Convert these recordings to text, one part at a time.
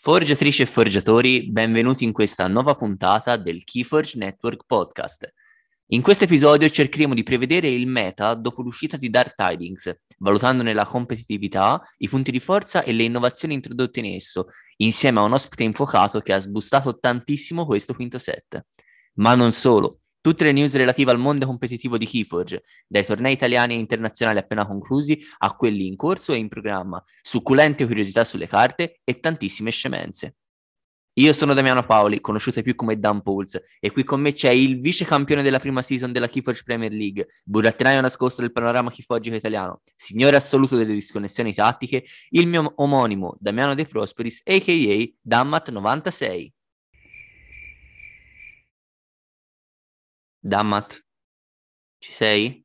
Forgiatrici e forgiatori, benvenuti in questa nuova puntata del Keyforge Network Podcast. In questo episodio cercheremo di prevedere il meta dopo l'uscita di Dark Tidings, valutandone la competitività, i punti di forza e le innovazioni introdotte in esso, insieme a un ospite infuocato che ha sbustato tantissimo questo quinto set. Ma non solo. Tutte le news relative al mondo competitivo di Keyforge, dai tornei italiani e internazionali appena conclusi a quelli in corso e in programma, succulente curiosità sulle carte e tantissime scemenze. Io sono Damiano Paoli, conosciuto più come Dan Pauls, e qui con me c'è il vice campione della prima season della Keyforge Premier League, burattinaio nascosto del panorama keyforgico italiano, signore assoluto delle disconnessioni tattiche, il mio omonimo Damiano De Prosperis, a.k.a. Dammat96. Dammat, ci sei?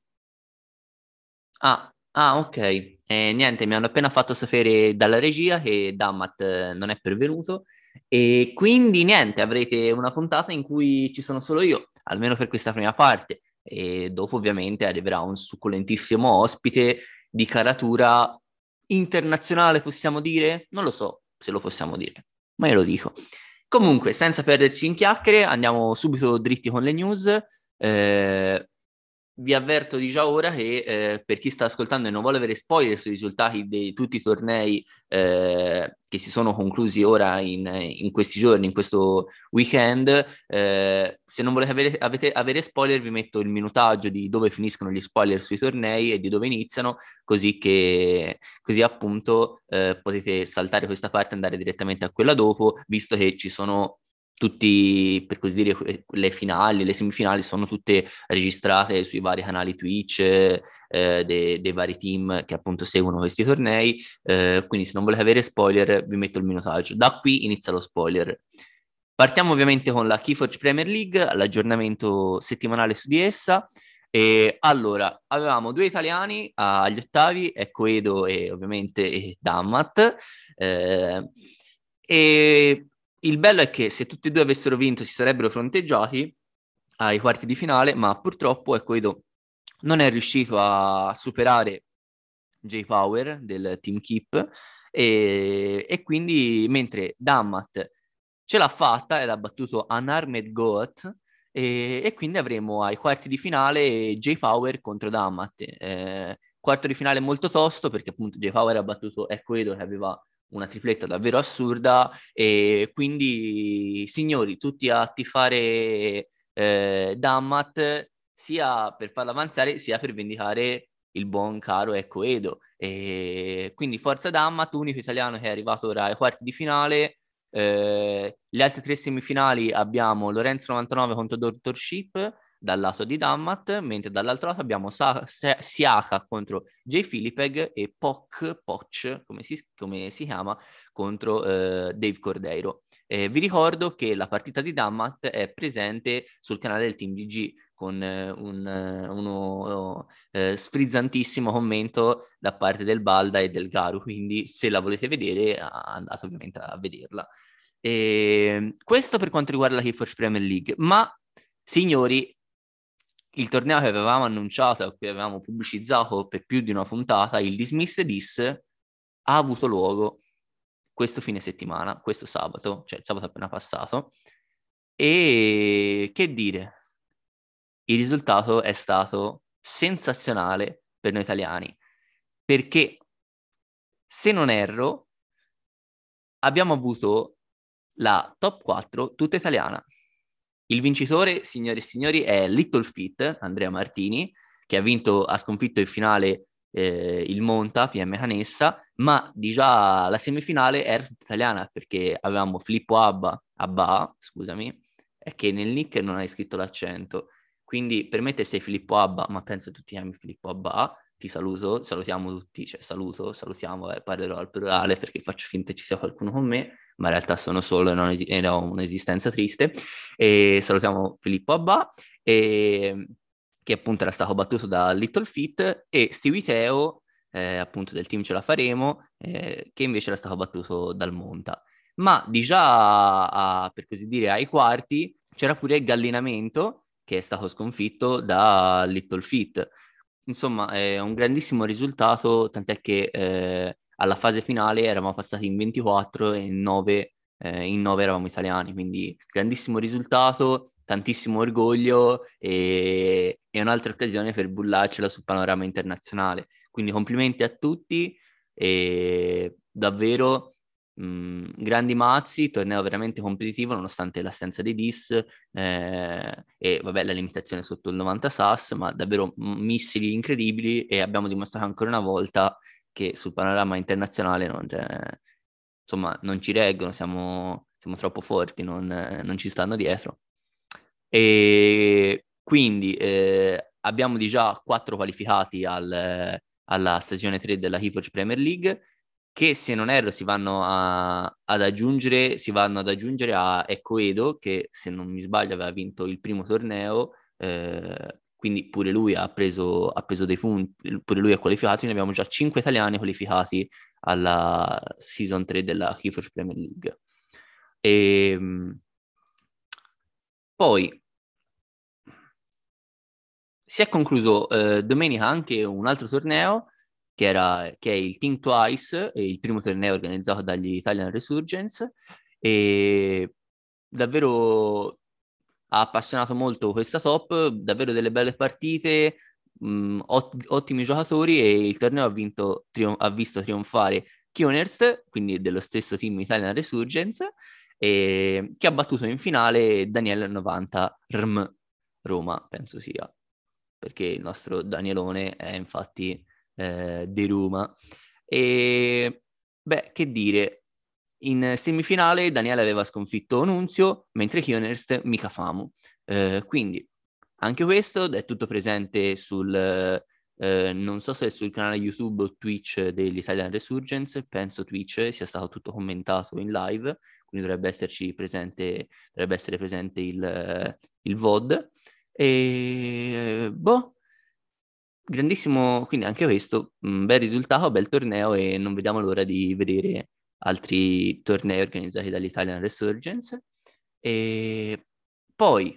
Ok. Niente, mi hanno appena fatto sapere dalla regia che Dammat non è pervenuto e quindi niente, avrete una puntata in cui ci sono solo io, almeno per questa prima parte, e dopo ovviamente arriverà un succulentissimo ospite di caratura internazionale, possiamo dire? Non lo so se lo possiamo dire, ma io lo dico. Comunque, senza perderci in chiacchiere, andiamo subito dritti con le news. Eh, Vi avverto di già ora che per chi sta ascoltando e non vuole avere spoiler sui risultati di tutti i tornei che si sono conclusi ora in questi giorni, in questo weekend, se non volete avere spoiler, vi metto il minutaggio di dove finiscono gli spoiler sui tornei e di dove iniziano, così appunto potete saltare questa parte e andare direttamente a quella dopo, visto che ci sono tutti, per così dire, le finali, le semifinali sono tutte registrate sui vari canali Twitch dei vari team che appunto seguono questi tornei. Quindi se non volete avere spoiler, vi metto il minutaggio. Da qui inizia lo spoiler. Partiamo ovviamente con la Keyforge Premier League, l'aggiornamento settimanale su di essa. E allora, avevamo due italiani agli ottavi, ecco Edo e ovviamente Dammat. E il bello è che se tutti e due avessero vinto si sarebbero fronteggiati ai quarti di finale, ma purtroppo ecco Edo non è riuscito a superare J-Power del Team Keep e quindi mentre Dammat ce l'ha fatta ed ha battuto Unarmed Goat e quindi avremo ai quarti di finale J-Power contro Dammat. Quarto di finale molto tosto perché appunto J-Power ha battuto Equedo che aveva una tripletta davvero assurda e quindi signori tutti a tifare Dammat sia per farla avanzare sia per vendicare il buon caro ecco Edo. E quindi Forza Dammat, unico italiano che è arrivato ora ai quarti di finale. Le altre tre semifinali abbiamo Lorenzo 99 contro Dr. Ship dal lato di Dammat, mentre dall'altro lato abbiamo Siaka contro J. Philipeg e Poch, come si chiama, contro Dave Cordeiro. Vi ricordo che la partita di Dammat è presente sul canale del Team GG con uno sfrizzantissimo commento da parte del Balda e del Garu, quindi se la volete vedere andate ovviamente a vederla. Questo per quanto riguarda la Keyforge Premier League, ma signori, il torneo che avevamo annunciato, che avevamo pubblicizzato per più di una puntata, il Dismissed Dis, ha avuto luogo questo fine settimana, questo sabato, cioè il sabato appena passato, e che dire, il risultato è stato sensazionale per noi italiani, perché se non erro abbiamo avuto la top 4 tutta italiana. Il vincitore, signore e signori, è Little Feat, Andrea Martini, che ha sconfitto in finale il Monta, PM Canessa, ma di già la semifinale era tutta italiana perché avevamo Filippo Abba, scusami, è che nel nick non hai scritto l'accento. Quindi per me te sei Filippo Abba, ma penso tu ti chiami Filippo Abba. Ti saluto, salutiamo tutti, cioè salutiamo, parlerò al plurale perché faccio finta ci sia qualcuno con me, ma in realtà sono solo e ho un'esistenza triste. E salutiamo Filippo Abba, che appunto era stato battuto da Little Feat, e Stevie Teo, appunto del team Ce la faremo, che invece era stato battuto dal Monta. Ma di già, per così dire, ai quarti c'era pure Gallinamento, che è stato sconfitto da Little Feat. Insomma, è un grandissimo risultato, tant'è che alla fase finale eravamo passati in 24 e in 9 in 9 eravamo italiani, quindi grandissimo risultato, tantissimo orgoglio e un'altra occasione per bullarcela sul panorama internazionale. Quindi complimenti a tutti e davvero grandi mazzi, torneo veramente competitivo nonostante l'assenza dei dis e vabbè la limitazione sotto il 90 SAS, ma davvero missili incredibili e abbiamo dimostrato ancora una volta che sul panorama internazionale insomma, non ci reggono, siamo troppo forti, non ci stanno dietro. E quindi abbiamo di già 4 qualificati alla stagione 3 della Keyforge Premier League, che se non erro si vanno ad aggiungere a Ecoedo, che se non mi sbaglio aveva vinto il primo torneo, quindi pure lui ha preso dei punti, pure lui è qualificato, quindi abbiamo già 5 italiani qualificati alla Season 3 della Keyforge Premier League. E, poi si è concluso domenica anche un altro torneo che è il Team Twice, il primo torneo organizzato dagli Italian Resurgence e davvero ha appassionato molto questa top, davvero delle belle partite, ottimi giocatori e il torneo ha visto trionfare Kioners, quindi dello stesso team Italian Resurgence, che ha battuto in finale Daniele 90 Roma, penso sia, perché il nostro Danielone è infatti di Roma. E beh, che dire, in semifinale Daniele aveva sconfitto Nunzio, mentre Kioners Mikafamu. Quindi anche questo è tutto presente non so se è sul canale YouTube o Twitch dell'Italian Resurgence, penso Twitch sia stato tutto commentato in live, quindi dovrebbe essere presente il VOD. E boh, grandissimo, quindi anche questo, un bel risultato, bel torneo e non vediamo l'ora di vedere altri tornei organizzati dall'Italian Resurgence. E poi,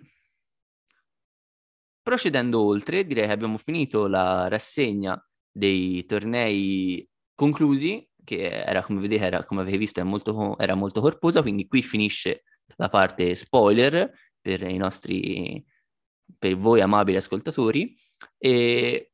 procedendo oltre, direi che abbiamo finito la rassegna dei tornei conclusi, che era, come vedete, come avete visto, era molto corposa, quindi qui finisce la parte spoiler per voi amabili ascoltatori. E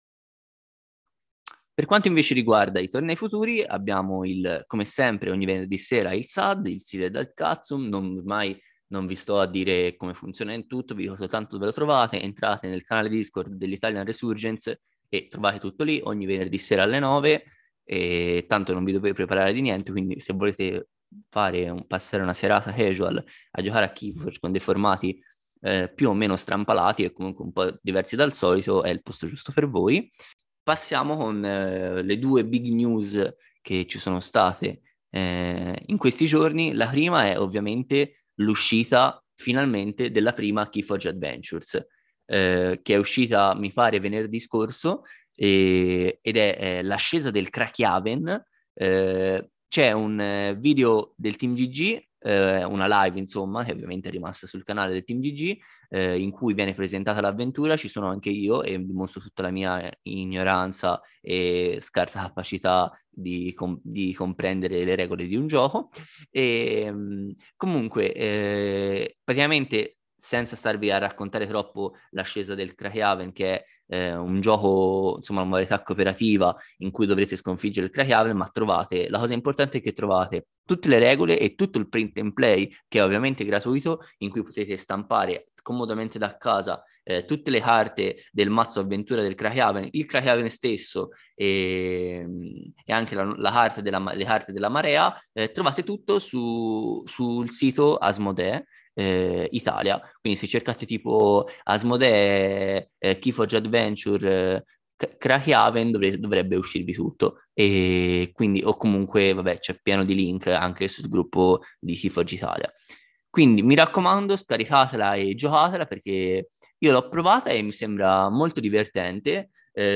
per quanto invece riguarda i tornei futuri, abbiamo come sempre, ogni venerdì sera il SAD, il Sile dal Katsum, ormai non vi sto a dire come funziona in tutto, vi dico soltanto dove lo trovate, entrate nel canale Discord dell'Italian Resurgence e trovate tutto lì, ogni venerdì sera alle 9, e tanto non vi dovete preparare di niente, quindi se volete passare una serata casual a giocare a Keyforge con dei formati più o meno strampalati e comunque un po' diversi dal solito, è il posto giusto per voi. Passiamo con le 2 big news che ci sono state in questi giorni. La prima è ovviamente l'uscita finalmente della prima Keyforge Adventures, che è uscita, mi pare, venerdì scorso, ed è l'ascesa del Krakiaven. C'è un video del Team GG, una live insomma, che ovviamente è rimasta sul canale del Team GG, in cui viene presentata l'avventura, ci sono anche io e dimostro tutta la mia ignoranza e scarsa capacità di comprendere le regole di un gioco. E comunque, praticamente, senza starvi a raccontare troppo l'ascesa del Krakehaven, che è un gioco, insomma, una modalità cooperativa in cui dovrete sconfiggere il Krakehaven, ma la cosa importante è che trovate tutte le regole e tutto il print and play, che è ovviamente gratuito, in cui potete stampare comodamente da casa tutte le carte del mazzo avventura del Krakehaven, il Krakehaven stesso e anche le carte della marea, trovate tutto sul sito Asmodee Italia. Quindi se cercate tipo Asmodee Keyforge Adventure Krakehaven dovrebbe uscirvi tutto, e quindi o comunque vabbè c'è pieno di link anche sul gruppo di Keyforge Italia. Quindi mi raccomando, scaricatela e giocatela perché io l'ho provata e mi sembra molto divertente.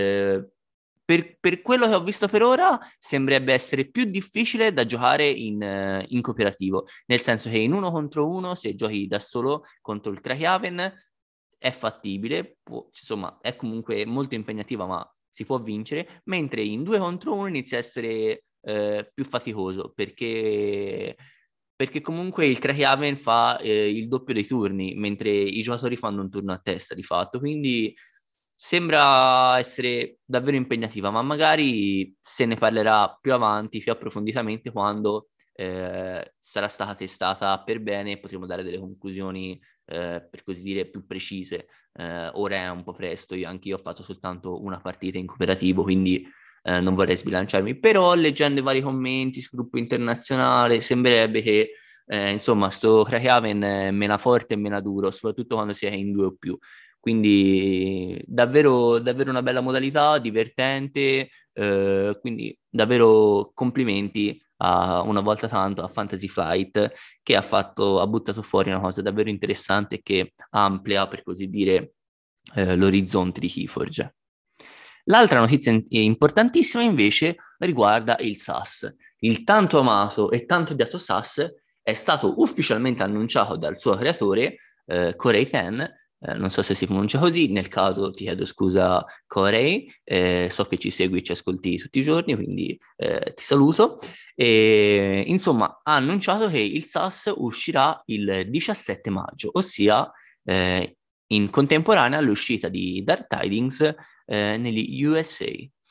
Per quello che ho visto per ora, sembrerebbe essere più difficile da giocare in cooperativo, nel senso che in 1 contro 1, se giochi da solo contro il Krakehaven, è fattibile, insomma, è comunque molto impegnativa, ma si può vincere, mentre in 2 contro 1 inizia a essere più faticoso, perché perché comunque il Crackhaven fa il doppio dei turni, mentre i giocatori fanno un turno a testa di fatto, quindi sembra essere davvero impegnativa, ma magari se ne parlerà più avanti, più approfonditamente, quando sarà stata testata per bene e potremo dare delle conclusioni, per così dire, più precise. Ora è un po' presto, anche io ho fatto soltanto una partita in cooperativo, quindi non vorrei sbilanciarmi, però leggendo i vari commenti sul gruppo internazionale sembrerebbe che insomma sto Crackhaven mena forte e mena duro, soprattutto quando si è in due o più. Quindi davvero, davvero una bella modalità, divertente, quindi davvero complimenti una volta tanto a Fantasy Flight che ha buttato fuori una cosa davvero interessante che amplia, per così dire, l'orizzonte di Keyforge. L'altra notizia importantissima invece riguarda il SAS. Il tanto amato e tanto odiato SAS è stato ufficialmente annunciato dal suo creatore, Corey Ten. Non so se si pronuncia così, nel caso ti chiedo scusa Corey, so che ci segui e ci ascolti tutti i giorni, quindi ti saluto. E, insomma, ha annunciato che il SAS uscirà il 17 maggio, ossia in contemporanea all'uscita di Dark Tidings negli USA.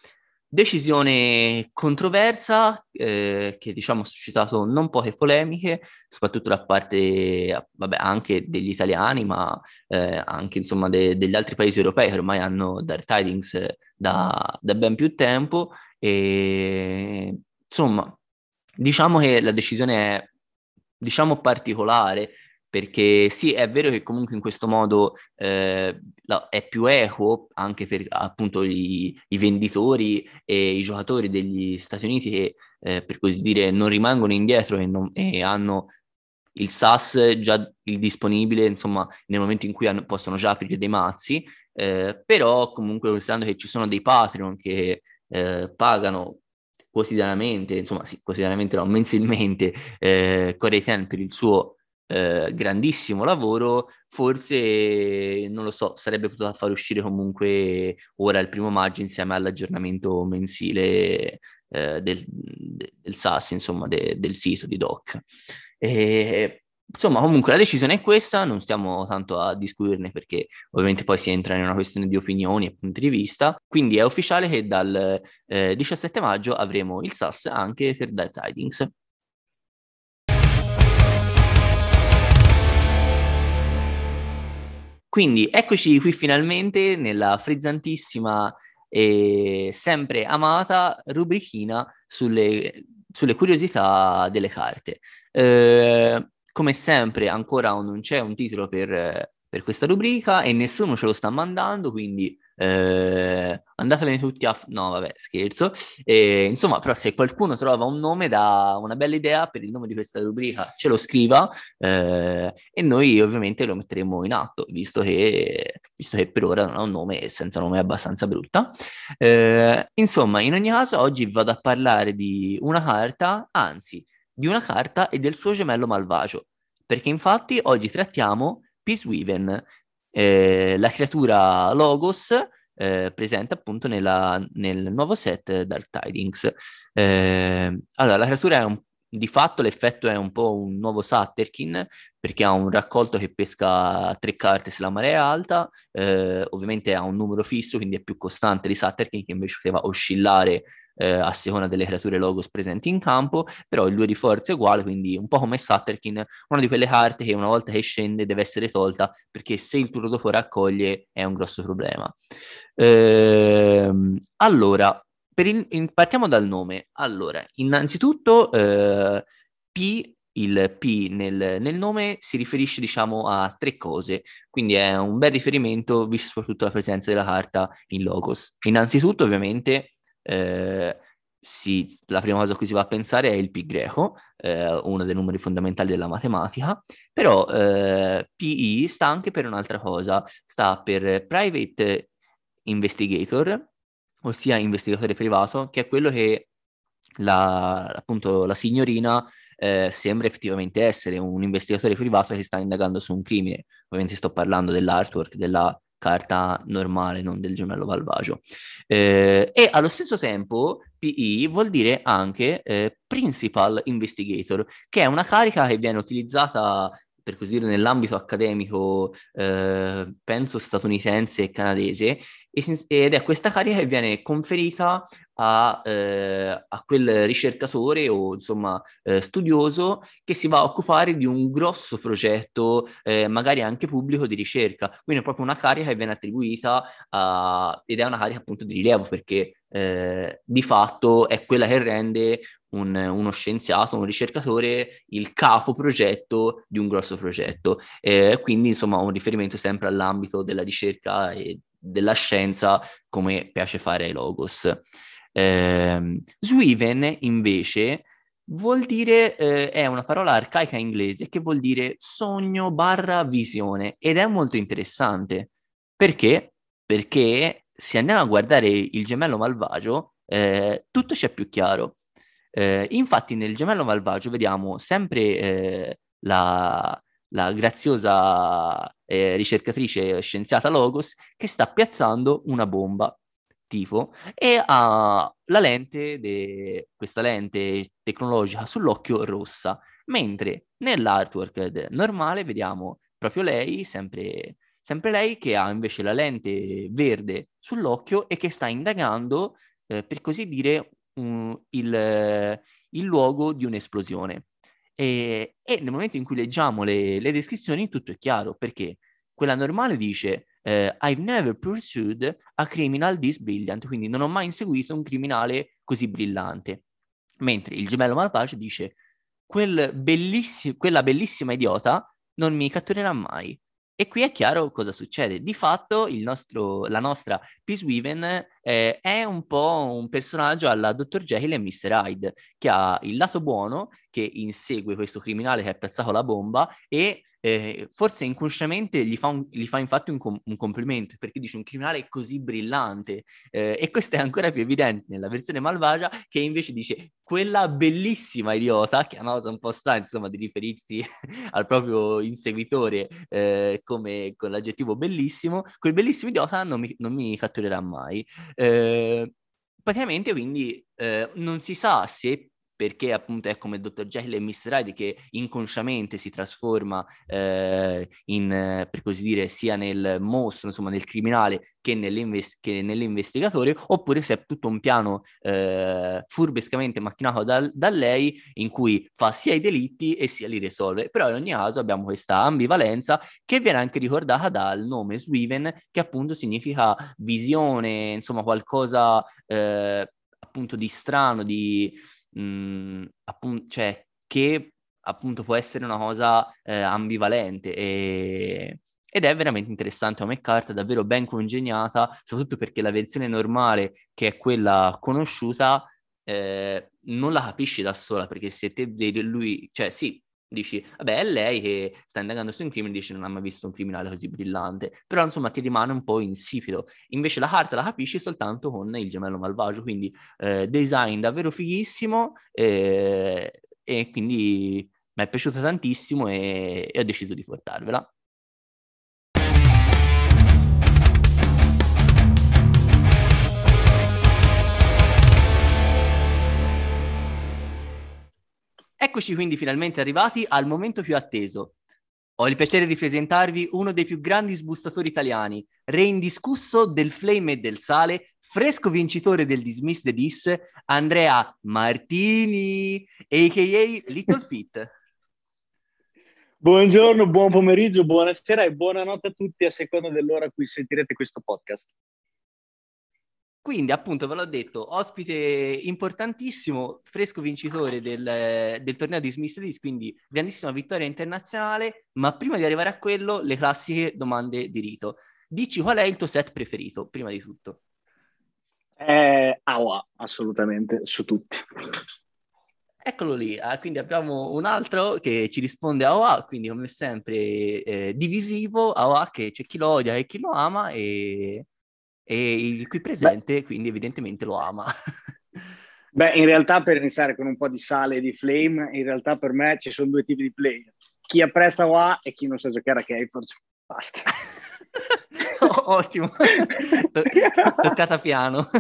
Decisione controversa che diciamo ha suscitato non poche polemiche, soprattutto da parte, vabbè, anche degli italiani, ma anche insomma degli altri paesi europei che ormai hanno Dark Tidings da ben più tempo. E insomma, diciamo che la decisione è, diciamo, particolare, perché sì, è vero che comunque in questo modo è più equo anche per appunto i venditori e i giocatori degli Stati Uniti che per così dire non rimangono indietro e hanno il SAS già il disponibile, insomma, nel momento in cui possono già aprire dei mazzi, però comunque considerando che ci sono dei Patreon che pagano quotidianamente, insomma, sì, quotidianamente no, mensilmente, Corey Ten per il suo grandissimo lavoro, forse, non lo so, sarebbe potuto far uscire comunque ora il 1° maggio insieme all'aggiornamento mensile del SAS, insomma, del sito di Doc. Insomma, comunque la decisione è questa, non stiamo tanto a discuterne perché ovviamente poi si entra in una questione di opinioni e punti di vista, quindi è ufficiale che dal 17 maggio avremo il SAS anche per Dark Tidings. Quindi eccoci qui finalmente nella frizzantissima e sempre amata rubrichina sulle curiosità delle carte. Come sempre ancora non c'è un titolo per questa rubrica e nessuno ce lo sta mandando, quindi andatevene tutti a... No, vabbè, scherzo. Insomma, però se qualcuno trova un nome, da una bella idea per il nome di questa rubrica, ce lo scriva e noi ovviamente lo metteremo in atto, visto che per ora non ha un nome e senza nome è abbastanza brutta. Insomma, in ogni caso, oggi vado a parlare di una carta, anzi, di una carta e del suo gemello malvagio, perché infatti oggi trattiamo Peaceweaven, la creatura Logos presente appunto nel nuovo set Dark Tidings. Allora, la creatura è di fatto l'effetto è un po' un nuovo Satterkin, perché ha un raccolto che pesca 3 carte se la marea è alta, ovviamente ha un numero fisso, quindi è più costante di Satterkin, che invece poteva oscillare a seconda delle creature Logos presenti in campo, però il 2 di forza è uguale, quindi un po' come Satterkin, una di quelle carte che una volta che scende deve essere tolta, perché se il turno dopo raccoglie è un grosso problema. Allora, partiamo dal nome. Allora, innanzitutto il P nel nome si riferisce, diciamo, a 3 cose, quindi è un bel riferimento, visto soprattutto la presenza della carta in Logos. Innanzitutto, ovviamente, la prima cosa a cui si va a pensare è il pi greco, uno dei numeri fondamentali della matematica, però PI sta anche per un'altra cosa, sta per Private Investigator, ossia investigatore privato, che è quello che appunto la signorina sembra effettivamente essere un investigatore privato che sta indagando su un crimine. Ovviamente sto parlando dell'artwork, della carta normale, non del gemello malvagio. E allo stesso tempo PI vuol dire anche Principal Investigator, che è una carica che viene utilizzata, per così dire, nell'ambito accademico, penso statunitense e canadese, ed è questa carica che viene conferita a quel ricercatore o insomma studioso che si va a occupare di un grosso progetto, magari anche pubblico di ricerca. Quindi è proprio una carica che viene attribuita ed è una carica appunto di rilievo perché di fatto è quella che rende uno scienziato, un ricercatore, il capo progetto di un grosso progetto. Quindi insomma un riferimento sempre all'ambito della ricerca e della scienza come piace fare ai Logos. Swiven invece vuol dire, è una parola arcaica inglese che vuol dire sogno barra visione ed è molto interessante. Perché? Perché se andiamo a guardare il gemello malvagio, tutto ci è più chiaro. Infatti nel gemello malvagio vediamo sempre la graziosa ricercatrice scienziata Logos che sta piazzando una bomba tipo e ha la lente, questa lente tecnologica sull'occhio rossa, mentre nell'artwork normale vediamo proprio lei, sempre lei che ha invece la lente verde sull'occhio e che sta indagando, per così dire, il luogo di un'esplosione. E nel momento in cui leggiamo le descrizioni tutto è chiaro, perché quella normale dice I've never pursued a criminal this brilliant, quindi non ho mai inseguito un criminale così brillante. Mentre il gemello malvagio dice quella bellissima idiota non mi catturerà mai. E qui è chiaro cosa succede. Di fatto la nostra Peace Weaven è un po' un personaggio alla Dr. Jekyll e Mr. Hyde, che ha il lato buono, che insegue questo criminale che ha piazzato la bomba e forse inconsciamente gli fa infatti un complimento, perché dice un criminale così brillante. E questo è ancora più evidente nella versione malvagia, che invece dice quella bellissima idiota, che è una cosa un po' strana, insomma, di riferirsi al proprio inseguitore come con l'aggettivo bellissimo, quel bellissimo idiota non mi catturerà mai. Praticamente quindi non si sa se perché appunto è come Dr. Jekyll e Mr. Hyde che inconsciamente si trasforma per così dire, sia nel mostro, insomma nel criminale che nell'investigatore, oppure se è tutto un piano furbescamente macchinato da lei in cui fa sia i delitti e sia li risolve. Però in ogni caso abbiamo questa ambivalenza che viene anche ricordata dal nome Swiven, che appunto significa visione, insomma qualcosa appunto di strano, appunto, cioè che appunto può essere una cosa ambivalente ed è veramente interessante come carta, davvero ben congegnata, soprattutto perché la versione normale, che è quella conosciuta, non la capisci da sola, perché se te vedi lui, cioè sì, dici, vabbè, è lei che sta indagando su un crimine, dici non ha mai visto un criminale così brillante, però insomma ti rimane un po' insipido. Invece la carta la capisci soltanto con il gemello malvagio, quindi design davvero fighissimo e quindi mi è piaciuta tantissimo e ho deciso di portarvela. Eccoci quindi finalmente arrivati al momento più atteso. Ho il piacere di presentarvi uno dei più grandi sbustatori italiani, re indiscusso del flame e del sale, fresco vincitore del Dismiss the Dis, Andrea Martini, a.k.a. Little Fit. Buongiorno, buon pomeriggio, buonasera e buonanotte a tutti a seconda dell'ora a cui sentirete questo podcast. Quindi, appunto, ve l'ho detto, ospite importantissimo, fresco vincitore del torneo di Smith Davis, quindi grandissima vittoria internazionale, ma prima di arrivare a quello, le classiche domande di rito. Dici qual è il tuo set preferito, prima di tutto. AOA, assolutamente, su tutti. Eccolo lì, quindi abbiamo un altro che ci risponde a OA, quindi come sempre divisivo, a OA che c'è chi lo odia e chi lo ama e il qui Beh, presente quindi evidentemente lo ama. beh, in realtà per iniziare con un po' di sale e di flame, in realtà per me ci sono due tipi di player. Chi apprezza AOA e chi non sa giocare a Keyforge. Basta. Ottimo. Toccata piano.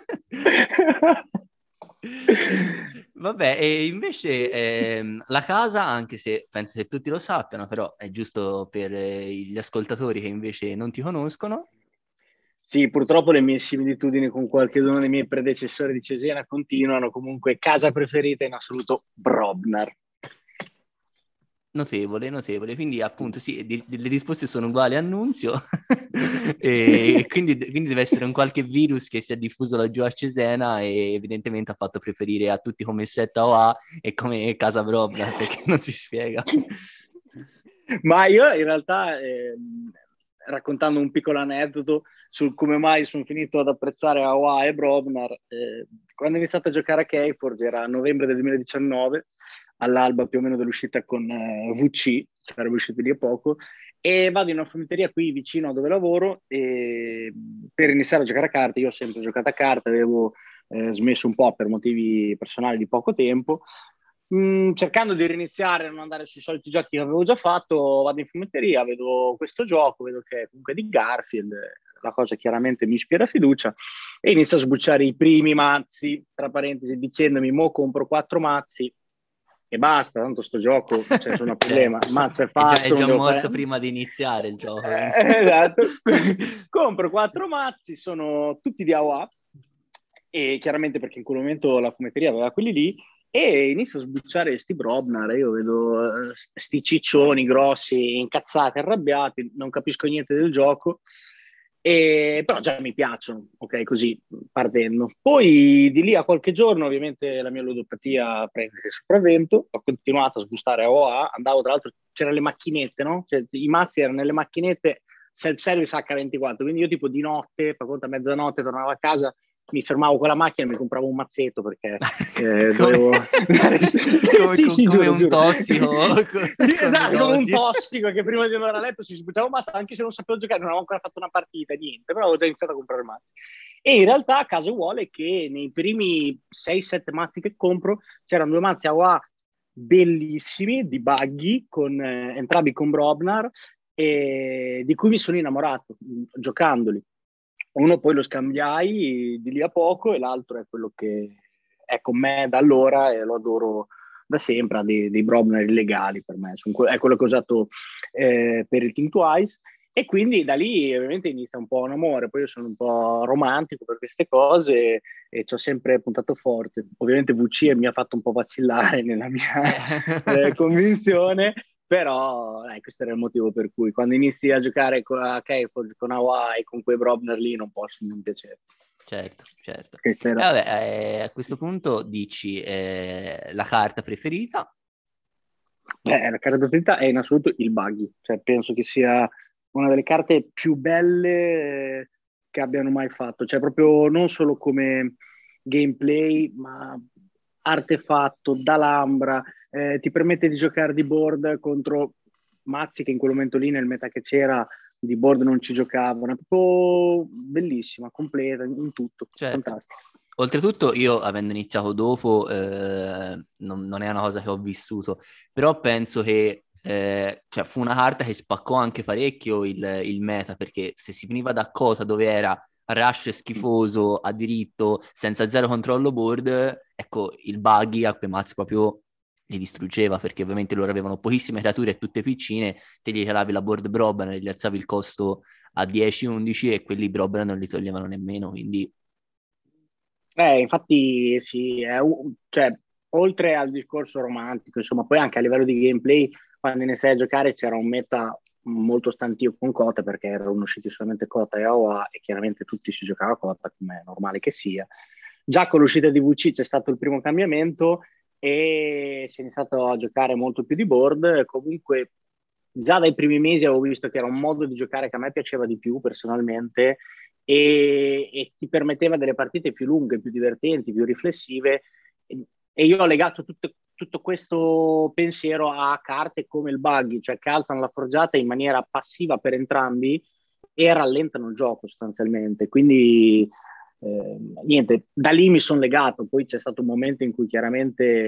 Vabbè, e invece la casa, anche se penso che tutti lo sappiano, però è giusto per gli ascoltatori che invece non ti conoscono. Sì, purtroppo le mie similitudini con qualcuno dei miei predecessori di Cesena continuano. Comunque, casa preferita in assoluto Brobnar. Notevole, notevole. Quindi appunto sì, le risposte sono uguali a Nunzio e quindi deve essere un qualche virus che si è diffuso laggiù a Cesena e evidentemente ha fatto preferire a tutti come Setta OA e come Casa Brobra perché non si spiega. Ma io in realtà, raccontando un piccolo aneddoto sul come mai sono finito ad apprezzare AOA e Brobnar, quando ho iniziato a giocare a Keyforge era a novembre del 2019, all'alba più o meno dell'uscita con VC, che era uscito lì a poco, e vado in una fumetteria qui vicino a dove lavoro e per iniziare a giocare a carte. Io ho sempre giocato a carte, avevo smesso un po' per motivi personali di poco tempo. Cercando di riniziare, non andare sui soliti giochi che avevo già fatto, vado in fumetteria, vedo questo gioco, vedo che è comunque di Garfield, la cosa chiaramente mi ispira fiducia e inizio a sbucciare i primi mazzi, tra parentesi, dicendomi mo compro 4 mazzi e basta, tanto sto gioco c'è nessun problema, il mazzo è È fatto, non già devo fare... morto prima di iniziare il gioco. Esatto. Compro 4 mazzi, sono tutti di AOA e chiaramente perché in quel momento la fumetteria aveva quelli lì e inizio a sbucciare sti Brobnar, io vedo sti ciccioni grossi, incazzati, arrabbiati, non capisco niente del gioco, però già mi piacciono, ok, così partendo. Poi di lì a qualche giorno ovviamente la mia ludopatia prende il sopravvento, ho continuato a sbustare a OA, andavo tra l'altro, c'erano le macchinette, no? Cioè, i mazzi erano nelle macchinette self-service H24, quindi io tipo di notte, fa conto a mezzanotte, tornavo a casa, mi fermavo con la macchina e mi compravo un mazzetto perché come, dovevo andare su... sì, sì, come giuro, un giuro. tossico Sì, con le esatto, come un dosi. tossico che prima di andare a letto si sbucciava un mazzo, anche se non sapevo giocare, non avevo ancora fatto una partita, niente, però avevo già iniziato a comprare mazzi. E in realtà caso vuole che nei primi 6-7 mazzi che compro c'erano 2 mazzi AOA bellissimi di buggy con entrambi con Brobnar di cui mi sono innamorato giocandoli. Uno poi lo scambiai di lì a poco e l'altro è quello che è con me da allora e lo adoro da sempre, ha dei Brobner illegali per me, è quello che ho usato per il Team Twice e quindi da lì ovviamente inizia un po' un amore, poi io sono un po' romantico per queste cose e ci ho sempre puntato forte. Ovviamente VC mi ha fatto un po' vacillare nella mia convinzione, però questo era il motivo per cui quando inizi a giocare a Keyforge, con Hawaii, con quei Brobner lì, non posso non piacere. Certo, certo. Questa E era... vabbè, a questo punto dici la carta preferita. La carta preferita è in assoluto il buggy, cioè penso che sia una delle carte più belle che abbiano mai fatto, cioè proprio non solo come gameplay, ma artefatto, d'alambra, ti permette di giocare di board contro mazzi che in quel momento lì nel meta che c'era di board non ci giocavano, è proprio bellissima, completa in tutto, Certo. fantastica. Oltretutto, io avendo iniziato dopo, non è una cosa che ho vissuto, però penso che cioè, fu una carta che spaccò anche parecchio il meta, perché se si finiva da cosa dove era rush schifoso a diritto, senza zero controllo board, ecco, il buggy a quei mazzi proprio li distruggeva, perché ovviamente loro avevano pochissime creature e tutte piccine, te gli calavi la board Brobran e gli alzavi il costo a 10-11 e quelli Brobran non li toglievano nemmeno, quindi... Infatti sì, cioè, oltre al discorso romantico, insomma, poi anche a livello di gameplay, quando iniziai a giocare c'era un meta molto stantio con Kota perché erano usciti solamente Kota e AOA e chiaramente tutti si giocava a Kota, come è normale che sia. Già con l'uscita di VC c'è stato il primo cambiamento e si è iniziato a giocare molto più di board. Comunque già dai primi mesi avevo visto che era un modo di giocare che a me piaceva di più personalmente e ti permetteva delle partite più lunghe, più divertenti, più riflessive. E io ho legato tutto questo pensiero a carte come il buggy, cioè che alzano la forgiata in maniera passiva per entrambi e rallentano il gioco sostanzialmente. Quindi niente, da lì mi sono legato. Poi c'è stato un momento in cui chiaramente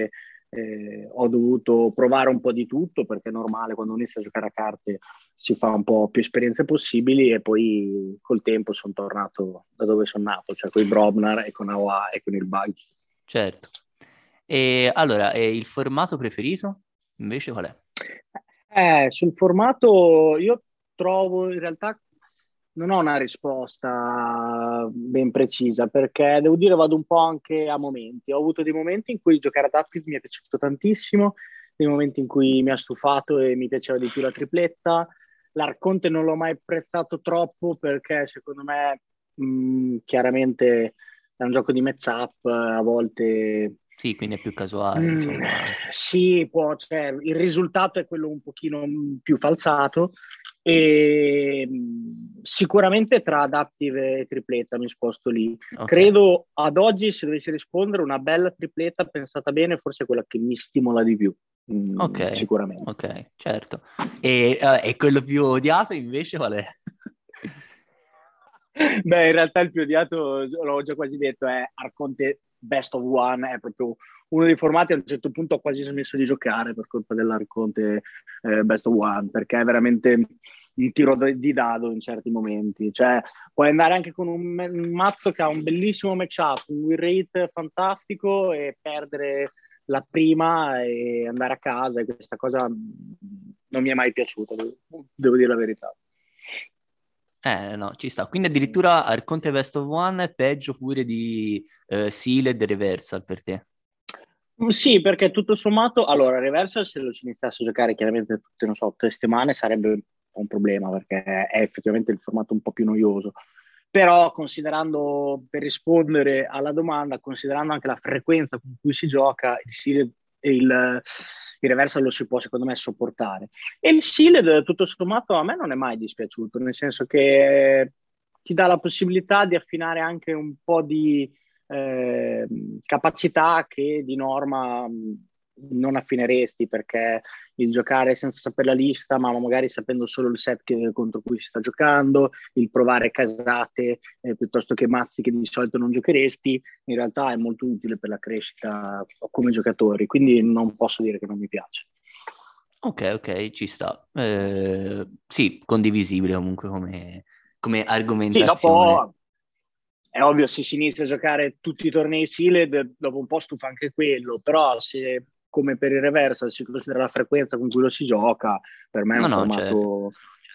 ho dovuto provare un po' di tutto perché è normale, quando uno inizia a giocare a carte si fa un po' più esperienze possibili e poi col tempo sono tornato da dove sono nato, cioè con i Brobnar e con Awa e con il Buggy. Certo. E allora, e il formato preferito invece qual è? Sul formato io trovo in realtà non ho una risposta ben precisa perché devo dire vado un po' anche a momenti. Ho avuto dei momenti in cui giocare ad Active mi è piaciuto tantissimo, dei momenti in cui mi ha stufato e mi piaceva di più la tripletta. L'Arconte non l'ho mai apprezzato troppo perché secondo me chiaramente è un gioco di matchup, a volte Sì, quindi è più casuale, insomma. sì, cioè, il risultato è quello un pochino più falsato e sicuramente tra Adaptive e tripletta mi sposto lì. Ok, Credo ad oggi, se dovessi rispondere, una bella tripletta pensata bene forse è quella che mi stimola di più, ok, sicuramente. ok, certo. E quello più odiato invece qual è? Beh, in realtà il più odiato, l'ho già quasi detto, è Arconte Best of One, è proprio uno dei formati, a un certo punto ho quasi smesso di giocare per colpa dell'Arconte Best of One, perché è veramente un tiro di dado in certi momenti. Cioè, puoi andare anche con un mazzo che ha un bellissimo matchup, un win rate fantastico e perdere la prima e andare a casa, e questa cosa non mi è mai piaciuta, devo dire la verità. No, ci sta. Quindi addirittura Arconte Best of One è peggio pure di Sealed e Reversal per te. Sì, perché tutto sommato, allora, Reversal se lo ci iniziasse a giocare chiaramente tutte, non so, 3 settimane sarebbe un problema perché è effettivamente il formato un po' più noioso. Però considerando, per rispondere alla domanda, considerando anche la frequenza con cui si gioca, il Reversal lo si può secondo me sopportare. E il Sealed, tutto sommato, a me non è mai dispiaciuto, nel senso che ti dà la possibilità di affinare anche un po' di eh, capacità che di norma non affineresti perché il giocare senza sapere la lista, ma magari sapendo solo il set contro cui si sta giocando, il provare casate piuttosto che mazzi che di solito non giocheresti, in realtà è molto utile per la crescita come giocatori, quindi non posso dire che non mi piace. Ok, ok, ci sta. Sì, condivisibile comunque come Sì, argomentazione. dopo è ovvio, se si inizia a giocare tutti i tornei sealed, dopo un po' stufa anche quello, però se come per il reverso si considera la frequenza con cui lo si gioca, per me è No, un no, certo. formato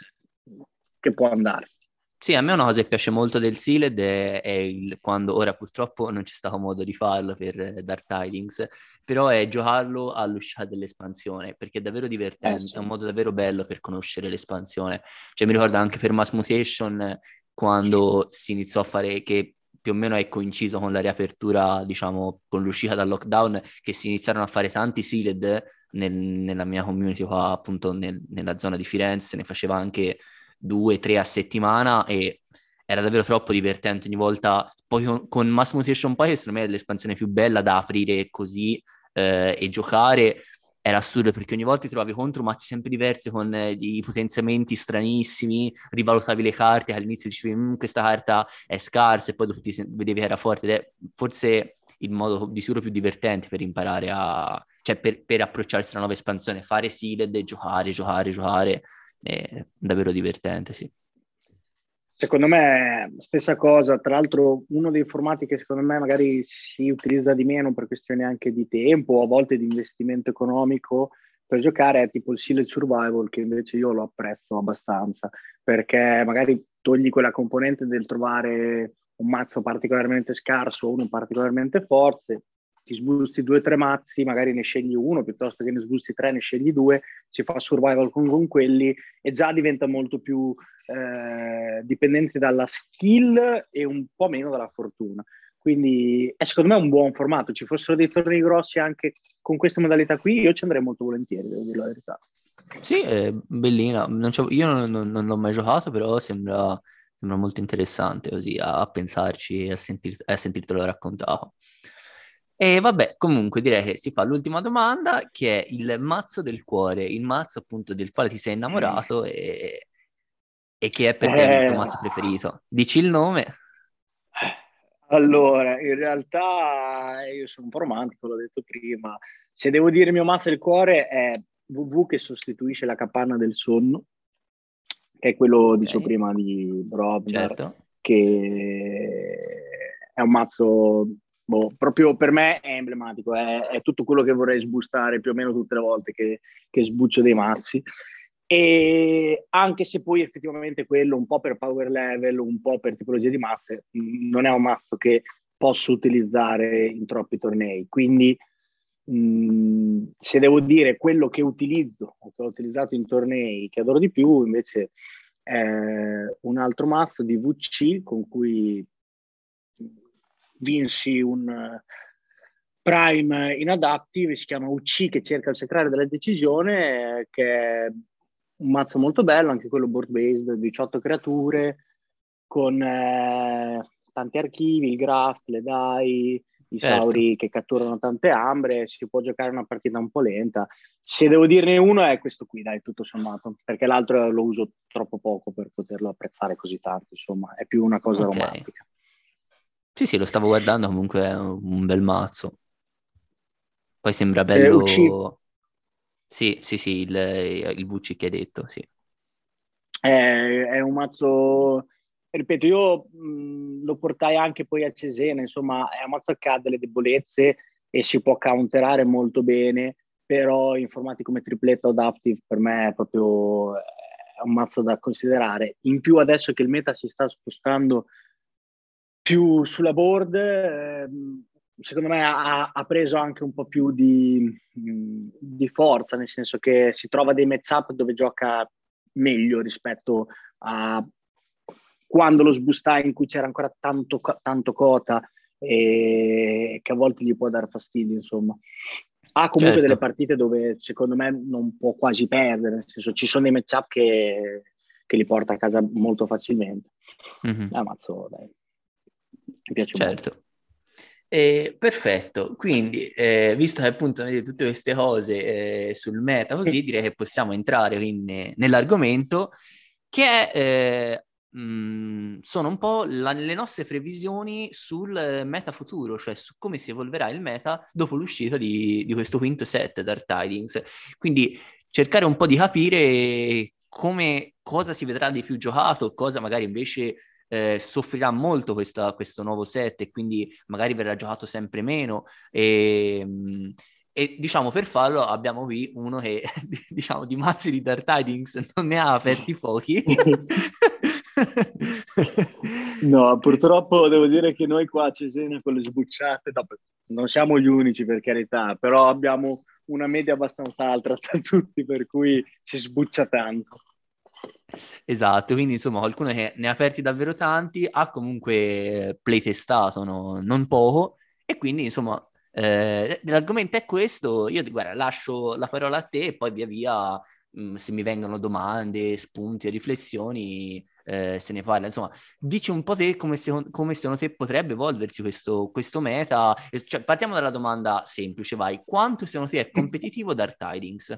che può andare. Sì, a me una cosa che piace molto del Sealed è quando, ora purtroppo non c'è stato modo di farlo per Dark Tidings, però è giocarlo all'uscita dell'espansione, perché è davvero divertente, è un Sì. modo davvero bello per conoscere l'espansione. Cioè mi ricordo anche per Mass Mutation, quando si iniziò a fare, che più o meno è coinciso con la riapertura, diciamo, con l'uscita dal lockdown, che si iniziarono a fare tanti Sealed nella mia community qua, appunto nella zona di Firenze, ne faceva anche 2, 3 a settimana e era davvero troppo divertente ogni volta. Poi con Mass Mutation poi, che secondo me è l'espansione più bella da aprire così e giocare. Era assurdo perché ogni volta ti trovavi contro mazzi sempre diversi con i potenziamenti stranissimi, rivalutavi le carte, che all'inizio dicevi questa carta è scarsa e poi dopo vedevi che era forte ed è forse il modo di sicuro più divertente per imparare cioè per approcciarsi alla nuova espansione, fare sealed e giocare, giocare, giocare è davvero divertente, sì. Secondo me, stessa cosa, tra l'altro uno dei formati che secondo me magari si utilizza di meno per questioni anche di tempo o a volte di investimento economico per giocare è tipo il Sealed Survival, che invece io lo apprezzo abbastanza, perché magari togli quella componente del trovare un mazzo particolarmente scarso o uno particolarmente forte, ti sbusti 2 o 3 mazzi, magari ne scegli uno, piuttosto che ne sbusti 3, ne scegli 2, si fa survival con quelli e già diventa molto più dipendenti dalla skill e un po' meno dalla fortuna. Quindi è secondo me un buon formato. Ci fossero dei tornei grossi anche con queste modalità qui, io ci andrei molto volentieri, devo dire la verità. Sì, è bellina. Io non l'ho mai giocato, però sembra molto interessante così a pensarci e a sentirtelo raccontato. E vabbè, comunque direi che si fa l'ultima domanda, che è il mazzo del cuore, il mazzo appunto del quale ti sei innamorato e che è per te il tuo Eh, mazzo preferito. Dici il nome? Allora, in realtà io sono un po' romantico, l'ho detto prima. Se devo dire il mio mazzo del cuore è VV che sostituisce la capanna del sonno, che è quello, dicevo Ok, prima, di Brobdar, certo. che è un mazzo, boh, proprio per me è emblematico, è tutto quello che vorrei sbustare più o meno tutte le volte che sbuccio dei mazzi. E anche se poi effettivamente quello, un po' per power level, un po' per tipologia di mazze, non è un mazzo che posso utilizzare in troppi tornei. Quindi se devo dire quello che utilizzo, o che ho utilizzato in tornei che adoro di più, invece è un altro mazzo di VC con cui vinsi un Prime in Adaptive, si chiama UC, che cerca il secreto della decisione, che è un mazzo molto bello, anche quello board based, 18 creature, con tanti archivi, il graft, le die, i Certo. sauri che catturano tante ambre, si può giocare una partita un po' lenta. Se devo dirne uno è questo qui, dai, tutto sommato, perché l'altro lo uso troppo poco per poterlo apprezzare così tanto, insomma, è più una cosa Ok. romantica. Sì, sì, lo stavo guardando, comunque è un bel mazzo. Poi sembra UC bello. Sì, sì, sì, il VC che hai detto, sì. è un mazzo, ripeto, io lo portai anche poi a Cesena, insomma, è un mazzo che ha delle debolezze e si può counterare molto bene, però in formati come tripletta o adaptive per me è proprio è un mazzo da considerare. In più adesso che il meta si sta spostando più sulla board, secondo me ha preso anche un po' più di forza, nel senso che si trova dei matchup dove gioca meglio rispetto a quando lo sbustai in cui c'era ancora tanto cota e che a volte gli può dar fastidio, insomma. Ha comunque delle Certo. partite dove secondo me non può quasi perdere, nel senso ci sono dei matchup che li porta a casa molto facilmente. Mhm. Mazzo, dai, mi piace molto. Certo. Perfetto, quindi visto che appunto vedete tutte queste cose sul meta così, direi che possiamo entrare quindi nell'argomento che sono un po' le nostre previsioni sul meta futuro, cioè su come si evolverà il meta dopo l'uscita di questo quinto set Dark Tidings. Quindi cercare un po' di capire come, cosa si vedrà di più giocato, cosa magari invece soffrirà molto questo nuovo set e quindi magari verrà giocato sempre meno. E diciamo per farlo abbiamo qui uno che diciamo di mazzi di Dark Tidings non ne ha aperti pochi. No, purtroppo devo dire che noi qua a Cesena con le sbucciate, dopo, non siamo gli unici per carità, però abbiamo una media abbastanza alta tra tutti, per cui si sbuccia tanto. Esatto, quindi insomma qualcuno che ne ha aperti davvero tanti, ha comunque playtestato non poco e quindi insomma l'argomento è questo, io guarda lascio la parola a te e poi via via se mi vengono domande, spunti e riflessioni se ne parla, insomma dici un po' te come secondo te potrebbe evolversi questo meta. Cioè, partiamo dalla domanda semplice, vai, quanto secondo te è competitivo Dark Tidings?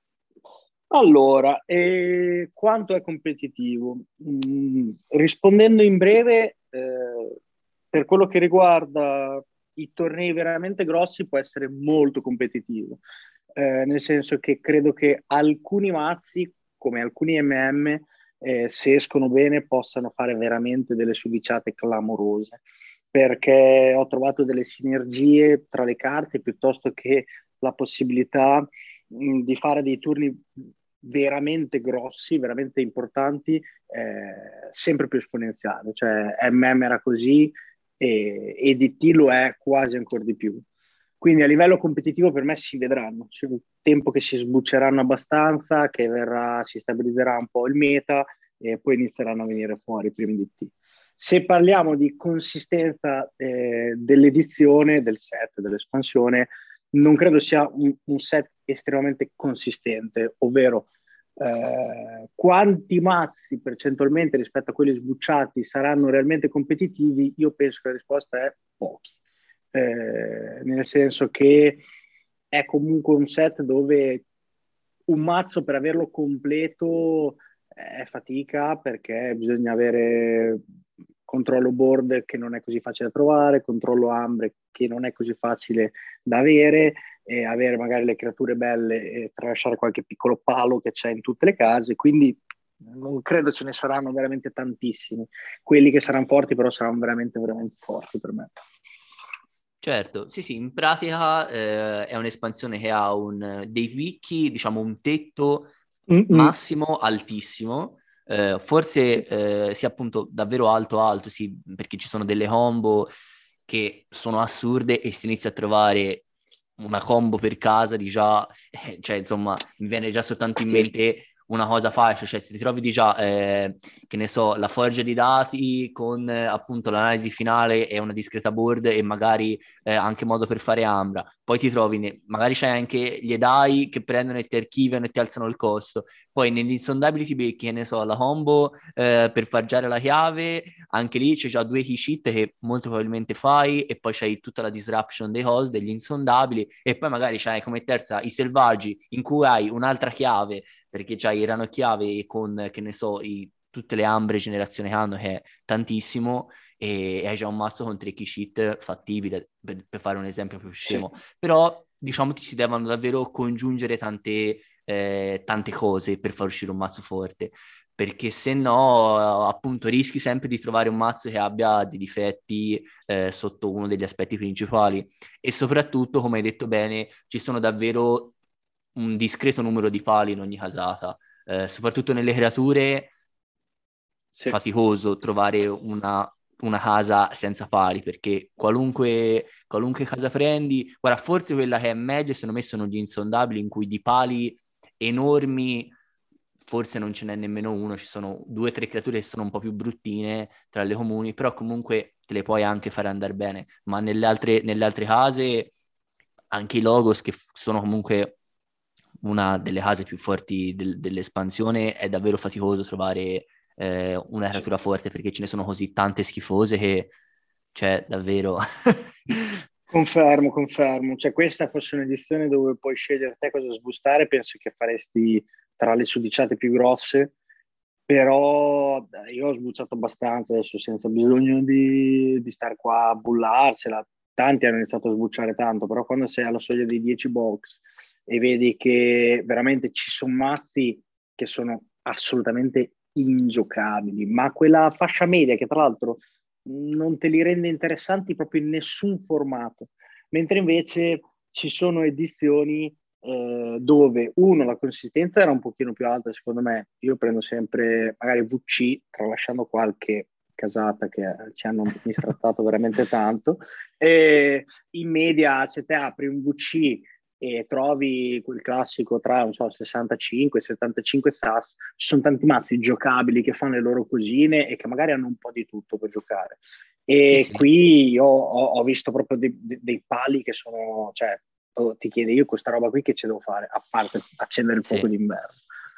Allora, quanto è competitivo? Rispondendo in breve, per quello che riguarda i tornei veramente grossi, può essere molto competitivo, nel senso che credo che alcuni mazzi, come alcuni MM, se escono bene, possano fare veramente delle sudiciate clamorose, perché ho trovato delle sinergie tra le carte piuttosto che la possibilità di fare dei turni veramente grossi, veramente importanti, sempre più esponenziale. Cioè MM era così e DT lo è quasi ancora di più. Quindi a livello competitivo per me si vedranno, c'è il tempo che si sbucceranno abbastanza, che si stabilizzerà un po' il meta e poi inizieranno a venire fuori i primi DT. Se parliamo di consistenza dell'edizione, del set, dell'espansione, non credo sia un set estremamente consistente, ovvero quanti mazzi percentualmente rispetto a quelli sbucciati saranno realmente competitivi? Io penso che la risposta è pochi, nel senso che è comunque un set dove un mazzo per averlo completo è fatica perché bisogna avere controllo board che non è così facile da trovare, controllo ambre che non è così facile da avere, e avere magari le creature belle e tralasciare qualche piccolo palo che c'è in tutte le case, quindi non credo ce ne saranno veramente tantissimi. Quelli che saranno forti però saranno veramente, veramente forti per me. Certo, sì, in pratica è un'espansione che ha dei picchi, diciamo un tetto massimo altissimo, forse sia appunto davvero alto, sì, perché ci sono delle combo che sono assurde e si inizia a trovare una combo per casa di già, cioè insomma mi viene già soltanto in mente una cosa facile, cioè se ti trovi di già, che ne so, la forgia di dati con appunto l'analisi finale e una discreta board e magari anche modo per fare Ambra, poi ti trovi, magari c'hai anche gli Edai che prendono e ti archiviano e ti alzano il costo, poi negli insondabili ti becchi, che ne so, la combo per fargiare la chiave, anche lì c'è già due key cheat che molto probabilmente fai e poi c'hai tutta la disruption dei host, degli insondabili e poi magari c'hai come terza i selvaggi in cui hai un'altra chiave perché c'hai erano chiave con, che ne so, tutte le ambre generazione che hanno che è tantissimo e hai già un mazzo con 3 key cheat fattibile per fare un esempio più scemo, però diciamo ti si devono davvero congiungere tante cose per far uscire un mazzo forte perché se no appunto rischi sempre di trovare un mazzo che abbia dei difetti sotto uno degli aspetti principali e soprattutto come hai detto bene ci sono davvero un discreto numero di pali in ogni casata, soprattutto nelle creature faticoso trovare una casa senza pali perché qualunque casa prendi, guarda forse quella che è meglio secondo me sono gli insondabili in cui di pali enormi forse non ce n'è nemmeno uno, ci sono 2 o 3 creature che sono un po' più bruttine tra le comuni, però comunque te le puoi anche fare andare bene, ma nelle altre case anche i logos che sono comunque una delle case più forti dell'espansione è davvero faticoso trovare una creatura forte perché ce ne sono così tante schifose che cioè davvero Confermo. Cioè, questa fosse un'edizione dove puoi scegliere te cosa sbustare, penso che faresti tra le sudiciate più grosse, però io ho sbucciato abbastanza adesso senza bisogno di stare qua a bullarcela. Tanti hanno iniziato a sbucciare tanto, però quando sei alla soglia dei 10 box e vedi che veramente ci sono mazzi che sono assolutamente ingiocabili, ma quella fascia media che tra l'altro non te li rende interessanti proprio in nessun formato, mentre invece ci sono edizioni dove uno la consistenza era un pochino più alta secondo me, io prendo sempre magari VC tralasciando qualche casata che ci hanno mistrattato veramente tanto, e in media se te apri un VC e trovi quel classico tra, non so, 65 e 75 SAS, ci sono tanti mazzi giocabili che fanno le loro cosine e che magari hanno un po' di tutto per giocare. sì E sì qui io ho visto proprio dei pali che sono, cioè, ti chiedi io questa roba qui che ce devo fare, a parte accendere il fuoco sì d'inverno.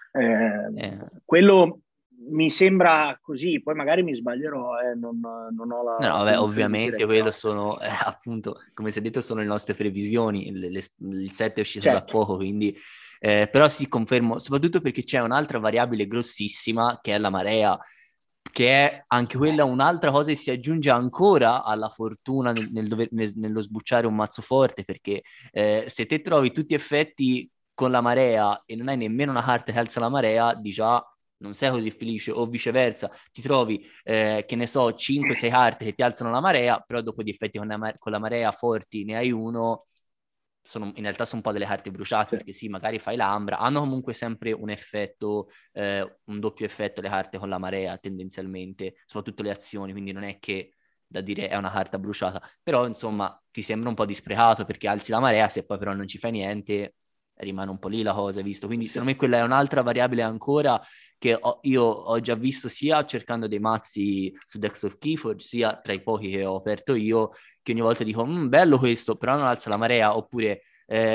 eh. Quello mi sembra così, poi magari mi sbaglierò, non ho No, no, la vabbè, cognizione di ovviamente dire, quello però sono, appunto, come si è detto, sono le nostre previsioni. Il 7 è uscito da certo, poco, quindi... però sì, confermo, soprattutto perché c'è un'altra variabile grossissima, che è la marea, che è anche quella un'altra cosa che si aggiunge ancora alla fortuna nello sbucciare un mazzo forte, perché se te trovi tutti effetti con la marea e non hai nemmeno una carta che alza la marea, di già non sei così felice, o viceversa, ti trovi, che ne so, 5-6 carte che ti alzano la marea, però dopo gli effetti con la marea forti ne hai uno, in realtà sono un po' delle carte bruciate, sì. perché sì, magari fai l'ambra, hanno comunque sempre un effetto, un doppio effetto le carte con la marea, tendenzialmente, soprattutto le azioni, quindi non è che da dire è una carta bruciata, però insomma ti sembra un po' disprecato perché alzi la marea, se poi però non ci fai niente rimane un po' lì la cosa, visto? Quindi Sì. secondo me quella è un'altra variabile ancora che io ho già visto sia cercando dei mazzi su Dex of Keyforge, sia tra i pochi che ho aperto io, che ogni volta dico, bello questo, però non alza la marea, oppure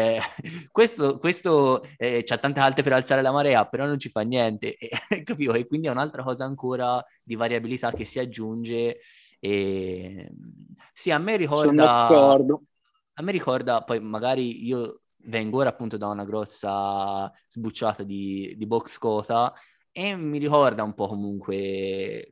questo c'ha tante alte per alzare la marea, però non ci fa niente, capito? E quindi è un'altra cosa ancora di variabilità che si aggiunge e sì, Sono d'accordo. a me ricorda, poi magari io vengo ora appunto da una grossa sbucciata di box quota e mi ricorda un po' comunque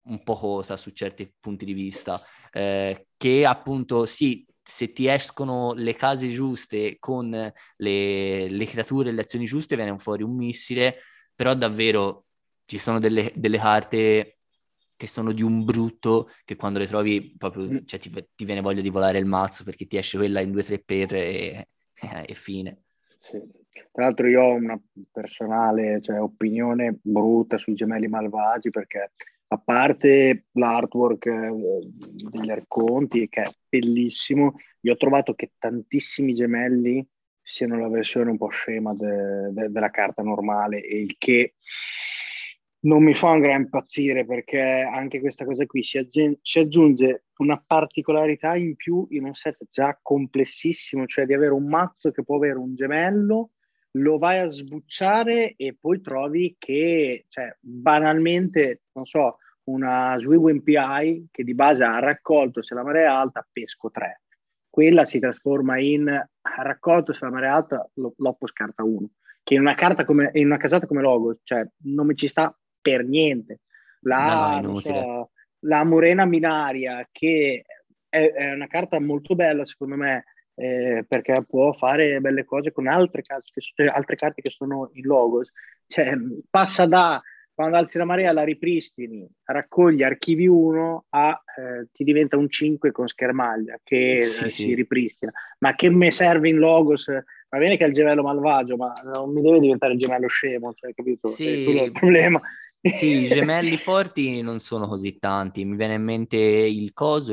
un po' cosa su certi punti di vista, che appunto sì, se ti escono le case giuste con le creature e le azioni giuste viene fuori un missile, però davvero ci sono delle carte che sono di un brutto che quando le trovi proprio, cioè, ti viene voglia di volare il mazzo perché ti esce quella in 2-3 pietre e fine. Sì. Tra l'altro io ho una personale, cioè, opinione brutta sui gemelli malvagi, perché a parte l'artwork degli Arconti, che è bellissimo, io ho trovato che tantissimi gemelli siano la versione un po' scema della carta normale, e il che non mi fa un gran impazzire, perché anche questa cosa qui si aggiunge una particolarità in più in un set già complessissimo, cioè di avere un mazzo che può avere un gemello, lo vai a sbucciare e poi trovi che, cioè, banalmente, non so, una Swiwin PI che di base ha raccolto se la marea è alta, pesco 3. Quella si trasforma in ha raccolto se la marea è alta, Loppo scarta 1. Che in una carta come in una casata come Logos, cioè, non mi ci sta per niente. No, è Non inutile. so, la Morena Minaria, che è una carta molto bella, secondo me, perché può fare belle cose con altre carte che sono in Logos. Cioè, passa da quando alzi la marea, la ripristini, raccogli, archivi 1, ti diventa un 5 con schermaglia che Sì, si sì. ripristina. Ma che mi serve in Logos? Va bene che è il gemello malvagio, ma non mi deve diventare il gemello scemo, cioè, capito? Quello è il Sì, problema. sì, i gemelli forti non sono così tanti. Mi viene in mente il coso,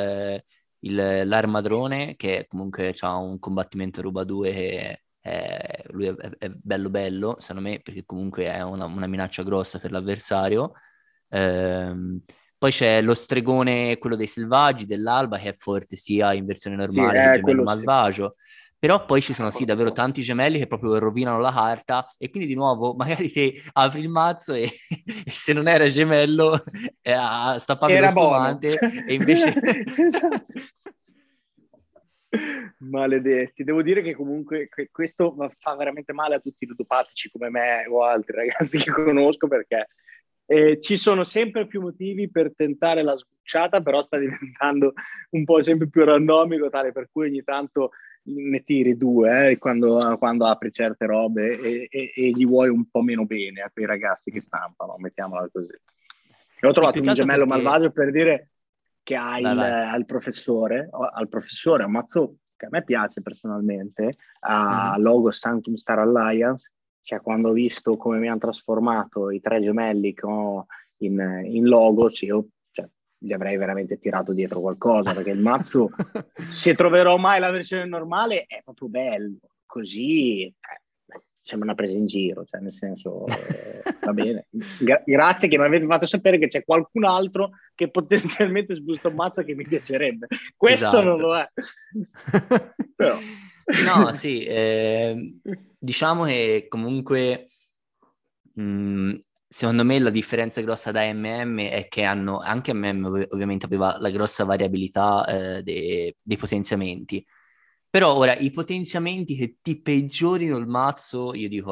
l'armadrone, che comunque ha un combattimento ruba 2 che lui è bello bello, secondo me, perché comunque è una minaccia grossa per l'avversario. Ehm, Poi c'è lo stregone, quello dei selvaggi, dell'alba, che è forte sia in versione Sì, normale che gemello quello sì. malvagio. Però poi ci sono sì davvero tanti gemelli che proprio rovinano la carta e quindi di nuovo magari te apri il mazzo e, e se non era gemello stappavi lo Era buono. spumante e invece... Esatto. Maledetti, devo dire che comunque questo fa veramente male a tutti i ludopatici come me o altri ragazzi che conosco, perché ci sono sempre più motivi per tentare la sbucciata, però sta diventando un po' sempre più randomico, tale per cui ogni tanto ne tiri due quando apri certe robe e gli vuoi un po' meno bene a quei ragazzi che stampano, mettiamola così. E ho Sì, più trovato che un altro gemello perché... malvagio per dire che ha Vai, vai. al professore, un mazzo che a me piace personalmente, a Mhm. logo Sanctum Star Alliance, cioè quando ho visto come mi hanno trasformato i tre gemelli che ho in logos, io, cioè, gli avrei veramente tirato dietro qualcosa, perché il mazzo, se troverò mai la versione normale, è proprio bello, così sembra una presa in giro, cioè nel senso, va bene. Grazie che mi avete fatto sapere che c'è qualcun altro che potenzialmente sbusta un mazzo che mi piacerebbe. Questo non Esatto. lo è. Però... No, sì, diciamo che comunque secondo me la differenza grossa da MM è che hanno, anche MM ovviamente aveva la grossa variabilità dei potenziamenti, però ora i potenziamenti che ti peggiorino il mazzo, io dico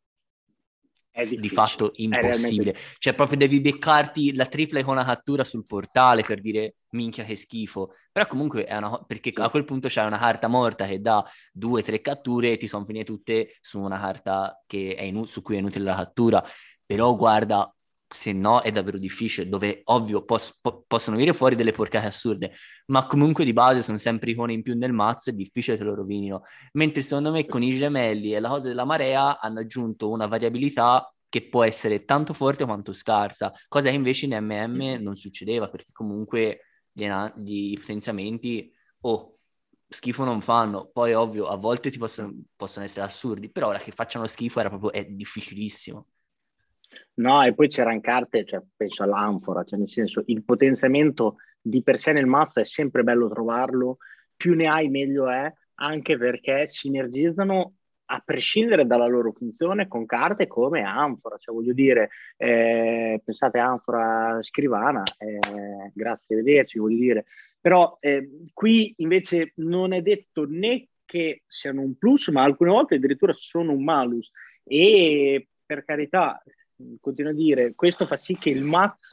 È di difficile, fatto è realmente... impossibile. Cioè, proprio devi beccarti la tripla icona cattura sul portale per dire minchia che schifo. Però comunque è perché Sì. a quel punto c'è una carta morta che dà 2 o 3 catture e ti sono finite tutte su una carta che su cui è inutile la cattura. Però guarda, se no è davvero difficile, dove ovvio possono venire fuori delle porcate assurde, ma comunque di base sono sempre icone in più nel mazzo, è difficile che lo rovinino. Mentre secondo me con i gemelli e la cosa della marea hanno aggiunto una variabilità che può essere tanto forte quanto scarsa, cosa che invece in MM non succedeva, perché comunque gli potenziamenti, oh, schifo non fanno. Poi ovvio, a volte possono essere assurdi, però ora che facciano schifo è difficilissimo. No, e poi c'erano carte, cioè, penso all'anfora, cioè nel senso il potenziamento di per sé nel mazzo è sempre bello trovarlo, più ne hai meglio è, anche perché sinergizzano a prescindere dalla loro funzione con carte come Anfora, cioè voglio dire, pensate a Anfora Scrivana, grazie, arrivederci, voglio dire, però qui invece non è detto né che siano un plus, ma alcune volte addirittura sono un malus, e per carità, continuo a dire, questo fa sì che il mazzo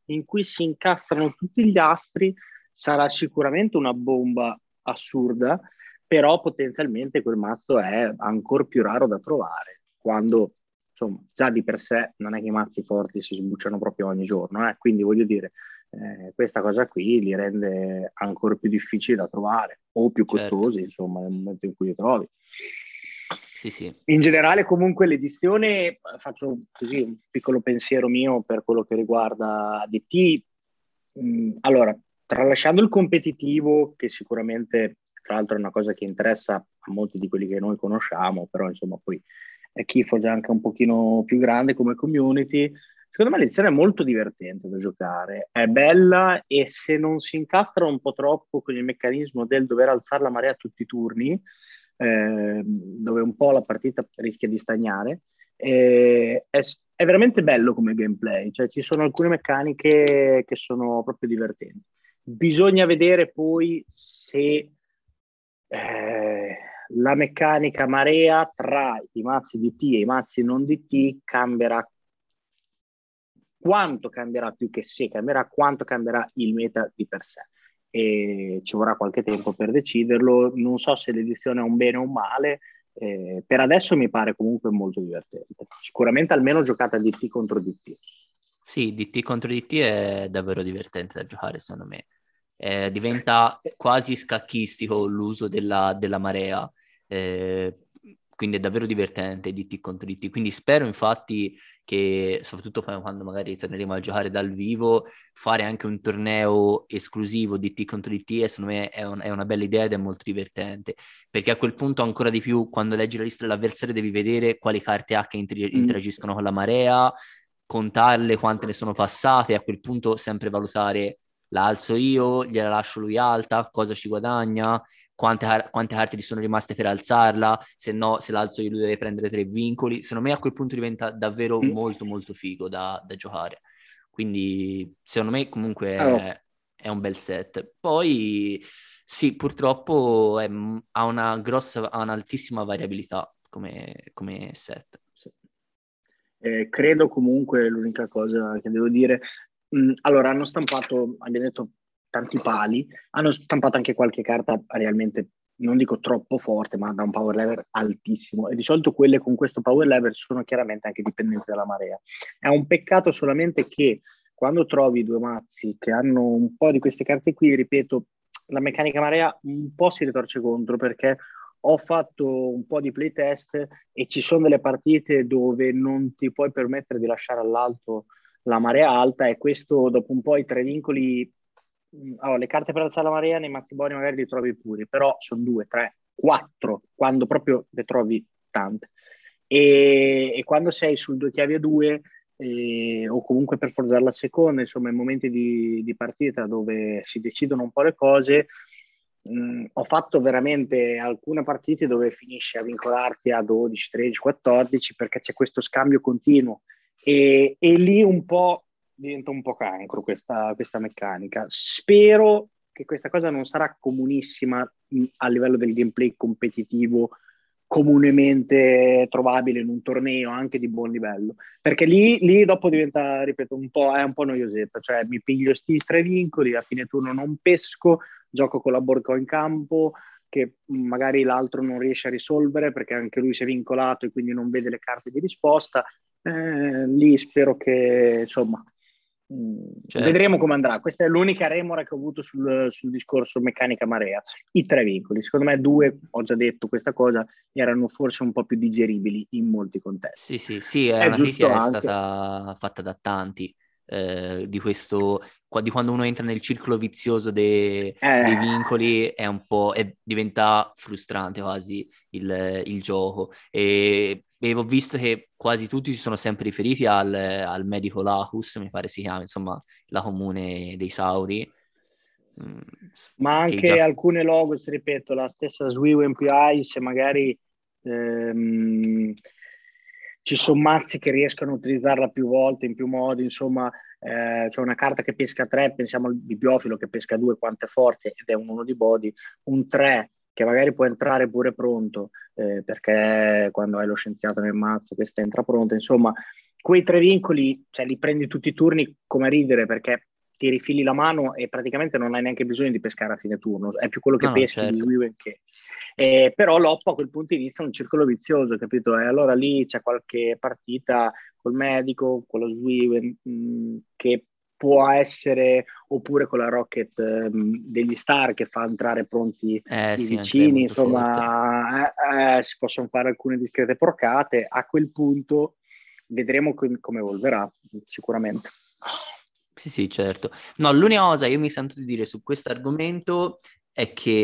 in cui si incastrano tutti gli astri sarà sicuramente una bomba assurda, però potenzialmente quel mazzo è ancora più raro da trovare, quando insomma già di per sé non è che i mazzi forti si sbucciano proprio ogni giorno, quindi voglio dire, questa cosa qui li rende ancora più difficili da trovare o più Certo, costosi, insomma, nel momento in cui li trovi. sì, sì. In generale, comunque, l'edizione, faccio così un piccolo pensiero mio per quello che riguarda DT. Allora, tralasciando il competitivo, che sicuramente, tra l'altro, è una cosa che interessa a molti di quelli che noi conosciamo, però insomma, poi è Keyforge è anche un pochino più grande come community. Secondo me l'edizione è molto divertente da giocare, è bella e se non si incastra un po' troppo con il meccanismo del dover alzare la marea tutti i turni, dove un po' la partita rischia di stagnare, è veramente bello come gameplay, cioè ci sono alcune meccaniche che sono proprio divertenti. Bisogna vedere poi se la meccanica marea tra i mazzi DT e i mazzi non DT cambierà, quanto cambierà, più che se cambierà, quanto cambierà il meta di per sé. E ci vorrà qualche tempo per deciderlo. Non so se l'edizione è un bene o un male. Per adesso mi pare comunque molto divertente. Sicuramente almeno giocata DT contro DT. Sì, DT contro DT è davvero divertente da giocare, secondo me. Diventa quasi scacchistico l'uso della marea, eh, quindi è davvero divertente DT contro DT. Quindi spero infatti che, soprattutto poi quando magari torneremo a giocare dal vivo, fare anche un torneo esclusivo DT contro DT, e secondo me è una bella idea ed è molto divertente, perché a quel punto ancora di più, quando leggi la lista dell'avversario, devi vedere quali carte ha che Mm. interagiscono con la marea, contarle quante ne sono passate, e a quel punto sempre valutare: la alzo io, gliela lascio lui alta, cosa ci guadagna, quante carte gli sono rimaste per alzarla, se no se l'alzo io lui deve prendere 3 vincoli. Secondo me a quel punto diventa davvero Mm. molto molto figo da giocare, quindi secondo me comunque Allora, è un bel set. Poi sì, purtroppo ha un'altissima variabilità come set. sì. Credo comunque l'unica cosa che devo dire, allora hanno stampato, abbiamo detto, tanti pali, hanno stampato anche qualche carta realmente, non dico troppo forte, ma da un power level altissimo e di solito quelle con questo power level sono chiaramente anche dipendenti dalla marea. È un peccato solamente che quando trovi due mazzi che hanno un po' di queste carte qui, ripeto, la meccanica marea un po' si ritorce contro perché ho fatto un po' di playtest e ci sono delle partite dove non ti puoi permettere di lasciare all'alto la marea alta e questo dopo un po' i 3 vincoli, allora, le carte per alzare la marea nei mazzi buoni magari li trovi puri, però sono 2, 3, 4 quando proprio le trovi tante. E quando sei sul 2 chiavi a 2 o comunque per forzare la seconda, insomma, in momenti di partita dove si decidono un po' le cose, ho fatto veramente alcune partite dove finisci a vincolarti a 12, 13, 14 perché c'è questo scambio continuo e lì un po' diventa un po' cancro questa meccanica. Spero che questa cosa non sarà comunissima a livello del gameplay competitivo comunemente trovabile in un torneo anche di buon livello, perché lì dopo diventa, ripeto, è un po' noiosetta, cioè mi piglio sti 3 vincoli, a fine turno non pesco, gioco con la Borco in campo, che magari l'altro non riesce a risolvere perché anche lui si è vincolato e quindi non vede le carte di risposta. Lì spero che, insomma, Certo. vedremo come andrà. Questa è l'unica remora che ho avuto sul discorso meccanica marea. I 3 vincoli, secondo me due, ho già detto questa cosa, erano forse un po' più digeribili in molti contesti. Sì, sì, sì, è È una critica giusto che è anche. stata fatta da tanti, di questo, di quando uno entra nel circolo vizioso dei Eh, vincoli, è un po', diventa frustrante quasi il gioco. E ho visto che quasi tutti si sono sempre riferiti al medico Lacus, mi pare si chiama, insomma, la comune dei Sauri, mm, ma che anche già... alcune logos, ripeto, la stessa Swiw MPI, se magari ehm, ci sono mazzi che riescono a utilizzarla più volte, in più modi, insomma, c'è una carta che pesca 3, pensiamo al bibliofilo che pesca 2 quante forze ed è un 1 di body, un 3 che magari può entrare pure pronto, perché quando hai lo scienziato nel mazzo questa entra pronta, insomma, quei 3 vincoli, cioè li prendi tutti i turni come a ridere, perché ti rifili la mano e praticamente non hai neanche bisogno di pescare a fine turno, è più quello che No, no, peschi di certo. Swiwen che... però l'Oppo a quel punto inizia un circolo vizioso, capito? E allora lì c'è qualche partita col medico, con lo Swiwen, che può essere, oppure con la Rocket degli Star che fa entrare pronti i Sì, anche lei è vicini, molto forte. insomma, si possono fare alcune discrete porcate. A quel punto vedremo come evolverà, sicuramente. Sì, sì, certo. No, l'unica cosa che io mi sento di dire su questo argomento è che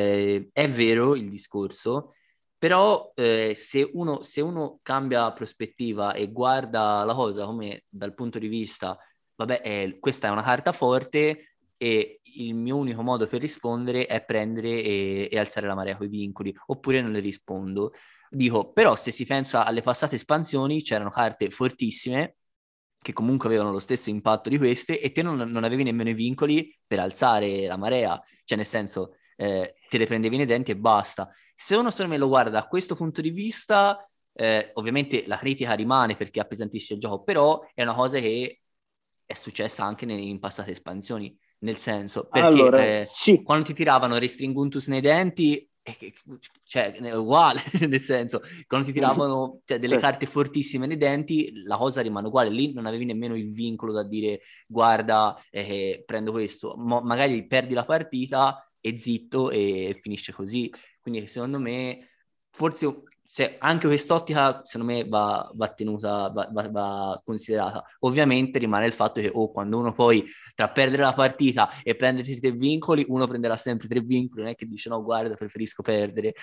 è vero il discorso, però se uno cambia prospettiva e guarda la cosa come dal punto di vista, vabbè, questa è una carta forte e il mio unico modo per rispondere è prendere e alzare la marea coi vincoli, oppure non le rispondo. Dico, però se si pensa alle passate espansioni, c'erano carte fortissime che comunque avevano lo stesso impatto di queste e te non avevi nemmeno i vincoli per alzare la marea, cioè nel senso te le prendevi nei denti e basta. Se uno secondo me lo guarda da questo punto di vista, ovviamente la critica rimane perché appesantisce il gioco, però è una cosa che è successa anche in passate espansioni, nel senso perché Allora, sì, quando ti tiravano Restringuntus nei denti, cioè, è uguale, nel senso, quando ti tiravano cioè, delle certo. carte fortissime nei denti, la cosa rimane uguale. Lì non avevi nemmeno il vincolo da dire, guarda, prendo questo. Magari perdi la partita e zitto e finisce così. Quindi secondo me, forse anche quest'ottica, secondo me, va tenuta, va considerata. Ovviamente rimane il fatto che quando uno poi tra perdere la partita e prendere 3 vincoli, uno prenderà sempre 3 vincoli, non è che dice no, guarda, preferisco perdere.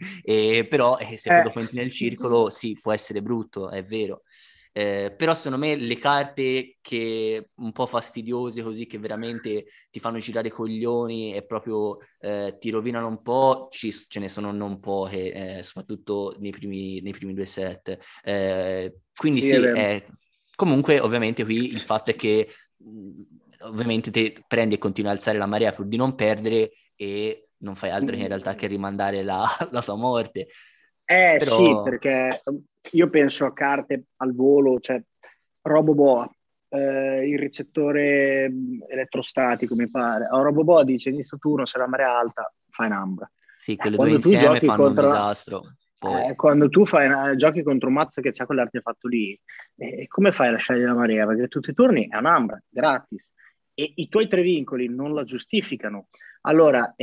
Però se poi Eh, dopo entri nel circolo, sì, può essere brutto, è vero. Però secondo me le carte che un po' fastidiose così che veramente ti fanno girare i coglioni e proprio ti rovinano un po', ce ne sono non poche, soprattutto nei primi due set. Quindi sì, è sì, vero. comunque ovviamente qui il fatto è che ovviamente te prendi e continui a alzare la marea pur di non perdere e non fai altro che in realtà che rimandare la tua morte. Sì, Però perché io penso a carte al volo, cioè Roboboa, il ricettore elettrostatico, mi pare. Roboboa dice inizio turno, se la marea è alta, fai un'ambra. sì, quelle due Quando tu insieme giochi fanno un contro, disastro. Poi quando tu giochi contro un mazzo che c'ha quell'artefatto lì, come fai a lasciare la marea? Perché tutti i turni è un'ambra, gratis. E i tuoi 3 vincoli non la giustificano. Allora,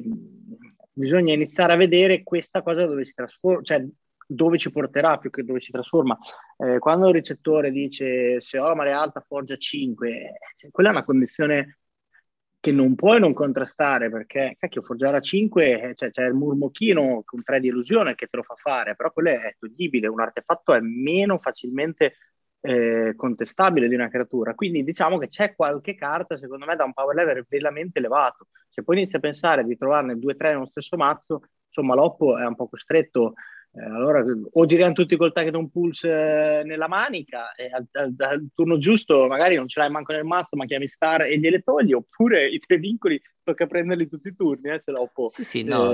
bisogna iniziare a vedere questa cosa dove si trasforma, cioè dove ci porterà più che dove si trasforma. Quando il ricettore dice se ho la marea alta forgia 5, quella è una condizione che non puoi non contrastare perché cacchio, forgiare a 5 cioè, c'è il murmocchino con 3 di illusione che te lo fa fare, però quello è toglibile, un artefatto è meno facilmente contestabile di una creatura, quindi diciamo che c'è qualche carta secondo me da un power level veramente elevato. Se poi inizi a pensare di trovarne 2 o 3 nello stesso mazzo, insomma l'oppo è un po' costretto, allora o giriamo tutti col Tachyton Pulse nella manica e al turno giusto magari non ce l'hai manco nel mazzo ma chiami Star e gliele togli, oppure i 3 vincoli tocca prenderli tutti i turni, se l'oppo sì, sì, no,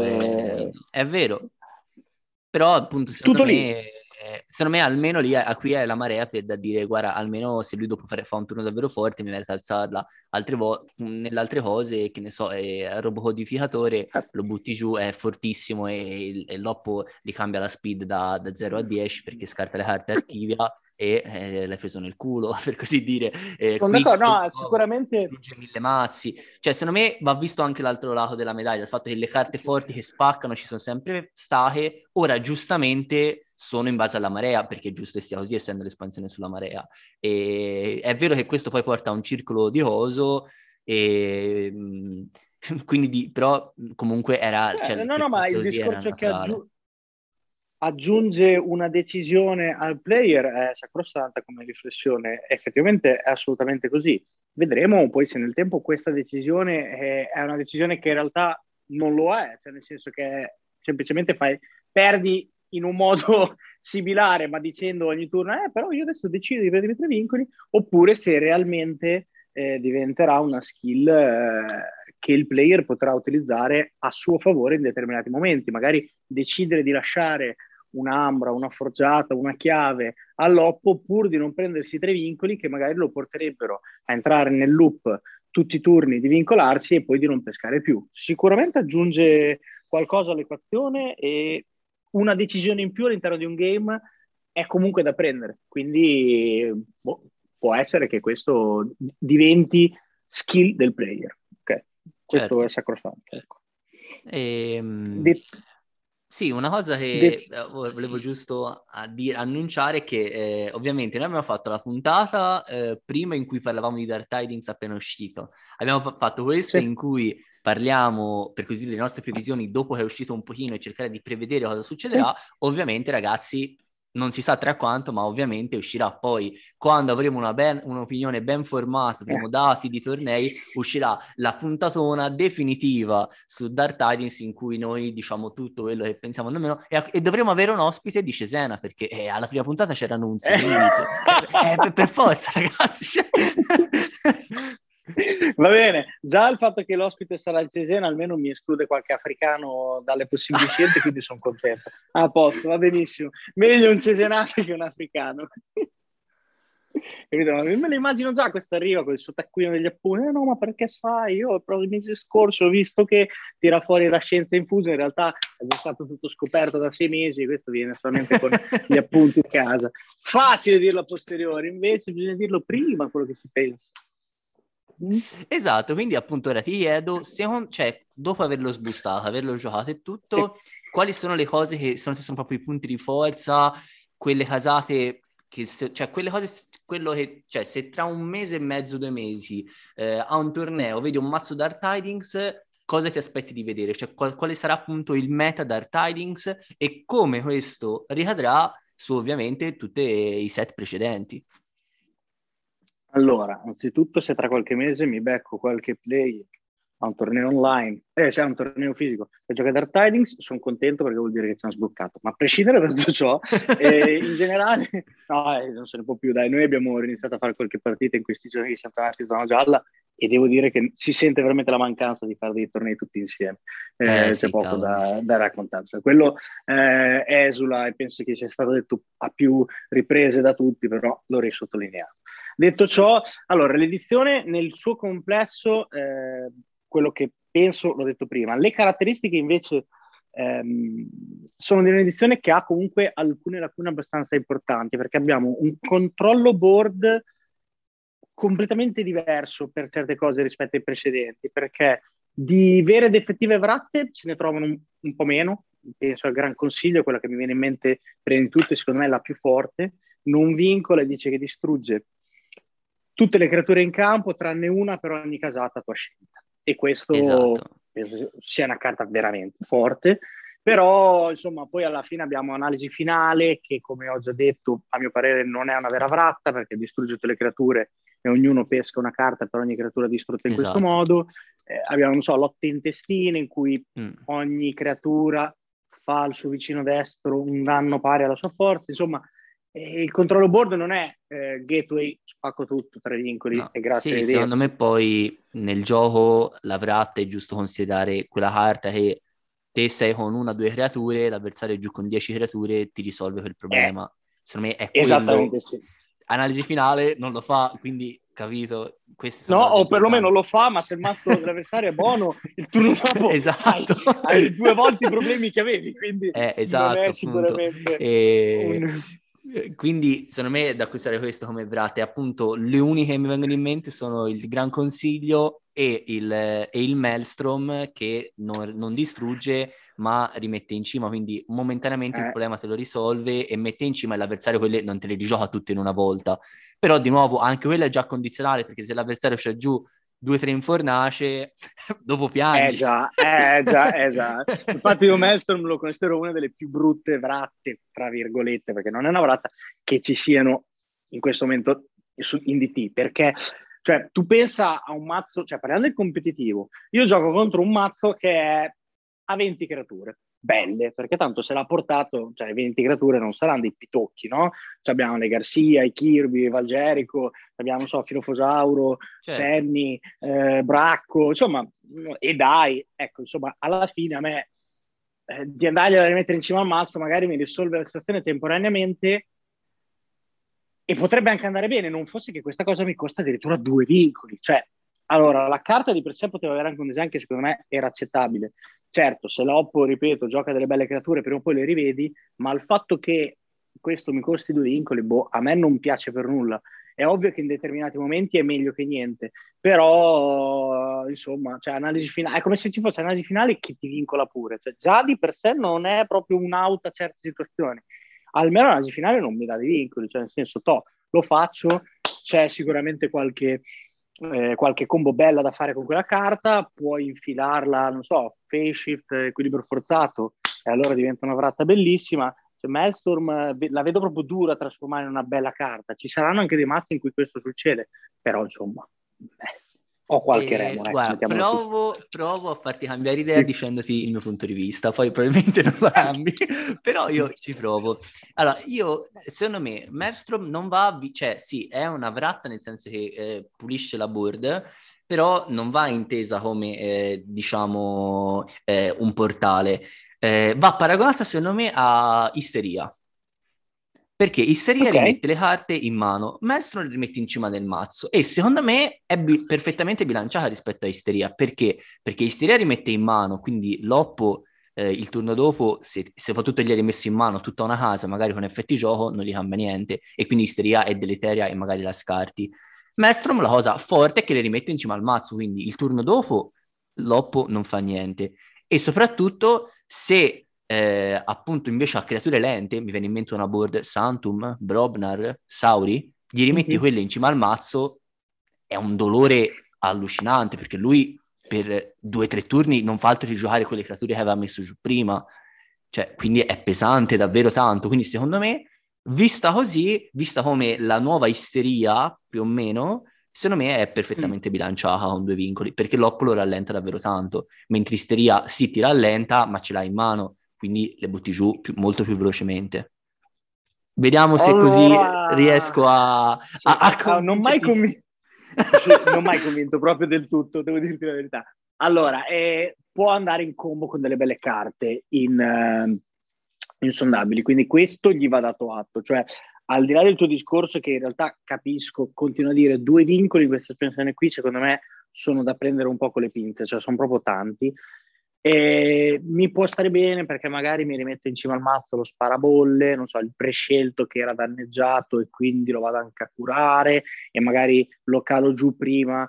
è vero. Però appunto tutto lì. secondo me almeno lì qui è la marea per da dire guarda, almeno se lui dopo fa un turno davvero forte mi merita alzarla. Nelle altre cose, che ne so, il robocodificatore lo butti giù, è fortissimo e l'oppo gli cambia la speed da 0 a 10 perché scarta le carte, archivia e l'hai preso nel culo, per così dire. Sono d'accordo, Quickscope no, sicuramente distrugge 1000 mazzi. Cioè, secondo me va visto anche l'altro lato della medaglia, il fatto che le carte forti che spaccano ci sono sempre state, ora giustamente sono in base alla marea, perché è giusto che sia così, essendo l'espansione sulla marea. E è vero che questo poi porta a un circolo di oso, e quindi però comunque era, cioè, no, che no, ma fosse il così era discorso è che naturale. aggiunge una decisione al player è sacrosanta come riflessione. Effettivamente è assolutamente così. Vedremo poi se nel tempo questa decisione è una decisione che in realtà non lo è, cioè nel senso che semplicemente perdi in un modo similare, ma dicendo ogni turno, però io adesso decido di prendere i 3 vincoli, oppure se realmente diventerà una skill che il player potrà utilizzare a suo favore in determinati momenti, magari decidere di lasciare un'ambra, una forgiata, una chiave all'oppo, pur di non prendersi 3 vincoli che magari lo porterebbero a entrare nel loop tutti i turni di vincolarsi e poi di non pescare più. Sicuramente aggiunge qualcosa all'equazione e una decisione in più all'interno di un game è comunque da prendere. Quindi può essere che questo diventi skill del player. Ok, questo è Certo. sacrosanto. Ecco. De- Sì, una cosa che de- volevo giusto annunciare è che ovviamente noi abbiamo fatto la puntata prima in cui parlavamo di Dark Tidings appena uscito. Abbiamo fatto questa sì. in cui parliamo, per così dire, le nostre previsioni dopo che è uscito un pochino e cercare di prevedere cosa Sì. succederà. Ovviamente, ragazzi, non si sa tra quanto, ma ovviamente uscirà poi, quando avremo un'opinione ben formata, avremo dati di tornei, uscirà la puntatona definitiva su Dark Tidings in cui noi diciamo tutto quello che pensiamo nemmeno e dovremo avere un ospite di Cesena perché alla prima puntata c'era Nunzio, quindi per forza ragazzi. Va bene, già il fatto che l'ospite sarà il Cesena almeno mi esclude qualche africano dalle possibili scelte, quindi sono contento. A posto, va benissimo. Meglio un cesenate che un africano. Capito? Me lo immagino già questo arriva con il suo taccuino degli appunti. No, ma perché sai? Io il mese scorso ho visto che tira fuori la scienza infusa, in realtà è già stato tutto scoperto da 6 mesi, questo viene solamente con gli appunti a casa. Facile dirlo a posteriori, invece bisogna dirlo prima quello che si pensa. Esatto, quindi appunto ora ti chiedo, cioè, dopo averlo sbustato, averlo giocato e Sì. tutto, quali sono le cose che secondo te sono proprio i punti di forza, quelle casate cioè quelle cose, quello che, cioè se tra un mese e mezzo, 2 mesi a un torneo vedi un mazzo Dark Tidings, cosa ti aspetti di vedere? Cioè quale sarà appunto il meta Dark Tidings e come questo ricadrà su ovviamente tutti i set precedenti? Allora, anzitutto se tra qualche mese mi becco qualche play a un torneo online, c'è un torneo fisico per giocare Dark Tidings, sono contento perché vuol dire che ci hanno sbloccato. Ma a prescindere da tutto ciò, in generale, no, non se ne può più. Dai, noi abbiamo iniziato a fare qualche partita in questi giorni che siamo tornati in zona gialla e devo dire che si sente veramente la mancanza di fare dei tornei tutti insieme. C'è Sì, poco cavolo. da raccontare. Cioè, quello esula e penso che sia stato detto a più riprese da tutti, però lo risottolineiamo. Detto ciò, allora, l'edizione nel suo complesso, quello che penso, l'ho detto prima, le caratteristiche invece sono di un'edizione che ha comunque alcune lacune abbastanza importanti, perché abbiamo un controllo board completamente diverso per certe cose rispetto ai precedenti, perché di vere ed effettive vratte se ne trovano un po' meno. Penso al Gran Consiglio, quella che mi viene in mente prima di tutte, secondo me è la più forte. Non vincola e dice che distrugge tutte le creature in campo, tranne una per ogni casata a tua scelta. E questo Esatto. penso sia una carta veramente forte. Però, insomma, poi alla fine abbiamo analisi finale che, come ho già detto, a mio parere non è una vera vratta perché distrugge tutte le creature e ognuno pesca una carta per ogni creatura distrutta in questo Esatto. modo. Abbiamo, non so, lotte intestine in cui Mm. ogni creatura fa al suo vicino destro un danno pari alla sua forza. Insomma, il controllo board non è gateway, spacco tutto, 3 vincoli No, e grazie, sì, secondo me arrivederci. poi nel gioco la vratta è giusto considerare quella carta che te sei con 1 o 2 creature, l'avversario è giù con 10 creature e ti risolve quel È problema. Secondo me è esattamente quello. sì. Analisi finale non lo fa, quindi capito, queste sono No, le cose o perlomeno importanti. lo fa, ma se il mazzo dell'avversario è buono, il turno dopo Esatto. hai 2 volte i problemi che avevi, quindi non Esatto, è appunto. sicuramente E un... quindi, secondo me, da acquistare questo come vratte, appunto, le uniche che mi vengono in mente sono il Gran Consiglio e il Maelstrom che non distrugge, ma rimette in cima, quindi momentaneamente il problema te lo risolve e mette in cima e l'avversario quelle non te le rigioca tutte in una volta. Però, di nuovo, anche quello è già condizionale, perché se l'avversario c'è giù 2 o 3 in fornace, dopo piangi. Già, già, già. Infatti io Maelstrom lo considero una delle più brutte vratte, tra virgolette, perché non è una vratta che ci siano in questo momento in DT, perché cioè, tu pensa a un mazzo, cioè parliamo del competitivo, io gioco contro un mazzo che è a 20 creature, belle, perché tanto se l'ha portato, cioè 20 creature non saranno dei pitocchi, no? Cioè, abbiamo le Garcia, i Kirby, i Valgerico, abbiamo, non so, Filofosauro, Certo. Sammy, Bracco, insomma, e dai, ecco, insomma, alla fine a me di andargliela a rimettere in cima al mazzo, magari mi risolve la situazione temporaneamente e potrebbe anche andare bene, non fosse che questa cosa mi costa addirittura 2 vincoli. Cioè, allora, la carta di per sé poteva avere anche un design che secondo me era accettabile. Certo, se l'Oppo, ripeto, gioca delle belle creature, prima o poi le rivedi, ma il fatto che questo mi costi 2 vincoli, boh, a me non piace per nulla. È ovvio che in determinati momenti è meglio che niente, però, insomma, cioè, analisi finale, è come se ci fosse analisi finale che ti vincola pure. Cioè, già di per sé non è proprio un out a certe situazioni. Almeno l'analisi finale non mi dà dei vincoli, cioè nel senso, lo faccio, c'è sicuramente qualche combo bella da fare con quella carta, puoi infilarla, non so, phase shift, equilibrio forzato, e allora diventa una vratta bellissima. Cioè, Maelstrom la vedo proprio dura a trasformare in una bella carta. Ci saranno anche dei mazzi in cui questo succede, però insomma, ho qualche remora, Guarda, mettiamola così. provo a farti cambiare idea dicendoti il mio punto di vista, poi probabilmente non lo cambi, però io ci provo. Allora, secondo me, Maelstrom non va, cioè sì, è una vratta nel senso che pulisce la board, però non va intesa come, diciamo, un portale. Va paragonata, secondo me, a Isteria. Perché Isteria Ok. rimette le carte in mano, Maestro le rimette in cima del mazzo e secondo me è perfettamente bilanciata rispetto a Isteria. Perché? Perché Isteria rimette in mano, quindi Loppo il turno dopo, se fa tutto gli ha rimesso in mano tutta una casa, magari con effetti gioco, non gli cambia niente e quindi Isteria è deleteria e magari la scarti. Maestrom la cosa forte è che le rimette in cima al mazzo, quindi il turno dopo Loppo non fa niente. E soprattutto se appunto invece a creature lente, mi viene in mente una board Santum, Brobnar, Sauri, gli rimetti Mhm. quelle in cima al mazzo, è un dolore allucinante perché lui per 2 o 3 turni non fa altro che giocare quelle creature che aveva messo giù prima, cioè quindi è pesante davvero tanto, quindi secondo me vista così, vista come la nuova isteria più o meno, secondo me è Mm. perfettamente bilanciata con 2 vincoli perché Locco lo rallenta davvero tanto, mentre isteria sì ti rallenta ma ce l'hai in mano, quindi le butti giù molto più velocemente. Vediamo se così Allora, riesco a non mai convincerti. convinto. Sì, non mai convinto proprio del tutto, devo dirti la verità. Allora, può andare in combo con delle belle carte insondabili, quindi questo gli va dato atto. Cioè, al di là del tuo discorso, che in realtà capisco, continuo a dire, 2 vincoli in questa espansione qui, secondo me, sono da prendere un po' con le pinze, cioè sono proprio tanti. E mi può stare bene perché magari mi rimetto in cima al mazzo lo sparabolle, non so, il prescelto che era danneggiato e quindi lo vado anche a curare e magari lo calo giù prima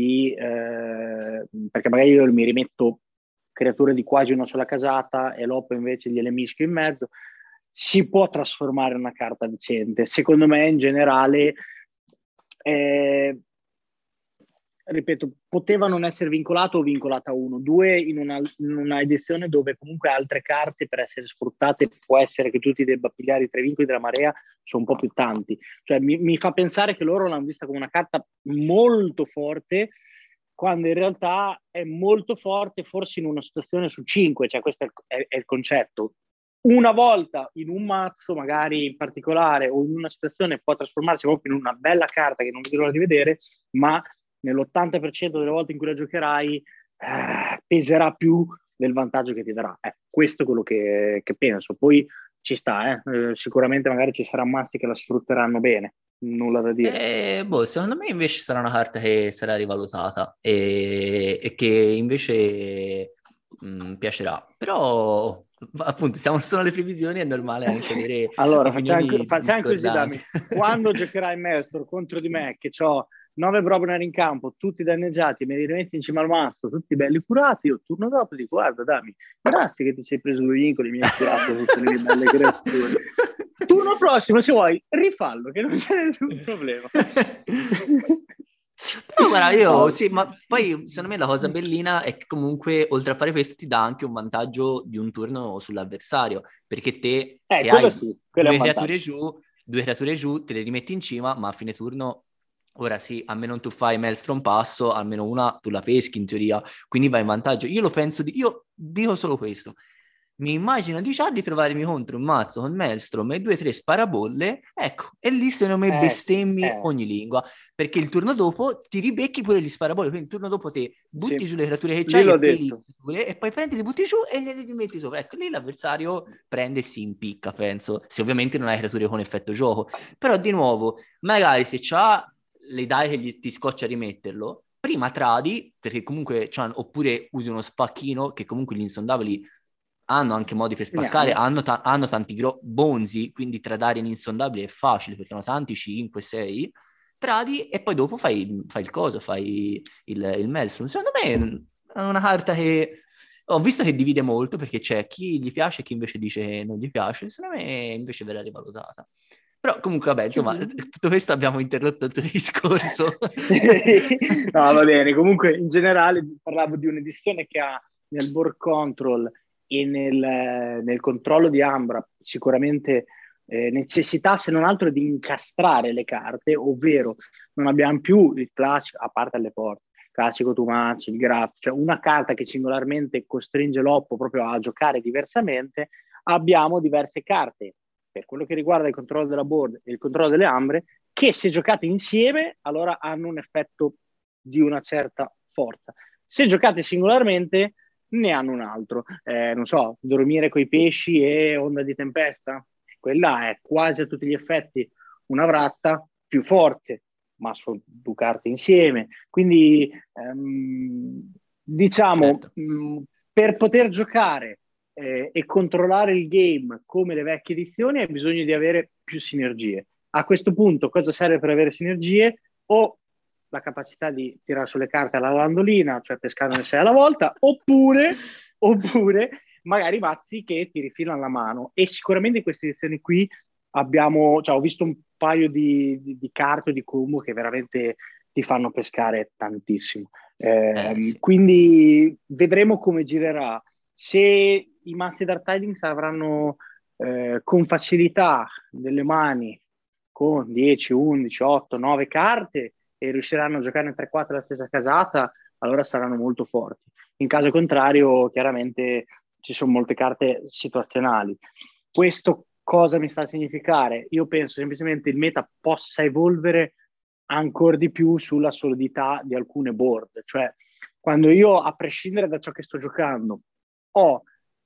perché magari io mi rimetto creature di quasi una sola casata e l'Oppo invece gliele mischio in mezzo, si può trasformare in una carta decente. Secondo me in generale eh, ripeto, poteva non essere vincolato o vincolata a uno, due in una edizione dove comunque altre carte per essere sfruttate può essere che tu ti debba pigliare i 3 vincoli della marea, sono un po' più tanti. Cioè mi fa pensare che loro l'hanno vista come una carta molto forte, quando in realtà è molto forte forse in una situazione su 5, cioè questo è il concetto. Una volta in un mazzo, magari in particolare, o in una situazione può trasformarsi proprio in una bella carta che non vedo l'ora di vedere, ma nell'80% delle volte in cui la giocherai peserà più del vantaggio che ti darà. È questo quello che penso. Poi ci sta, sicuramente magari ci saranno mazzi che la sfrutteranno bene, nulla da dire. Boh, secondo me invece sarà una carta che sarà rivalutata e che invece piacerà. Però, appunto, siamo solo alle previsioni, è normale anche avere Allora, opinioni facciamo così, discordanti. Dami. Quando giocherai Maestro contro di me, che ho 9 Brobner in campo, tutti danneggiati, me li rimetti in cima al mazzo, tutti belli curati, io il turno dopo dico, guarda, Dami, grazie che ti sei preso 2 vincoli, mi hai curato tutte le mie belle creature. Turno prossimo, se vuoi, rifallo, che non c'è nessun problema. Però guarda, io No. sì, ma poi secondo me la cosa bellina è che comunque oltre a fare questo ti dà anche un vantaggio di un turno sull'avversario, perché te se Quello hai sì, quello è due un creature vantaggio. giù, 2 creature giù, te le rimetti in cima, ma a fine turno, ora sì, a meno tu fai Maelstrom passo, almeno una tu la peschi in teoria, quindi vai in vantaggio. Io lo penso io dico solo questo. mi immagino di già di trovarmi contro un mazzo con Maelstrom e 2 o 3 sparabolle, ecco, e lì secondo me Sì, bestemmi ogni lingua, perché il turno dopo ti ribecchi pure gli sparabolle, quindi il turno dopo te butti sì. giù le creature che Lì c'hai l'ho e peli detto. pure, e poi prendi, li butti giù e li rimetti sopra. Ecco, lì l'avversario prende e si impicca, penso, se ovviamente non hai creature con effetto gioco. Però di nuovo, magari se c'ha le dai che ti scoccia rimetterlo, prima tradi, perché comunque oppure usi uno spacchino, che comunque gli insondabili hanno anche modi per Ne spaccare, hanno. hanno tanti bonzi, quindi tradare in insondabili è facile, perché hanno tanti 5, 6, tradi e poi dopo fai il coso, fai il Maelstrom. Secondo me è una carta che ho visto che divide molto, perché c'è chi gli piace e chi invece dice che non gli piace, secondo me invece verrà rivalutata. Però comunque, vabbè, insomma, tutto questo abbiamo interrotto il tuo discorso. No, va bene. Comunque, in generale, parlavo di un'edizione che ha nel board control e nel controllo di Ambra sicuramente necessità, se non altro, di incastrare le carte, ovvero non abbiamo più il classico, a parte alle porte, classico Tumacci, il Graf, cioè una carta che singolarmente costringe l'oppo proprio a giocare diversamente. Abbiamo diverse carte per quello che riguarda il controllo della board e il controllo delle ambre, che se giocate insieme allora hanno un effetto di una certa forza. Se giocate singolarmente ne hanno un altro. Non so, dormire coi pesci e onda di tempesta. Quella è quasi a tutti gli effetti una vratta più forte, ma sono due carte insieme. Quindi diciamo, Certo. per poter giocare e controllare il game come le vecchie edizioni, hai bisogno di avere più sinergie. A questo punto, cosa serve per avere sinergie? O la capacità di tirare sulle carte alla landolina, cioè pescarne 6 alla volta, oppure magari mazzi che ti rifilano la mano. E sicuramente in queste edizioni qui abbiamo, cioè, ho visto un paio di carte di combo che veramente ti fanno pescare tantissimo. Sì. Quindi vedremo come girerà. Se i mazzi Dark Tidings avranno con facilità delle mani con 10, 11, 8, 9 carte e riusciranno a giocare in 3-4 la stessa casata, allora saranno molto forti. In caso contrario, chiaramente ci sono molte carte situazionali. Questo cosa mi sta a significare? Io penso semplicemente il meta possa evolvere ancora di più sulla solidità di alcune board, cioè quando io, a prescindere da ciò che sto giocando, ho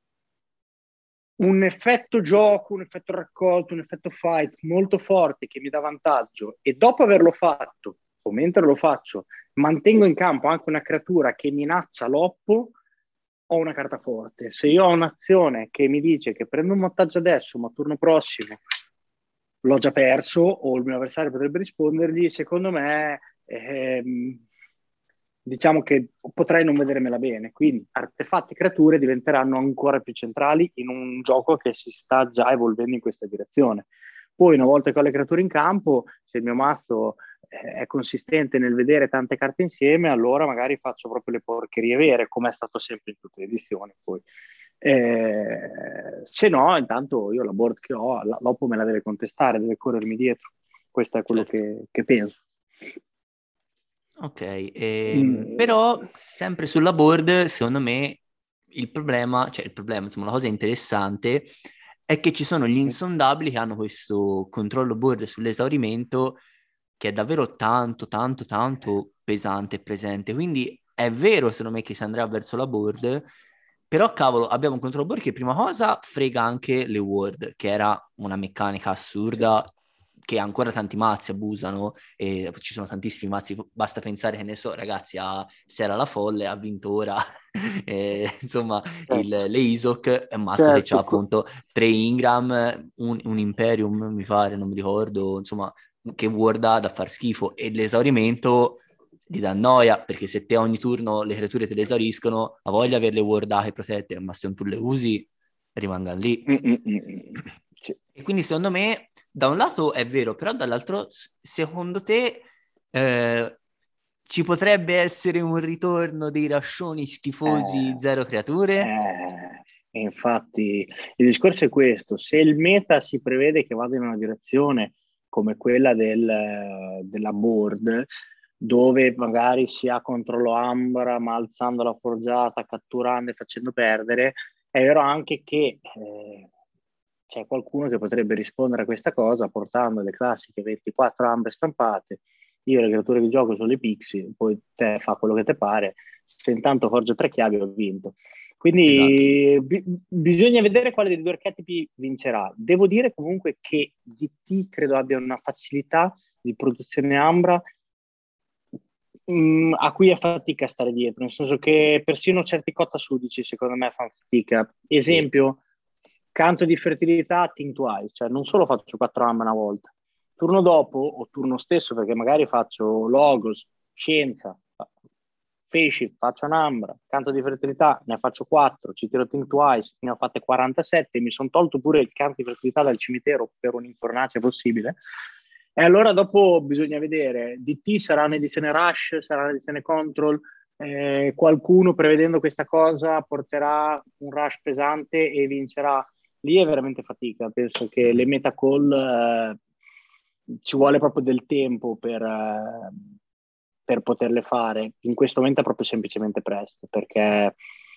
un effetto gioco, un effetto raccolto, un effetto fight molto forte che mi dà vantaggio e dopo averlo fatto, o mentre lo faccio, mantengo in campo anche una creatura che minaccia l'oppo, ho una carta forte. Se io ho un'azione che mi dice che prendo un vantaggio adesso, ma turno prossimo l'ho già perso o il mio avversario potrebbe rispondergli, secondo me diciamo che potrei non vedermela bene. Quindi artefatti e creature diventeranno ancora più centrali in un gioco che si sta già evolvendo in questa direzione. Poi, una volta che ho le creature in campo, se il mio mazzo è consistente nel vedere tante carte insieme, allora magari faccio proprio le porcherie vere, come è stato sempre in tutte le edizioni. Poi. Se no, intanto io la board che ho, l'Oppo me la deve contestare, deve corrermi dietro. Questo è quello Certo. che penso. Ok, Mm. però sempre sulla board, secondo me il problema, insomma, la cosa interessante è che ci sono gli insondabili che hanno questo controllo board sull'esaurimento che è davvero tanto, tanto, tanto pesante e presente. Quindi è vero, secondo me, che si andrà verso la board, però cavolo, abbiamo un controllo board che prima cosa frega anche le ward, che era una meccanica Sì. assurda che ancora tanti mazzi abusano e ci sono tantissimi mazzi, basta pensare che ne so, ragazzi, a Sera la Folle, ha vinto ora insomma Certo, le ISOC è un mazzo che ha certo. appunto 3 Ingram, un Imperium mi pare, non mi ricordo, insomma che ward ha da far schifo e l'esaurimento gli dà noia perché se te ogni turno le creature te le esauriscono ha voglia di averle wardate protette, ma se non tu le usi rimangano lì. Sì. E quindi secondo me da un lato è vero, però dall'altro secondo te eh, ci potrebbe essere un ritorno dei rascioni schifosi Eh, zero creature? infatti il discorso è questo, se il meta si prevede che vada in una direzione come quella della board, dove magari si ha controllo Ambra, ma alzando la forgiata, catturando e facendo perdere, È vero anche che c'è qualcuno che potrebbe rispondere a questa cosa portando le classiche 24 ambre stampate. Io le creature di gioco sono le pixie, poi te fa quello che te pare. Se intanto forgio 3 chiavi ho vinto. Esatto. Quindi bisogna vedere quale dei due archetipi vincerà. Devo dire comunque che DT credo abbia una facilità di produzione ambra a cui è fatica stare dietro, nel senso che persino certi cotta sudici secondo me fanno fatica. Sì. Esempio, canto di fertilità, think twice, cioè non solo faccio 4 ambre una volta, turno dopo o turno stesso, perché magari faccio logos, scienza, Faceit, faccio un'ambra, canto di fertilità, ne faccio 4, ci tiro think twice, ne ho fatte 47, mi sono tolto pure il canto di fertilità dal cimitero per un'infornacia possibile. E allora dopo bisogna vedere, DT sarà un'edizione Rush, sarà un'edizione Control, qualcuno prevedendo questa cosa porterà un Rush pesante e vincerà. Lì è veramente fatica, penso che le meta call ci vuole proprio del tempo per poterle fare. In questo momento è proprio semplicemente presto, perché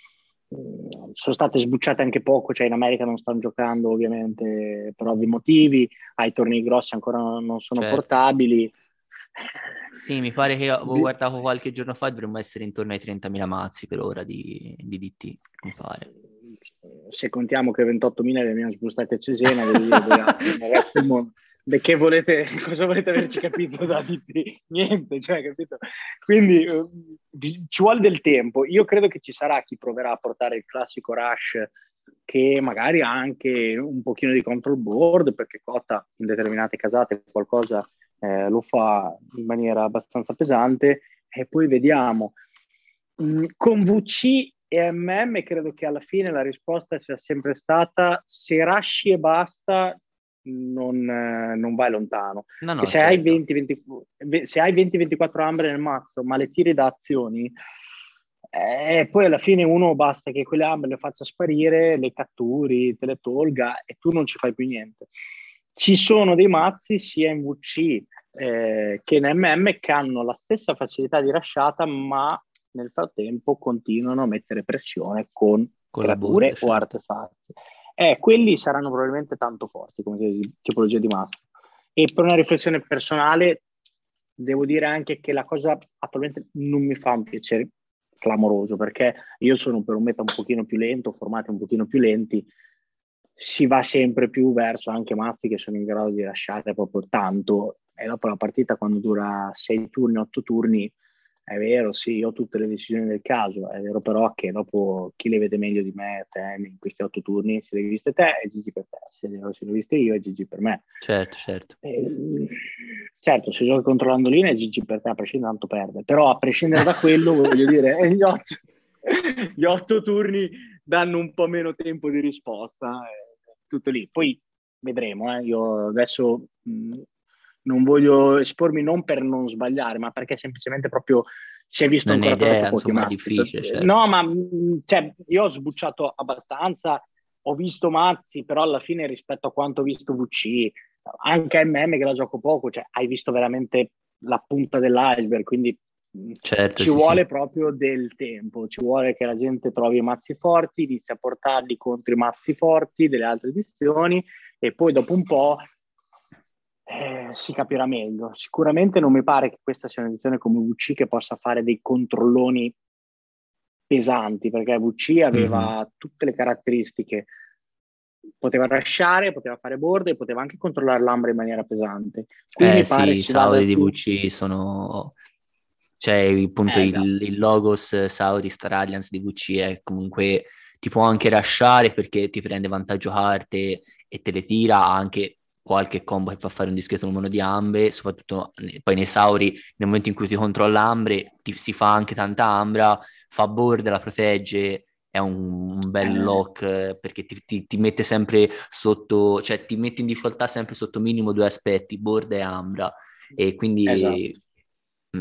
sono state sbucciate anche poco, cioè in America non stanno giocando ovviamente per ovvi motivi, ai tornei grossi ancora non sono Certo. portabili. Sì, mi pare che avevo guardato qualche giorno fa, dovremmo essere intorno ai 30.000 mazzi per ora di DT, mi pare. Se contiamo che 28.000 li abbiamo spostati a Cesena, voglio dire, dove altri nel resto del mondo. Beh, che volete, cosa volete averci capito da DT? Niente, cioè, capito? Quindi ci vuole del tempo. Io credo che ci sarà chi proverà a portare il classico Rush che magari ha anche un pochino di control board, perché Cotta in determinate casate qualcosa lo fa in maniera abbastanza pesante, e poi vediamo. Con VC e MM credo che alla fine la risposta sia sempre stata se rasci e basta non vai lontano. No, Che no, se hai certo. 20, se hai 20-24 ambre nel mazzo ma le tiri da azioni, poi alla fine uno basta che quelle ambre le faccia sparire, le catturi, te le tolga e tu non ci fai più niente. Ci sono dei mazzi sia in VC che in MM che hanno la stessa facilità di rasciata, ma nel frattempo continuano a mettere pressione con Con la board, creature o certo. artefatti. Quelli saranno probabilmente tanto forti come tipologia di mazzo. E per una riflessione personale, devo dire anche che la cosa attualmente non mi fa un piacere clamoroso, perché io sono per un meta un pochino più lento, formati un pochino più lenti, si va sempre più verso anche mazzi che sono in grado di lasciare proprio tanto, e dopo la partita quando dura 6 turni, 8 turni, è vero, sì, io ho tutte le decisioni del caso, è vero però che dopo chi le vede meglio di me, te, in questi 8 turni, se le hai viste te è GG per te, se le ho viste io è GG per me. Certo, certo. Certo, se giochi controllando linea è GG per te, a prescindere tanto perde, però a prescindere da quello, voglio dire, gli 8 turni danno un po' meno tempo di risposta, tutto lì. Poi vedremo, io adesso non voglio espormi non per non sbagliare, ma perché semplicemente proprio si è visto Non è ancora troppo idea, pochi insomma, è mazzi. difficile, certo. No, ma cioè, io ho sbucciato abbastanza, ho visto mazzi, però alla fine rispetto a quanto ho visto VC, anche MM che la gioco poco, cioè hai visto veramente la punta dell'iceberg, quindi Certo, ci sì, sì. vuole proprio del tempo, ci vuole che la gente trovi i mazzi forti, inizi a portarli contro i mazzi forti delle altre edizioni e poi dopo un po' si capirà meglio. Sicuramente non mi pare che questa sia un'edizione come VC che possa fare dei controlloni pesanti, perché VC Mhm. aveva tutte le caratteristiche, poteva lasciare, poteva fare board e poteva anche controllare l'ambra in maniera pesante. Qui Eh mi pare sì, i si vada Saudi di più. VC sono... Cioè, appunto, Esatto. il Logos Saudi Star Alliance di VC è comunque... Ti può anche rushare perché ti prende vantaggio carte e te le tira, ha anche qualche combo che fa fare un discreto numero di ambre, soprattutto poi nei Sauri, nel momento in cui ti controlla ambre, si fa anche tanta ambra, fa board, la protegge, è un bel Eh, lock perché ti mette sempre sotto, cioè ti mette in difficoltà sempre sotto minimo due aspetti, board e ambra, e esatto. quindi mm,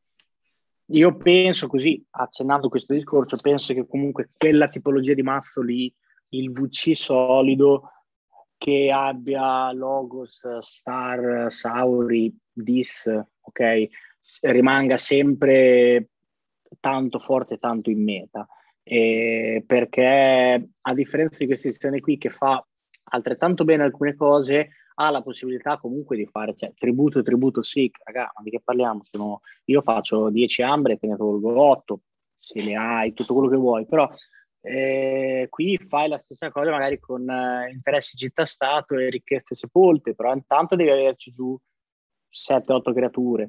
Io penso così, accennando questo discorso, penso che comunque quella tipologia di mazzo lì, il VC solido, che abbia Logos, Star, Sauri, Dis, ok, rimanga sempre tanto forte, tanto in meta. perché a differenza di questa edizione qui che fa altrettanto bene alcune cose, ha la possibilità comunque di fare, cioè, tributo sì, raga, ma di che parliamo? Io faccio 10 ambre e te ne tolgo 8, se le hai, tutto quello che vuoi, però qui fai la stessa cosa magari con interessi città-stato e ricchezze sepolte, però intanto devi averci giù 7-8 creature.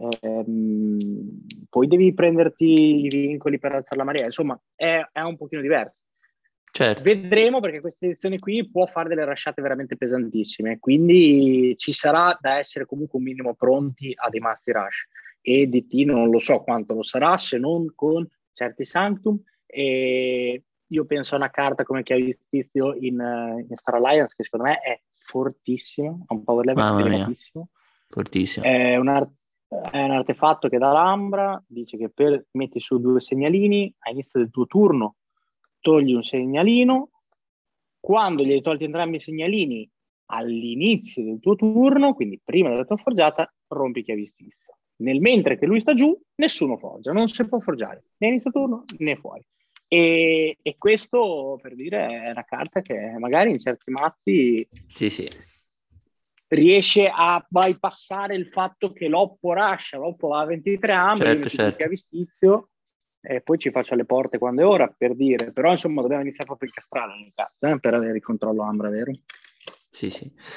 Poi devi prenderti i vincoli per alzare la marea, insomma è un pochino diverso. Certo. Vedremo, perché questa edizione qui può fare delle rasciate veramente pesantissime, quindi ci sarà da essere comunque un minimo pronti a dei Masti Rush, e DT non lo so quanto lo sarà, se non con certi Sanctum, e io penso a una carta come Chiavistizio in Star Alliance, che secondo me è fortissimo, ha un power level Mamma mia, elevatissimo. fortissimo. È un artefatto che dà l'ambra, dice che metti su 2 segnalini, all'inizio del tuo turno togli un segnalino, quando gli hai tolti entrambi i segnalini all'inizio del tuo turno, quindi prima della tua forgiata, rompi Chiavistizio. Nel mentre che lui sta giù, nessuno forgia, non si può forgiare, né inizio turno né fuori. E questo, per dire, è una carta che magari in certi mazzi Sì. riesce a bypassare il fatto che l'Oppo rascia, l'Oppo va a 23 ambre, io metto il Chiavistizio e poi ci faccio alle porte quando è ora, per dire. Però insomma dobbiamo iniziare proprio a incastrare le carte per avere il controllo ambra, vero? Sì.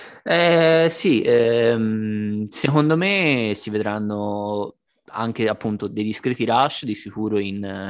Secondo me si vedranno anche appunto dei discreti rush di sicuro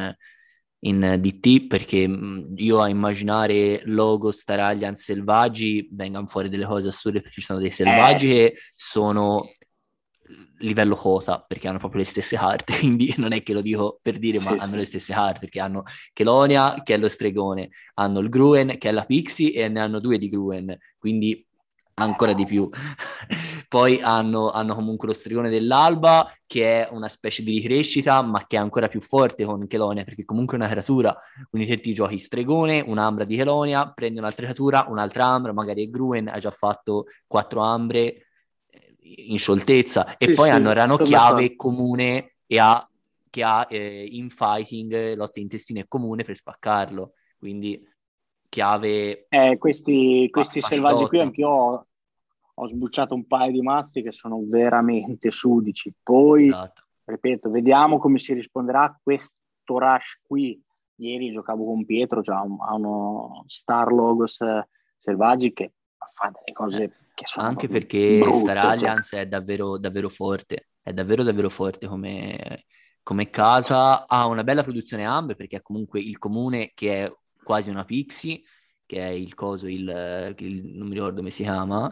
in DT, perché io a immaginare logo Star Alliance selvaggi vengano fuori delle cose assurde, perché ci sono dei selvaggi che sono livello Cosa, perché hanno proprio le stesse carte, quindi non è che lo dico per dire, ma hanno le stesse carte, perché hanno Kelonia, che è lo stregone, hanno il Gruen, che è la Pixie, e ne hanno 2 di Gruen, quindi ancora di più. Poi hanno comunque lo stregone dell'alba, che è una specie di ricrescita, ma che è ancora più forte con Kelonia, perché comunque è una creatura. Quindi te ti giochi stregone, un'ambra di Kelonia, prendi un'altra creatura, un'altra ambra, magari è Gruen, hai già fatto 4 ambre in scioltezza, e poi hanno Ranocchiave comune che ha infighting, lotte intestine comune per spaccarlo, quindi chiave questi selvaggi qui facilotta. anch'io ho sbucciato un paio di mazzi che sono veramente sudici. Poi, Esatto. ripeto, vediamo come si risponderà a questo rush qui. Ieri giocavo con Pietro, cioè ha uno Star Logos selvaggi che fa delle cose che sono Anche proprio perché Star brutte. Alliance è davvero, davvero forte, è davvero forte come casa, ha una bella produzione ambe, perché è comunque il comune che è quasi una pixie, che è il coso, non mi ricordo come si chiama,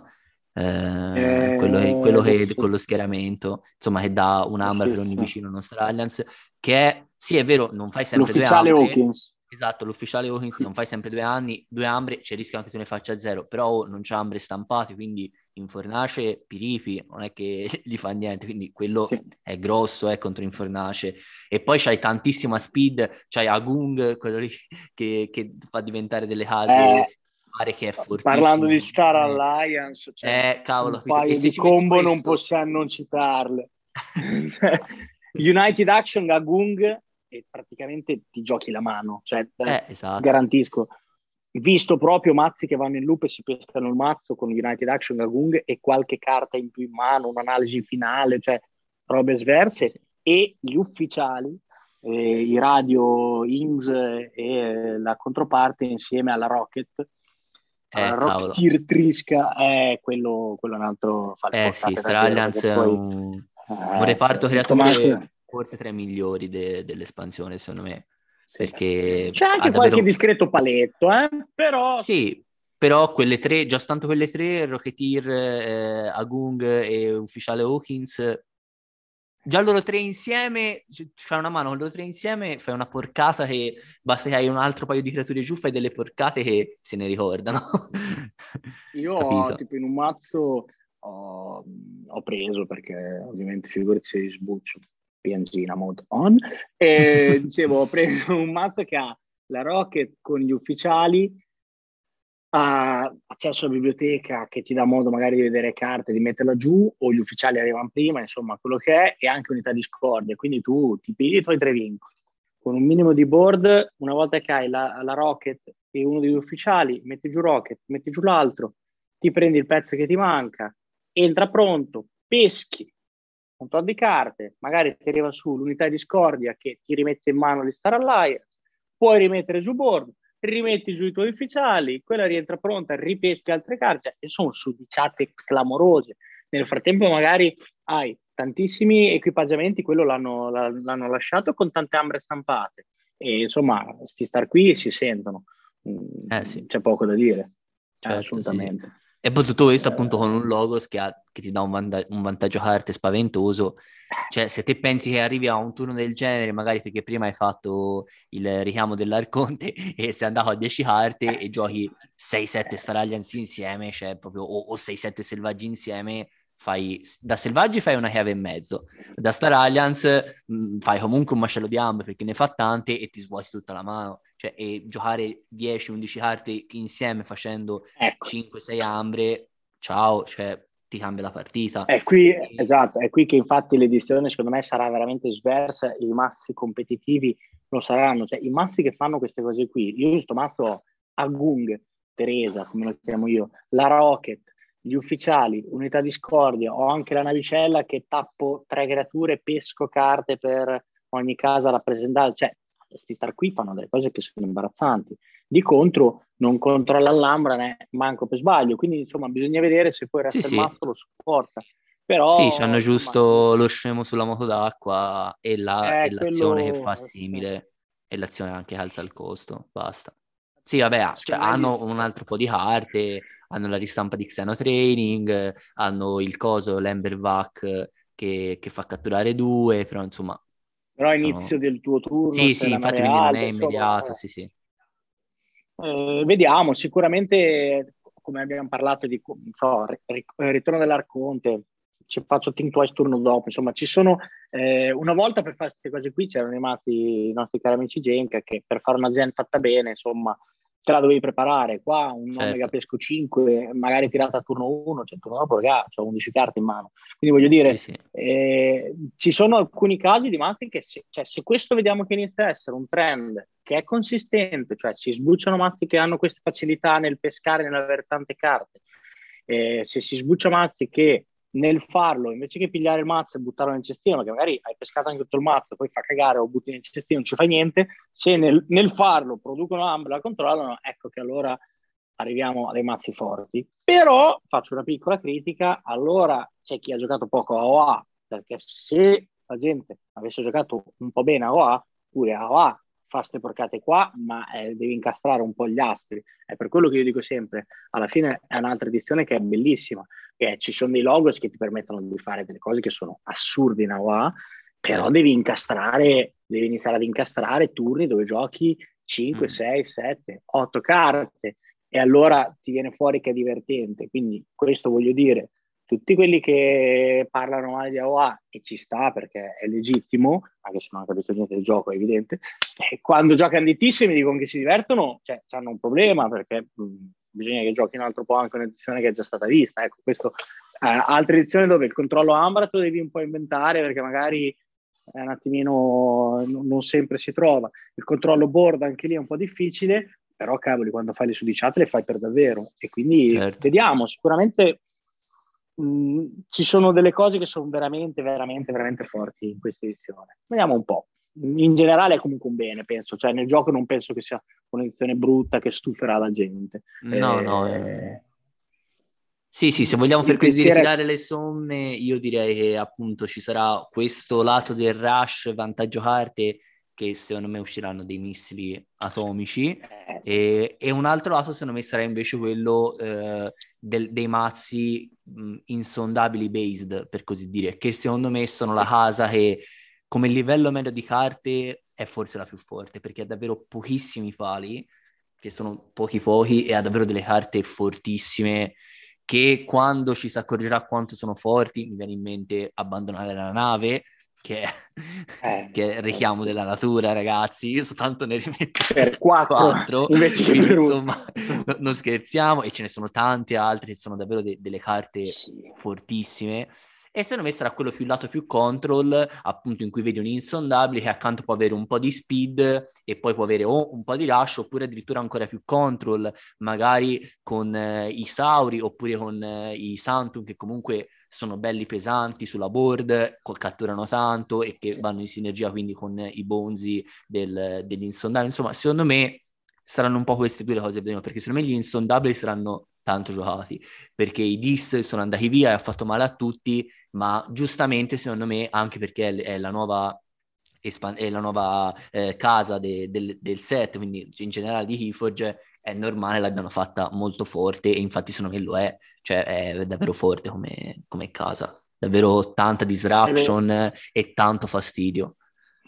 quello che Adesso, con lo schieramento, insomma, che dà un'ambra per ogni sì. vicino non Star Alliance, che è, sì è vero, non fai sempre 2 L'ufficiale ambre. Hawkins. Esatto, l'ufficiale Hawkins non fai sempre 2 ambre, c'è il rischio anche che tu ne faccia 0, però non c'ha ambre stampate, quindi in fornace Piripi non è che gli fa niente, quindi quello è grosso contro in fornace. E poi c'hai tantissima speed, c'hai Agung, quello lì che fa diventare delle case, pare che è Parlando fortissimo. di Star Alliance, cioè, Cavolo, un capito? E paio se di ci metti combo non questo... possiamo non citarle. United Action Agung e praticamente ti giochi la mano, cioè esatto. garantisco. Visto proprio mazzi che vanno in loop e si pescano il mazzo con United Action Agung e qualche carta in più in mano, un'analisi finale, cioè robe sverse, e gli ufficiali, i radio IMS e la controparte insieme alla Rocket. Cavolo. Rocketeer Trisca è quello è un altro, fa le Sì, portate Star davvero, perché Alliance è poi un reparto sto mazzo, creature forse tra i migliori dell'espansione, secondo me, perché c'è ha anche qualche davvero... discreto paletto, però Sì, però quelle tre, già soltanto quelle tre, Rocketeer, Agung e Ufficiale Hawkins, già loro tre insieme, fai una mano con loro tre insieme, fai una porcata che basta che hai un altro paio di creature giù, fai delle porcate che se ne ricordano. io Capito? tipo in un mazzo ho preso, perché ovviamente figurati se sbuccio piangina mode on, e dicevo ho preso un mazzo che ha la Rocket con gli ufficiali, ha accesso alla biblioteca che ti dà modo magari di vedere carte, di metterla giù, o gli ufficiali arrivano prima, insomma quello che è, e anche unità discordia, quindi tu ti pigli i tuoi 3 vincoli, con un minimo di board, una volta che hai la Rocket e uno dei due ufficiali, metti giù Rocket, metti giù l'altro, ti prendi il pezzo che ti manca, entra pronto, peschi un tot di carte, magari ti arriva su l'unità di discordia che ti rimette in mano gli Star Alliance, puoi rimettere giù board, rimetti giù i tuoi ufficiali, quella rientra pronta, ripeschi altre carte, e sono sudiciate clamorose. Nel frattempo magari hai tantissimi equipaggiamenti, quello l'hanno lasciato con tante ambre stampate, e insomma, sti Star qui si sentono. Sì. C'è poco da dire. Certo, Assolutamente. sì. E poi tutto questo appunto con un logos che ti dà un vantaggio carte spaventoso. Cioè, se te pensi che arrivi a un turno del genere, magari perché prima hai fatto il richiamo dell'Arconte e sei andato a 10 carte e giochi 6-7 Star Alliance insieme, cioè proprio, o 6-7 selvaggi insieme, da selvaggi fai una chiave e mezzo, da Star Alliance fai comunque un macello di ambre perché ne fa tante e ti svuoti tutta la mano. Cioè, e giocare 10-11 carte insieme facendo Ecco. 5-6 ambre, ciao, cioè ti cambia la partita. È qui, esatto, è qui che infatti l'edizione secondo me sarà veramente sversa, i mazzi competitivi lo saranno, cioè i mazzi che fanno queste cose qui, io questo mazzo ho Agung, Teresa, come lo chiamo io, la Rocket, gli ufficiali, unità discordia, ho anche la navicella che tappo 3 creature, pesco carte per ogni casa rappresentata, cioè questi star qui fanno delle cose che sono imbarazzanti. Di contro non controlla l'Alhambra manco per sbaglio, quindi insomma bisogna vedere se poi il Sì, resto del sì. mazzo lo supporta. Sì, Però c'hanno insomma, giusto lo scemo sulla moto d'acqua e, e l'azione che fa quello simile, e l'azione anche che alza il costo, basta. Sì, vabbè, cioè, secondo me hanno un altro po' di carte, hanno la ristampa di Xeno Training, hanno il coso, l'Embervac che fa catturare 2, però insomma, però sono... inizio del tuo turno Sì, se sì, la infatti nave è quindi non è alta, insomma, immediato, sì, sì. Vediamo, sicuramente come abbiamo parlato di non so, ritorno dell'Arconte, ci faccio Think Twice turno dopo, insomma ci sono una volta per fare queste cose qui c'erano rimasti i nostri cari amici Genka che per fare una gen fatta bene, insomma, te la dovevi preparare, qua un Omega Certo, Pesco 5 magari tirata a turno 1, cioè turno dopo ragazzi, ho 11 carte in mano, quindi voglio sì, dire sì. ci sono alcuni casi di mazzi che cioè, se questo vediamo che inizia a essere un trend che è consistente, cioè ci sbucciano mazzi che hanno questa facilità nel pescare, nell'avere tante carte, se si sbuccia mazzi che nel farlo, invece che pigliare il mazzo e buttarlo nel cestino, perché magari hai pescato anche tutto il mazzo, poi fa cagare o butti nel cestino, non ci fa niente, se nel farlo producono ambre, la controllano, ecco che allora arriviamo a dei mazzi forti. Però faccio una piccola critica, allora c'è chi ha giocato poco a OA, perché se la gente avesse giocato un po' bene a OA, pure a OA fa ste porcate qua, ma devi incastrare un po' gli astri. È per quello che io dico sempre, alla fine è un'altra edizione che è bellissima, che ci sono dei logos che ti permettono di fare delle cose che sono assurde in AOA, però Certo. devi iniziare ad incastrare turni dove giochi 5, 6, 7, 8 carte e allora ti viene fuori che è divertente. Quindi questo voglio dire, tutti quelli che parlano male di AOA, e ci sta perché è legittimo, anche se non hanno capito niente del gioco, è evidente, e quando giocano di TIS mi dicono che si divertono, cioè hanno un problema perché bisogna che giochino un altro po' anche un'edizione che è già stata vista. Ecco, questo altre edizioni dove il controllo Ambra tu devi un po' inventare perché magari un attimino non sempre si trova. Il controllo board anche lì è un po' difficile, però cavoli, quando fai le sudiciate le fai per davvero. E quindi Certo. vediamo, sicuramente ci sono delle cose che sono veramente, veramente, veramente forti in questa edizione. Vediamo un po'. In generale è comunque un bene, penso. Cioè nel gioco non penso che sia un'edizione brutta che stuferà la gente. No, no. Sì, sì, se vogliamo per Il così dire piacere è tirare le somme, io direi che appunto ci sarà questo lato del rush vantaggio carte che secondo me usciranno dei missili atomici sì. e un altro lato secondo me sarà invece quello dei mazzi insondabili based, per così dire, che secondo me sono la casa che come livello medio di carte è forse la più forte perché ha davvero pochissimi pali, che sono pochi e ha davvero delle carte fortissime che quando ci si accorgerà quanto sono forti, mi viene in mente abbandonare la nave, che è, che è il richiamo Sì. della natura, ragazzi. Io soltanto ne rimetto Per 4 4, invece che quindi per 1. insomma non scherziamo, e ce ne sono tante altre che sono davvero delle carte Sì. fortissime. E secondo me sarà quello più lato più control, appunto, in cui vedi un insondabile che accanto può avere un po' di speed e poi può avere o un po' di rush oppure addirittura ancora più control, magari con i Sauri oppure con i Santum, che comunque sono belli pesanti sulla board, catturano tanto e che vanno in sinergia quindi con i Bonzi degli insondabili. Insomma, secondo me saranno un po' queste due le cose prima, perché secondo me gli insondabili saranno tanto giocati, perché i Dis sono andati via e ha fatto male a tutti, ma giustamente secondo me, anche perché è la nuova è la nuova casa del set, quindi in generale di Keyforge, è normale l'abbiano fatta molto forte e infatti secondo me lo è, cioè è davvero forte come casa, davvero tanta beh, disruption e tanto fastidio.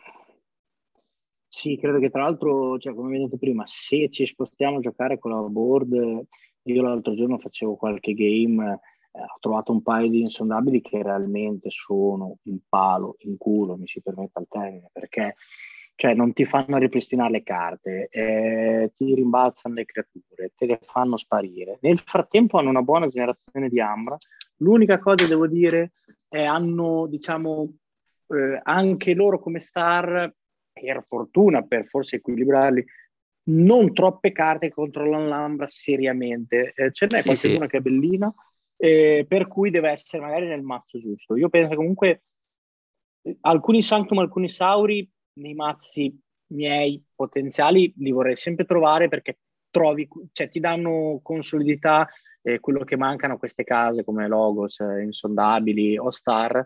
sì, credo che tra l'altro, cioè, come vi ho detto prima, se ci spostiamo a giocare con la board, io l'altro giorno facevo qualche game, ho trovato un paio di insondabili che realmente sono un palo in culo, mi si permetta il termine, perché cioè, non ti fanno ripristinare le carte, ti rimbalzano le creature, te le fanno sparire. Nel frattempo hanno una buona generazione di Ambra. L'unica cosa che devo dire è hanno, diciamo, anche loro come star, per fortuna, per forse equilibrarli, non troppe carte che controllano l'Ambra seriamente. Ce n'è Sì, sì. qualcuna che è bellina, per cui deve essere magari nel mazzo giusto. Io penso comunque alcuni Sanctum, alcuni Sauri nei mazzi miei potenziali li vorrei sempre trovare perché trovi, cioè ti danno con solidità quello che mancano a queste case come Logos, Insondabili o Star,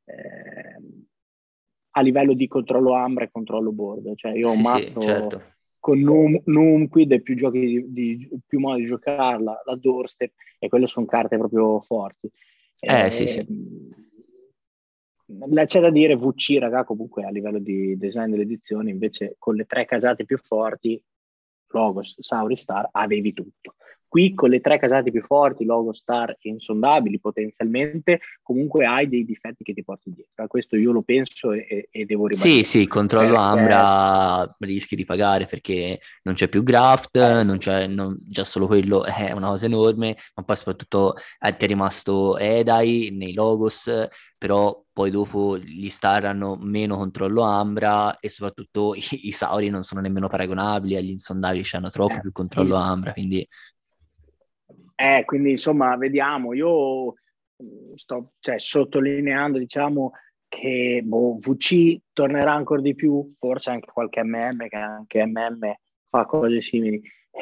a livello di controllo Ambra e controllo board. Cioè io ho un Sì, sì, mazzo certo. con Numquid e più giochi più modi di giocarla, la Doorstep, e quelle sono carte proprio forti. Sì, sì. Eh, C'è da dire VC, raga, comunque a livello di design delle edizioni, invece con le tre casate più forti, Logos, Sauri, Star, avevi tutto. Qui con le tre casate più forti, Logos, Star e Insondabili, potenzialmente comunque hai dei difetti che ti porti dietro. Questo io lo penso e devo Sì, ribadirlo. sì, controllo Perché, Ambra rischi di pagare perché non c'è più graft, non sì. c'è, già solo quello è una cosa enorme, ma poi soprattutto ti è rimasto Edai nei Logos, però poi dopo gli Star hanno meno controllo Ambra e soprattutto i Sauri non sono nemmeno paragonabili agli insondabili, cioè hanno troppo più controllo il- Ambra, quindi Quindi insomma, vediamo. Io sto cioè, sottolineando, diciamo, che VC tornerà ancora di più, forse anche qualche MM, che anche MM fa cose simili.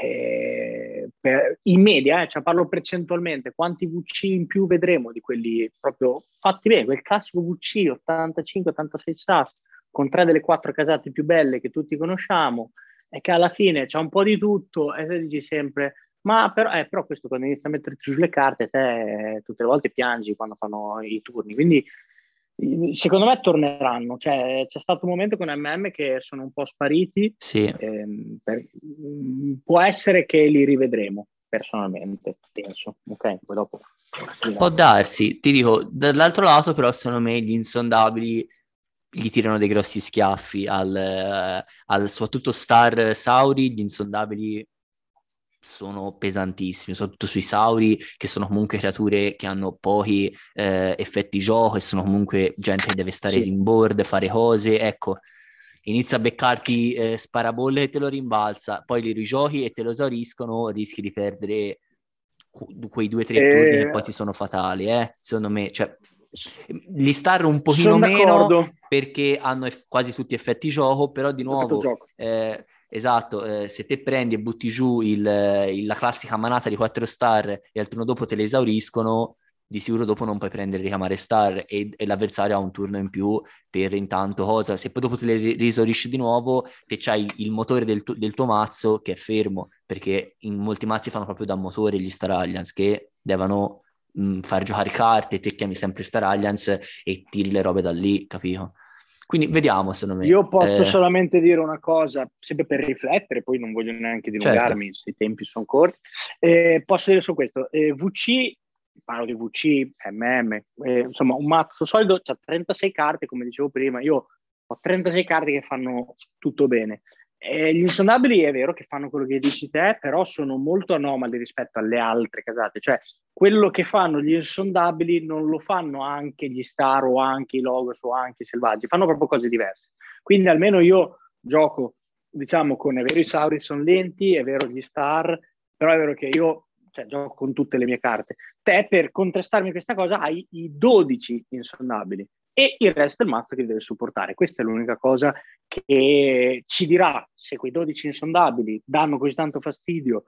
In media, cioè parlo percentualmente, quanti VC in più vedremo di quelli proprio fatti bene, quel classico VC 85-86 SAS con tre delle quattro casate più belle che tutti conosciamo e che alla fine c'è un po' di tutto e te dici sempre ma però questo quando inizi a metterti sulle carte, te tutte le volte piangi quando fanno i turni. Quindi secondo me torneranno. Cioè, c'è stato un momento con MM che sono un po' spariti. sì. Può essere che li rivedremo personalmente, penso. Ok, poi dopo. Può darsi, ti dico, dall'altro lato però secondo me gli insondabili gli tirano dei grossi schiaffi al soprattutto Star Sauri, gli insondabili sono pesantissimi, soprattutto sui Sauri, che sono comunque creature che hanno pochi effetti gioco e sono comunque gente che deve stare Sì. in board, fare cose, ecco, inizia a beccarti sparabolle e te lo rimbalza, poi li rigiochi e te lo esauriscono, rischi di perdere quei 2 o 3 turni che Eh, poi ti sono fatali, secondo me, cioè, gli Star un pochino sono meno d'accordo. perché hanno quasi tutti effetti gioco, però di Effetto nuovo, gioco. esatto, se te prendi e butti giù la classica manata di 4 star e al turno dopo te le esauriscono, di sicuro dopo non puoi prendere e richiamare star e l'avversario ha un turno in più per intanto cosa. Se poi dopo te le risaurisci di nuovo, te c'hai il motore del tuo mazzo che è fermo, perché in molti mazzi fanno proprio da motore gli Star Alliance, che devono far giocare carte, te chiami sempre Star Alliance e tiri le robe da lì, capito? Quindi vediamo, secondo me. Io posso solamente dire una cosa, sempre per riflettere, poi non voglio neanche Certo. dilungarmi, se i tempi sono corti. Posso dire su questo, VC, parlo di VC, MM, insomma un mazzo solido, c'ha 36 carte, come dicevo prima, io ho 36 carte che fanno tutto bene. Gli insondabili è vero che fanno quello che dici te, però sono molto anomali rispetto alle altre casate. Cioè, quello che fanno gli insondabili non lo fanno anche gli Star o anche i Logos o anche i Selvaggi, fanno proprio cose diverse. Quindi almeno io gioco, diciamo, è vero i Sauri sono lenti, è vero gli Star, però è vero che io gioco con tutte le mie carte. Te, per contrastarmi questa cosa, hai i 12 insondabili e il resto del mazzo che deve supportare. Questa è l'unica cosa che ci dirà se quei 12 insondabili danno così tanto fastidio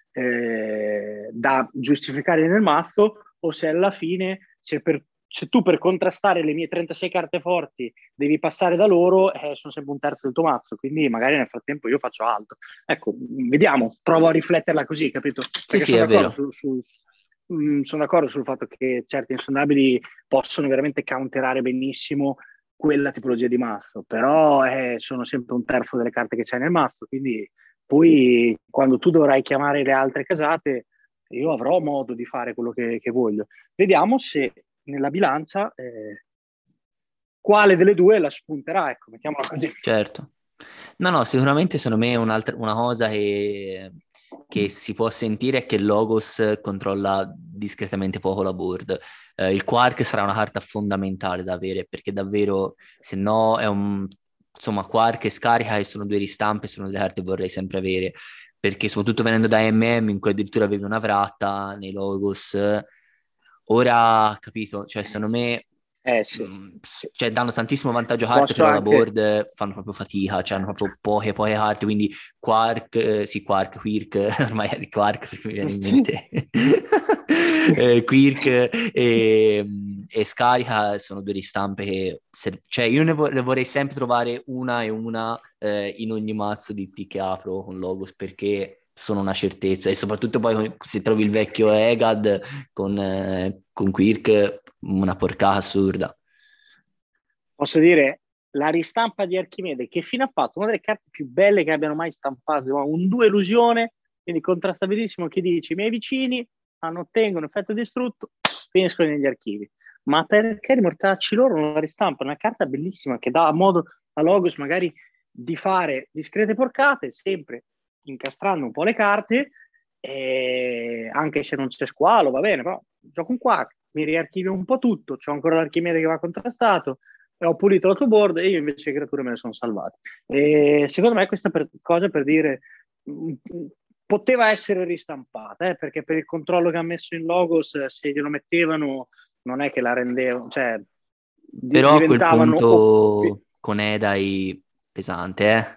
da giustificare nel mazzo, o se alla fine, se tu per contrastare le mie 36 carte forti devi passare da loro, sono sempre un terzo del tuo mazzo, quindi magari nel frattempo io faccio altro. Ecco, vediamo, provo a rifletterla così, capito? Sì, Perché sì, è vero. sono d'accordo sul fatto che certi insondabili possono veramente counterare benissimo quella tipologia di mazzo, però sono sempre un terzo delle carte che c'è nel mazzo, quindi poi quando tu dovrai chiamare le altre casate, io avrò modo di fare quello che voglio. Vediamo se nella bilancia quale delle due la spunterà, ecco, mettiamola così. Certo. No, no, sicuramente secondo me una cosa che si può sentire è che il Logos controlla discretamente poco la board. Il Quark sarà una carta fondamentale da avere, perché davvero, se no è un... Insomma, Quark e Scarica, che sono due ristampe, sono delle carte che vorrei sempre avere, perché soprattutto venendo da MM, in cui addirittura avevi una vratta nei Logos, ora, capito, cioè secondo me Sì. cioè, danno tantissimo vantaggio a carte, Posso però la anche... board fanno proprio fatica, cioè hanno proprio poche carte, quindi Quirk, ormai è di Quark perché mi viene in mente Quirk e Scarica sono due ristampe che, cioè io ne vorrei sempre trovare una e una in ogni mazzo di T che apro con Logos, perché sono una certezza, e soprattutto poi se trovi il vecchio Egad con Quirk, una porcata assurda. Posso dire, la ristampa di Archimede, che fine ha fatto? Una delle carte più belle che abbiano mai stampato, un 2 illusione, quindi contrastabilissimo, che dici, i miei vicini ottengono effetto distrutto, finiscono negli archivi. Ma perché rimortarci loro una ristampa? Una carta bellissima che dà modo a Logos magari di fare discrete porcate, sempre incastrando un po' le carte, anche se non c'è squalo, va bene, però gioco un Quack, mi riarchivio un po' tutto, c'ho ancora l'Archimede che va contrastato, ho pulito la tua board e io invece le creature me le sono salvate. E secondo me questa cosa per dire poteva essere ristampata, perché per il controllo che ha messo in Logos, se glielo mettevano, non è che la rendevano, cioè Però a quel diventavano... punto con Edai pesante, eh?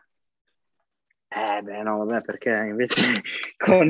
Beh, no, vabbè, perché invece con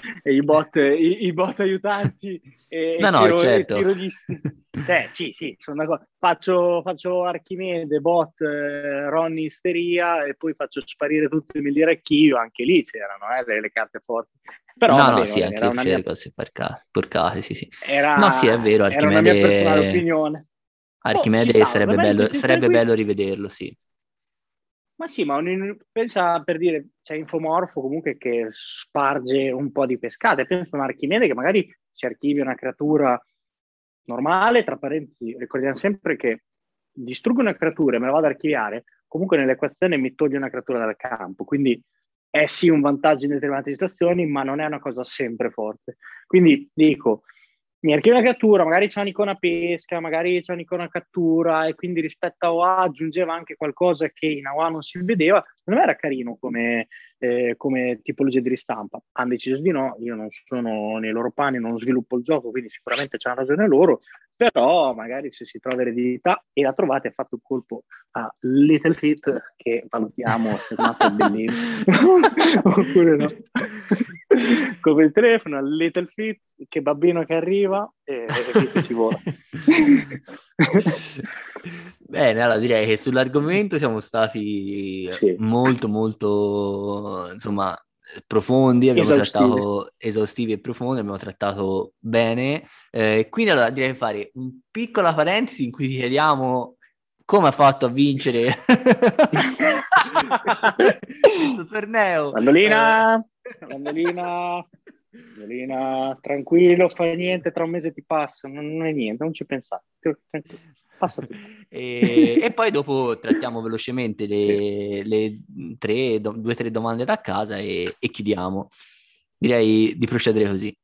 i bot aiutanti No, no, e certo. tirolisti. Sì, sono d'accordo. Faccio Archimede, bot, Ronny Isteria e poi faccio sparire tutti i migliori archivio. Anche lì c'erano le carte forti. Però No, no, va sì, bene, anche lì facevi le cose porcate, sì, sì. No, sì, è vero, era una mia personale opinione. Oh, ci Archimede stava, per me in questa edizione sarebbe qui. bello rivederlo, sì. Ma sì, ma pensa, per dire, c'è Infomorfo comunque che sparge un po' di pescate. Pensa a un Archimede che magari si archivia una creatura normale, tra parentesi, ricordiamo sempre che distruggo una creatura e me la vado ad archiviare, comunque nell'equazione mi toglie una creatura dal campo, quindi è sì un vantaggio in determinate situazioni, ma non è una cosa sempre forte. Quindi dico, mi archivio una cattura, magari c'è un'icona pesca, magari c'è un'icona cattura, e quindi rispetto a OA aggiungeva anche qualcosa che in OA non si vedeva. Non era carino come tipologia di ristampa. Hanno deciso di no, io non sono nei loro panni, non sviluppo il gioco, quindi sicuramente c'hanno ragione loro, però magari se si trova eredità e la trovate, fatto un colpo a Little Feet, che valutiamo se il mazzo è bellissimo oppure no. Come il telefono, Little Feet, che babbino che arriva e via ci vola. Bene, allora direi che sull'argomento siamo stati Sì, molto, molto, insomma, profondi, abbiamo esaustivi. trattato esaustivi e profondi, abbiamo trattato bene. Quindi allora direi di fare un piccola parentesi in cui ti chiediamo come ha fatto a vincere questo torneo. Mandolina, mandolina, mandolina, tranquillo, fai niente, tra un mese ti passa, non è niente, non ci pensate. Tranquillo. Passa tutto. E poi dopo trattiamo velocemente Sì. le 2 o 3 domande da casa e chiudiamo. Direi di procedere così.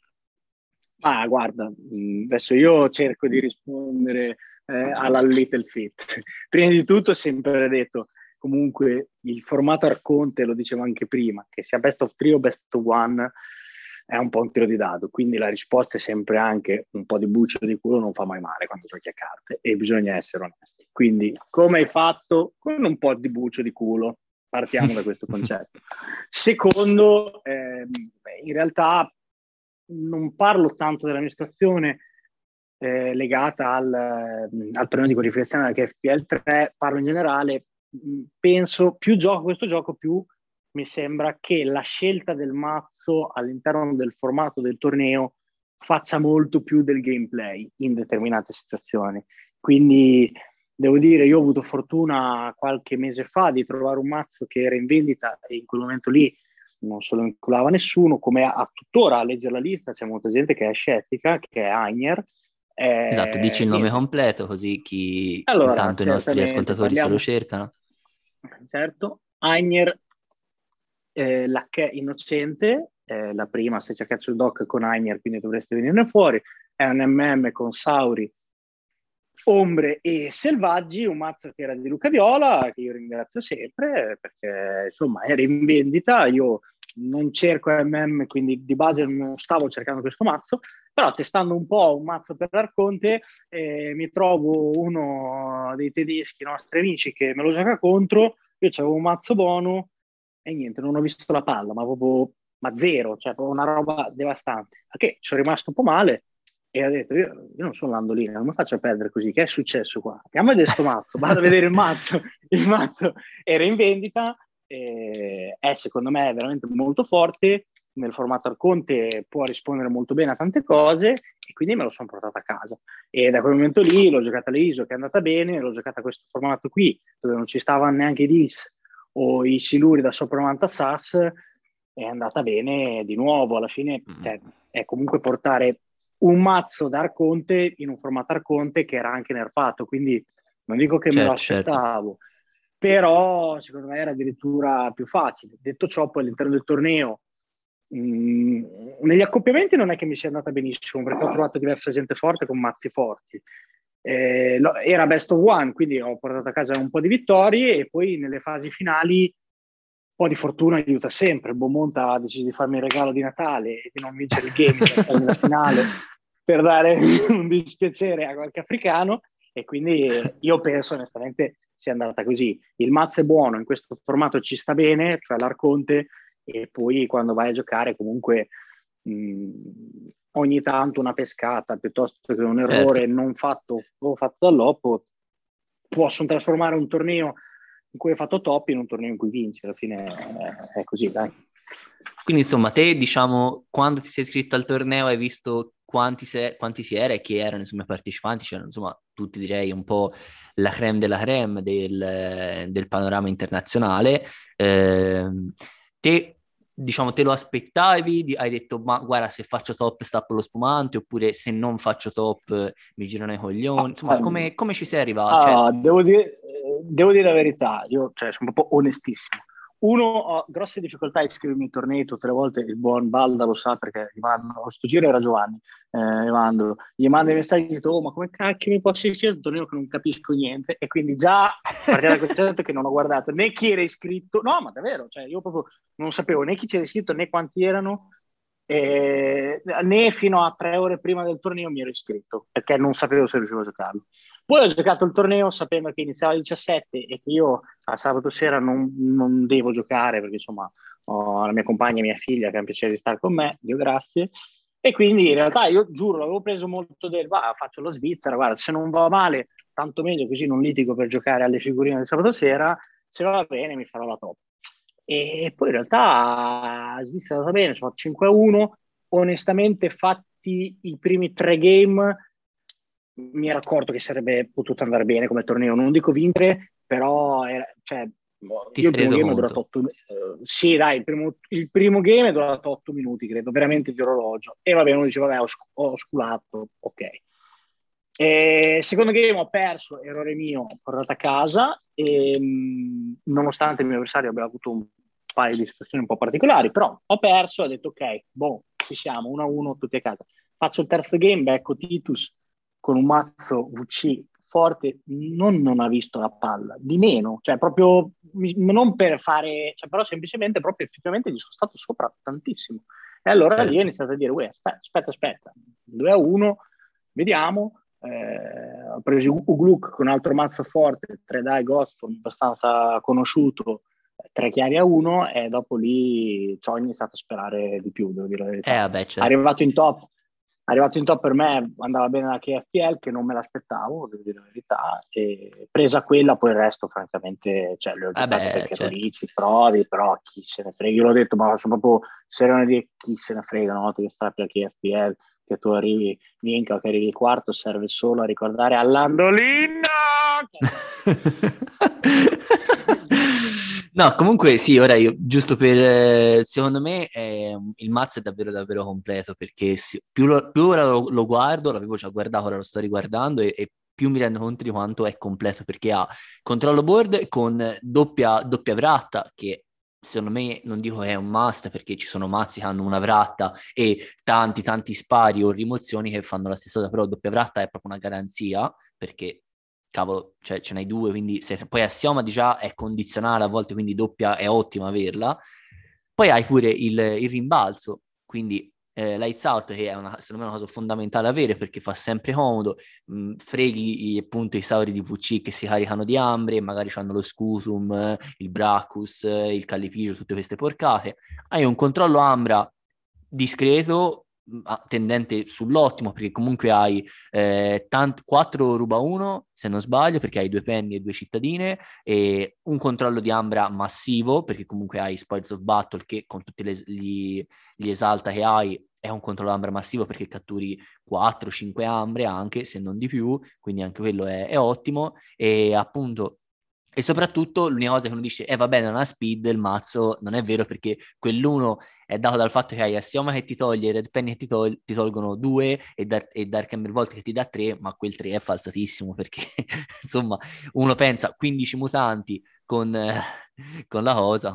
Ma guarda, adesso io cerco di rispondere alla Little Fit. Prima di tutto, ho sempre detto, comunque il formato Arconte, lo dicevo anche prima, che sia best of 3 o best of 1 è un po' un tiro di dado, quindi la risposta è sempre anche un po' di buccio di culo non fa mai male quando giochi a carte e bisogna essere onesti. Quindi, come hai fatto? Con un po' di buccio di culo. Partiamo da questo concetto. Secondo, in realtà non parlo tanto della mia situazione legata al torneo di qualificazione che è FPL 3, parlo in generale. Penso, più gioco questo gioco, più mi sembra che la scelta del mazzo all'interno del formato del torneo faccia molto più del gameplay in determinate situazioni. Quindi devo dire, io ho avuto fortuna qualche mese fa di trovare un mazzo che era in vendita e in quel momento lì non se lo vincolava nessuno, come a tuttora a leggere la lista c'è molta gente che è scettica, che è Aigner. Esatto, dici il nome Niente. completo così chi Allora, intanto i nostri certamente ascoltatori se lo parliamo, cercano. certo, Aigner, la che è innocente, la prima, se c'è Catch the Doc con Aigner, quindi dovreste venirne fuori, è un MM con Sauri, Ombre e Selvaggi, un mazzo che era di Luca Viola, che io ringrazio sempre, perché insomma era in vendita, io non cerco MM, quindi di base non stavo cercando questo mazzo, però testando un po' un mazzo per l'Arconte, mi trovo uno dei tedeschi, nostri amici, che me lo gioca contro, io avevo un mazzo buono e niente, non ho visto la palla, ma proprio ma zero, cioè proprio una roba devastante. Che sono rimasto un po' male e ho detto, io non sono Landolina, non mi faccio perdere così, che è successo qua? Andiamo a vedere sto mazzo, vado a vedere il mazzo era in vendita, è secondo me veramente molto forte, nel formato Arconte può rispondere molto bene a tante cose e quindi me lo sono portato a casa. E da quel momento lì l'ho giocata all'ISO che è andata bene, l'ho giocata a questo formato qui, dove non ci stavano neanche i DIS o i siluri da sopra 90 SAS, è andata bene di nuovo. Alla fine cioè, è comunque portare un mazzo da Arconte in un formato Arconte che era anche nerfato, quindi non dico che me lo Certo, certo. aspettavo, però secondo me era addirittura più facile. Detto ciò, poi all'interno del torneo, negli accoppiamenti non è che mi sia andata benissimo, perché ho trovato diversa gente forte con mazzi forti. Era best of one, quindi ho portato a casa un po' di vittorie e poi nelle fasi finali un po' di fortuna aiuta sempre. Beaumont ha deciso di farmi il regalo di Natale e di non vincere il game nella finale per dare un dispiacere a qualche africano e quindi io penso onestamente sia andata così. Il mazzo è buono, in questo formato ci sta bene, cioè l'Arconte, e poi quando vai a giocare comunque ogni tanto una pescata piuttosto che un errore Certo. non fatto o fatto dall'oppo possono trasformare un torneo in cui hai fatto top in un torneo in cui vinci. Alla fine è così, dai. Quindi insomma, te diciamo, quando ti sei iscritto al torneo hai visto quanti si era e chi erano insomma, i partecipanti, c'erano insomma tutti direi un po' la crème della crème del panorama internazionale. Te diciamo, te lo aspettavi? Hai detto, ma guarda, se faccio top stappo lo spumante, oppure se non faccio top mi girano i coglioni. Insomma, come ci sei arrivato? Cioè, Devo dire la verità, io cioè, sono proprio onestissimo. Uno, ho grosse difficoltà a iscrivermi ai tornei tutte le volte, il buon Balda lo sa perché gli mando, sto giro era Giovanni, gli manda i messaggi e dico, oh, ma come cacchio mi posso iscrivere a un torneo che non capisco niente? E quindi già partiamo dal concetto che non ho guardato né chi era iscritto, no, ma davvero, cioè io proprio non sapevo né chi c'era iscritto né quanti erano, né fino a 3 ore prima del torneo mi ero iscritto perché non sapevo se riuscivo a giocarlo. Poi ho giocato il torneo sapendo che iniziava alle 17 e che io a sabato sera non devo giocare perché insomma ho la mia compagna e mia figlia che hanno piacere di stare con me, Dio grazie. E quindi in realtà io giuro, l'avevo preso molto del va, faccio lo Svizzera, guarda, se non va male, tanto meglio, così non litigo per giocare alle figurine del sabato sera, se va bene mi farò la top. E poi in realtà Svizzera è andata bene, sono 5-1, onestamente fatti i primi 3 game mi ero accorto che sarebbe potuto andare bene come torneo, non dico vincere, però cioè, ti io il sei primo reso game è durato conto? 8 sì dai, il primo game è durato 8 minuti credo, veramente di orologio, e vabbè uno dice vabbè ho sculato, ok. Secondo game ho perso, errore mio, ho portato a casa e nonostante il mio avversario abbia avuto un paio di situazioni un po' particolari, però ho perso, ho detto ok, boh, ci siamo, 1-1 tutti a casa. Faccio il terzo game, becco Titus con un mazzo VC forte, non ha visto la palla, di meno, cioè proprio non per fare, cioè, però semplicemente proprio effettivamente gli sono stato sopra tantissimo. E allora lì ho Certo. iniziato a dire, uè, aspetta, 2-1, vediamo. Ho preso Ugluk con un altro mazzo forte, 3 die Ghost, abbastanza conosciuto, 3 chiari a 1 e dopo lì ci ho iniziato a sperare di più, devo dire la verità. Vabbè, certo. Arrivato in top per me andava bene la KFPL che non me l'aspettavo, devo dire la verità, e presa quella poi il resto francamente, cioè le ho giocate Vabbè, perché ero certo. lì, ci provi, però chi se ne frega, io l'ho detto, ma sono proprio sereno di chi se ne frega una volta che strappi la KFPL, che tu arrivi vinca o che arrivi quarto, serve solo a ricordare a Landolina! No, comunque sì, ora io, giusto per, secondo me il mazzo è davvero davvero completo perché più ora lo guardo, l'avevo già guardato, ora lo sto riguardando e più mi rendo conto di quanto è completo perché ha controllo board con doppia vratta che secondo me non dico che è un must perché ci sono mazzi che hanno una vratta e tanti spari o rimozioni che fanno la stessa cosa, però doppia vratta è proprio una garanzia perché cavolo, cioè ce n'hai due, quindi se poi Assioma già è condizionale a volte, quindi doppia è ottima averla. Poi hai pure il rimbalzo, quindi Lights Out che è secondo me una cosa fondamentale avere perché fa sempre comodo, freghi appunto i sauri di VC che si caricano di ambre, magari hanno lo Scutum, il Bracus, il Callipigio, tutte queste porcate. Hai un controllo Ambra discreto, tendente sull'ottimo perché comunque hai 4 ruba 1 se non sbaglio perché hai 2 penny e 2 cittadine e un controllo di Ambra massivo perché comunque hai Spoils of Battle che con tutti gli esalta che hai è un controllo Ambra massivo perché catturi 4-5 Ambre anche se non di più, quindi anche quello è ottimo e appunto e soprattutto l'unica cosa che uno dice, va bene, non ha speed, il mazzo, non è vero perché quell'uno è dato dal fatto che hai Assioma che ti toglie, Red Penny che ti tolgono 2 e Dark Ember Volt che ti dà 3, ma quel 3 è falsatissimo perché insomma uno pensa 15 mutanti con la cosa,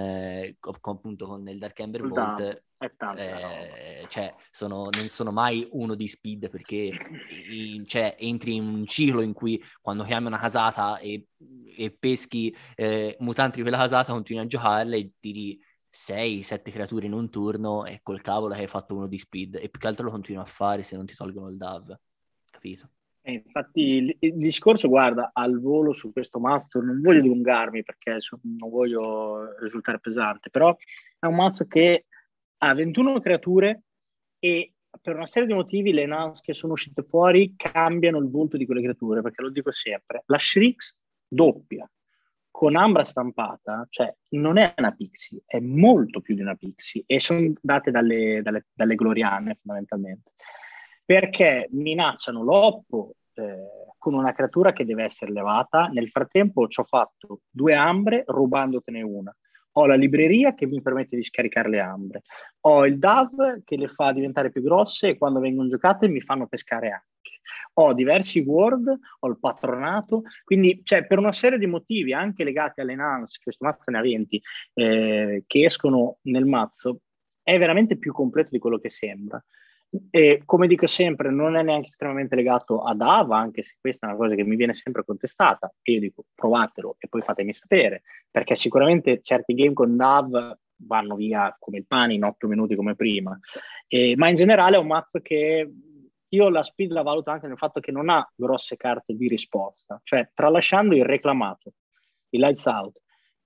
appunto con il Dark Ember Volt, È tanta roba. cioè non sono mai uno di speed perché cioè, entri in un ciclo in cui quando chiami una casata e peschi mutanti di quella casata continui a giocarle e tiri 6-7 creature in un turno e col cavolo che hai fatto uno di speed e più che altro lo continui a fare se non ti tolgono il DAV, capito? Infatti il discorso, guarda, al volo su questo mazzo non voglio dilungarmi perché non voglio risultare pesante, però è un mazzo che ha 21 creature e per una serie di motivi le NANS che sono uscite fuori cambiano il volto di quelle creature, perché lo dico sempre, la Shrix doppia con Ambra stampata, cioè non è una Pixie, è molto più di una Pixie e sono date dalle Gloriane fondamentalmente, perché minacciano l'Oppo con una creatura che deve essere levata. Nel frattempo ci ho fatto 2 Ambre rubandotene una. Ho la libreria che mi permette di scaricare le ambre. Ho il DAV che le fa diventare più grosse e quando vengono giocate mi fanno pescare anche. Ho diversi ward, ho il patronato, quindi cioè, per una serie di motivi anche legati alle nans, questo mazzo ne ha 20, che escono nel mazzo, è veramente più completo di quello che sembra. E come dico sempre, non è neanche estremamente legato ad Ava, anche se questa è una cosa che mi viene sempre contestata. E io dico provatelo e poi fatemi sapere, perché sicuramente certi game con Dav vanno via come il pane in 8 minuti come prima. Ma in generale è un mazzo che io la speed la valuto anche nel fatto che non ha grosse carte di risposta, cioè tralasciando il reclamato, il lights out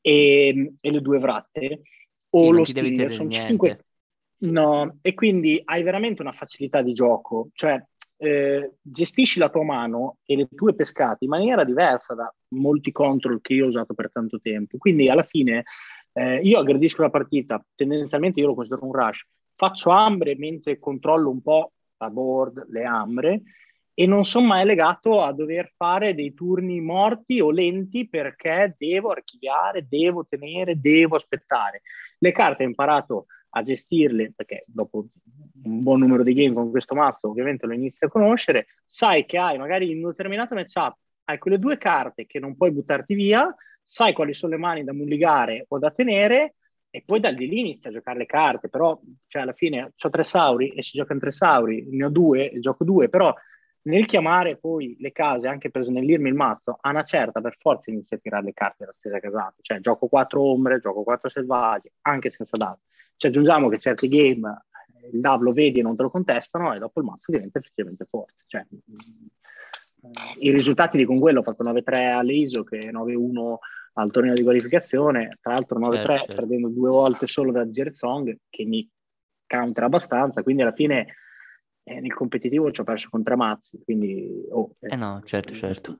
e le 2 vratte Sì, o non lo ti devi Stinger, tenere sono 5. niente. No, e quindi hai veramente una facilità di gioco, cioè gestisci la tua mano e le tue pescate in maniera diversa da molti control che io ho usato per tanto tempo. Quindi alla fine io aggredisco la partita, tendenzialmente io lo considero un rush, faccio ambre mentre controllo un po' la board, le ambre, e non sono mai legato a dover fare dei turni morti o lenti perché devo archiviare, devo tenere, devo aspettare. Le carte ho imparato a gestirle, perché dopo un buon numero di game con questo mazzo ovviamente lo inizi a conoscere, sai che hai magari in un determinato matchup, hai quelle 2 carte che non puoi buttarti via, sai quali sono le mani da mulligare o da tenere, e poi da lì inizi a giocare le carte, però cioè, alla fine ho 3 Sauri e si giocano 3 Sauri, ne ho 2 e gioco 2, però nel chiamare poi le case, anche per snellirmi il mazzo, a una certa per forza inizio a tirare le carte della stessa casata, cioè gioco 4 ombre, gioco 4 selvaggi, anche senza dado. Ci aggiungiamo che certi game il DAV lo vedi e non te lo contestano e dopo il mazzo diventa effettivamente forte. Cioè, i risultati di con quello ho fatto 9-3 all'ISO che 9-1 al torneo di qualificazione, tra l'altro 9-3 certo. perdendo 2 volte solo da Gerzong che mi counter abbastanza, quindi alla fine nel competitivo ci ho perso con 3 mazzi, quindi No, certo.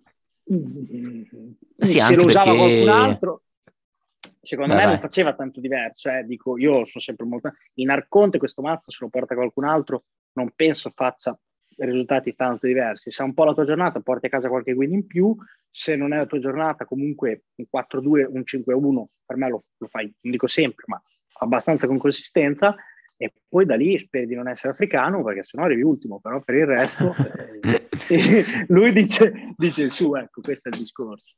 Sì, se anche lo usava qualcun perché... altro secondo me non Vai. faceva tanto diverso, dico, io sono sempre molto in Arconte questo mazzo se lo porta qualcun altro non penso faccia risultati tanto diversi. Se è un po' la tua giornata porti a casa qualche win in più, se non è la tua giornata comunque un 4-2, un 5-1 per me lo fai, non dico sempre ma abbastanza con consistenza, e poi da lì speri di non essere africano perché sennò arrivi ultimo, però per il resto lui dice su, ecco, questo è il discorso.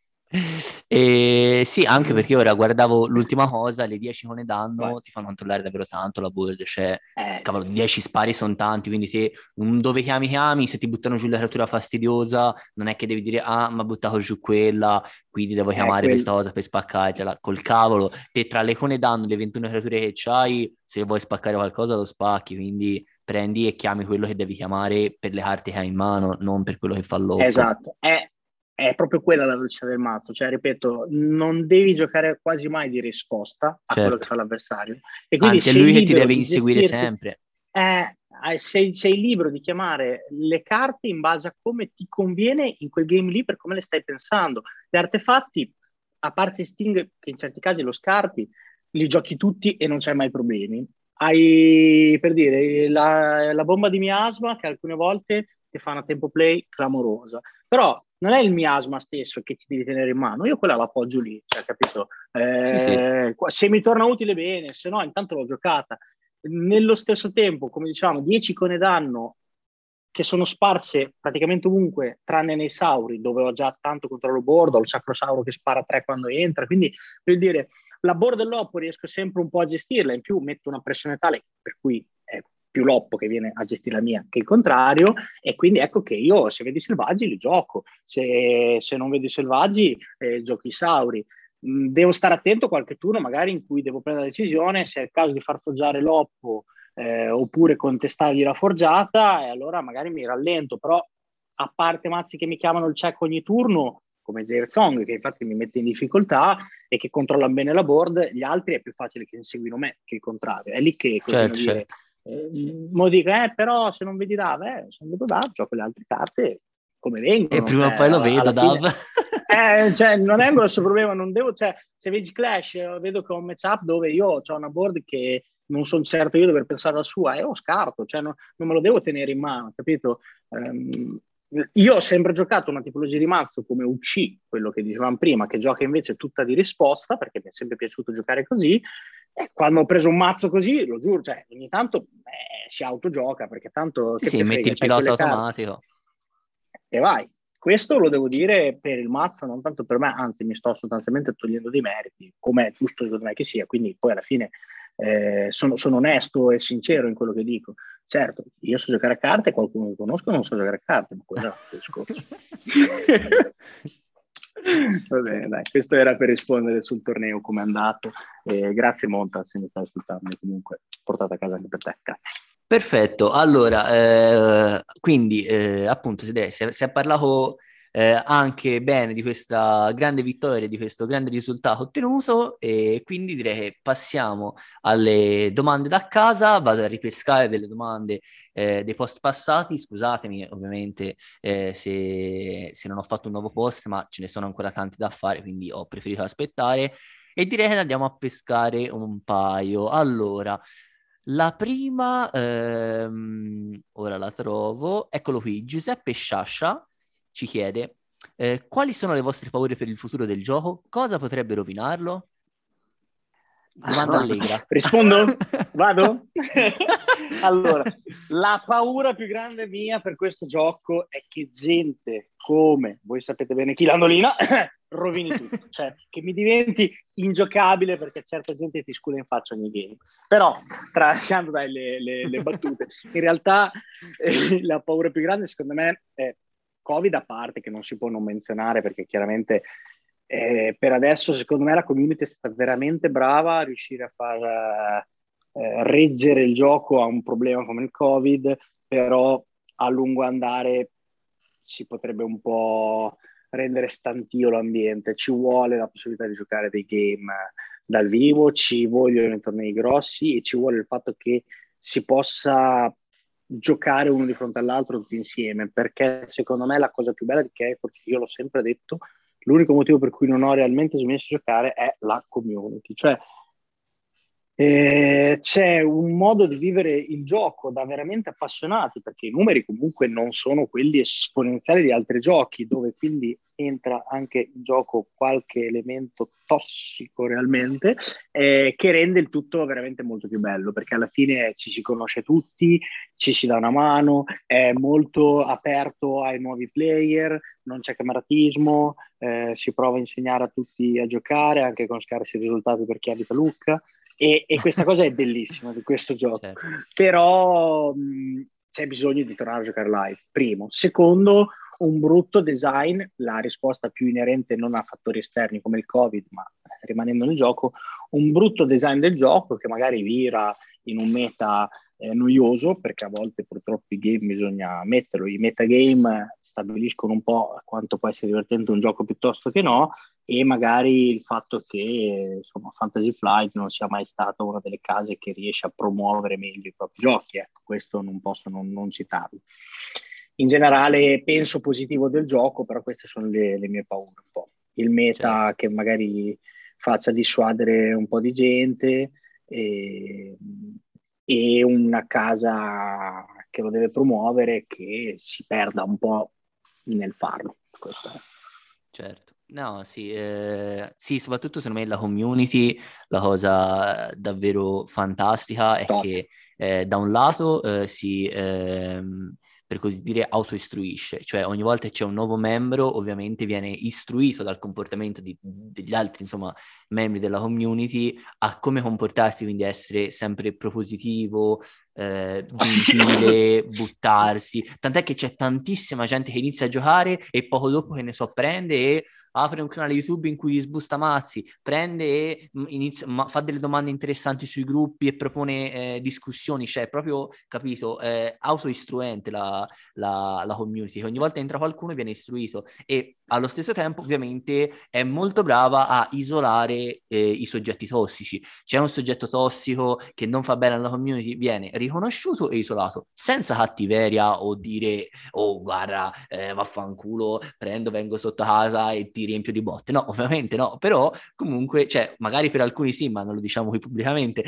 E sì, anche perché ora guardavo l'ultima cosa, le 10 con danno ti fanno controllare davvero tanto la build, cioè cavolo, Sì. 10 spari sono tanti, quindi se dove chiami, se ti buttano giù la creatura fastidiosa, non è che devi dire ah, ma ha buttato giù quella, quindi devo chiamare questa cosa per spaccartela, col cavolo, te tra le con danno, le 21 creature che c'hai, se vuoi spaccare qualcosa lo spacchi, quindi prendi e chiami quello che devi chiamare per le carte che hai in mano, non per quello che fa l'oppo. Esatto, è proprio quella la velocità del mazzo, cioè ripeto, non devi giocare quasi mai di risposta a quello che Certo. fa l'avversario e quindi Anzi, è sei lui che ti libero deve di inseguire gestirti, sempre. sei libero di chiamare le carte in base a come ti conviene in quel game lì, per come le stai pensando. Gli artefatti, a parte Sting, che in certi casi lo scarti, li giochi tutti e non c'hai mai problemi. Hai, per dire, la bomba di miasma che alcune volte ti fa una tempo play clamorosa, però non è il miasma stesso che ti devi tenere in mano, io quella l'appoggio lì, cioè, capito? Sì. Se mi torna utile bene, se no intanto l'ho giocata. Nello stesso tempo, come dicevamo, 10 icone danno che sono sparse praticamente ovunque, tranne nei Sauri, dove ho già tanto controllo board, ho il Sacrosauro che spara 3 quando entra, quindi per dire, la board dell'Oppo riesco sempre un po' a gestirla, in più metto una pressione tale per cui è più l'Oppo che viene a gestire la mia che il contrario, e quindi ecco che io se vedi selvaggi li gioco, se non vedi selvaggi giochi i Sauri. Devo stare attento qualche turno magari in cui devo prendere la decisione se è il caso di far forgiare l'Oppo oppure contestargli la forgiata, e allora magari mi rallento, però a parte mazzi che mi chiamano il check ogni turno, come Zerzong, che infatti mi mette in difficoltà e che controllano bene la board, gli altri è più facile che inseguino me che il contrario. È lì che continuo a dire, Certo. mo dico, però se non vedi Dav, se non vedo Dav, gioco le altre carte come E vengono, prima cioè o poi lo vedo, alla Dav. fine... cioè, non è un grosso problema, non devo, cioè, se vedi Clash, vedo che ho un matchup dove io ho una board che non sono certo io di dover pensare alla sua e ho scarto, cioè non me lo devo tenere in mano, capito? Io ho sempre giocato una tipologia di mazzo come UC, quello che dicevamo prima, che gioca invece tutta di risposta, perché mi è sempre piaciuto giocare così, e quando ho preso un mazzo così, lo giuro, cioè, ogni tanto si autogioca, perché tanto che Sì, te metti frega, il c'hai pilota quelle carte automatico. e vai. Questo lo devo dire per il mazzo, non tanto per me, anzi mi sto sostanzialmente togliendo dei meriti, come è giusto secondo me che sia, quindi poi alla fine sono onesto e sincero in quello che dico. Certo, io so giocare a carte, qualcuno che conosco non so giocare a carte, ma quello è un altro discorso. Va bene, dai, questo era per rispondere sul torneo, come è andato. Grazie Monta, se mi stai ascoltando, comunque portata a casa anche per te, grazie. Perfetto, allora, quindi appunto si è parlato anche bene di questa grande vittoria, di questo grande risultato ottenuto e quindi direi che passiamo alle domande da casa, vado a ripescare delle domande dei post passati, scusatemi ovviamente se non ho fatto un nuovo post, ma ce ne sono ancora tanti da fare, quindi ho preferito aspettare e direi che ne andiamo a pescare un paio. Allora... La prima, ora la trovo, eccolo qui, Giuseppe Sciascia ci chiede quali sono le vostre paure per il futuro del gioco? Cosa potrebbe rovinarlo? Domanda allegra. Rispondo? Vado? Allora, la paura più grande mia per questo gioco è che gente come, voi sapete bene chi, Landolina, rovini tutto. Cioè, che mi diventi ingiocabile perché certa gente ti scula in faccia ogni game. Però, tralasciando dai le battute, in realtà la paura più grande secondo me è Covid a parte, che non si può non menzionare perché chiaramente per adesso secondo me la community è stata veramente brava a riuscire a far reggere il gioco a un problema come il Covid, però a lungo andare si potrebbe un po' rendere stantio l'ambiente. Ci vuole la possibilità di giocare dei game dal vivo, ci vogliono i tornei grossi e ci vuole il fatto che si possa giocare uno di fronte all'altro tutti insieme, perché secondo me la cosa più bella di Keyforge, io l'ho sempre detto, l'unico motivo per cui non ho realmente smesso di giocare è la community, cioè c'è un modo di vivere il gioco da veramente appassionati, perché i numeri comunque non sono quelli esponenziali di altri giochi, dove quindi entra anche in gioco qualche elemento tossico realmente, che rende il tutto veramente molto più bello, perché alla fine ci si conosce tutti, ci si dà una mano, è molto aperto ai nuovi player, non c'è cameratismo, si prova a insegnare a tutti a giocare, anche con scarsi risultati per chi abita a Lucca. E questa cosa è bellissima di questo gioco, Certo. però c'è bisogno di tornare a giocare live, primo. Secondo, un brutto design, la risposta più inerente non a fattori esterni come il Covid, ma rimanendo nel gioco, un brutto design del gioco che magari vira in un meta noioso, perché a volte purtroppo i game bisogna metterlo, i metagame stabiliscono un po' quanto può essere divertente un gioco piuttosto che no, e magari il fatto che insomma, Fantasy Flight non sia mai stata una delle case che riesce a promuovere meglio i propri giochi, questo non posso non citarlo. In generale penso positivo del gioco, però queste sono le mie paure un po'. Il meta Certo. che magari faccia dissuadere un po' di gente e una casa che lo deve promuovere che si perda un po' nel farlo. Questo è. Certo, no, sì, sì, soprattutto secondo me la community, la cosa davvero fantastica è Top. che da un lato per così dire, autoistruisce, cioè ogni volta che c'è un nuovo membro ovviamente viene istruito dal comportamento degli altri, insomma, membri della community a come comportarsi, quindi essere sempre propositivo, gentile, buttarsi, tant'è che c'è tantissima gente che inizia a giocare e poco dopo che ne so prende e apre un canale YouTube in cui sbusta mazzi, prende e fa delle domande interessanti sui gruppi e propone discussioni, cioè proprio, capito, autoistruente la community, ogni volta entra qualcuno e viene istruito e allo stesso tempo ovviamente è molto brava a isolare i soggetti tossici. C'è un soggetto tossico che non fa bene alla community, viene riconosciuto e isolato, senza cattiveria o dire oh guarda vaffanculo, vengo sotto casa e ti riempio di botte. No, ovviamente no, però comunque, cioè, magari per alcuni sì, ma non lo diciamo qui pubblicamente.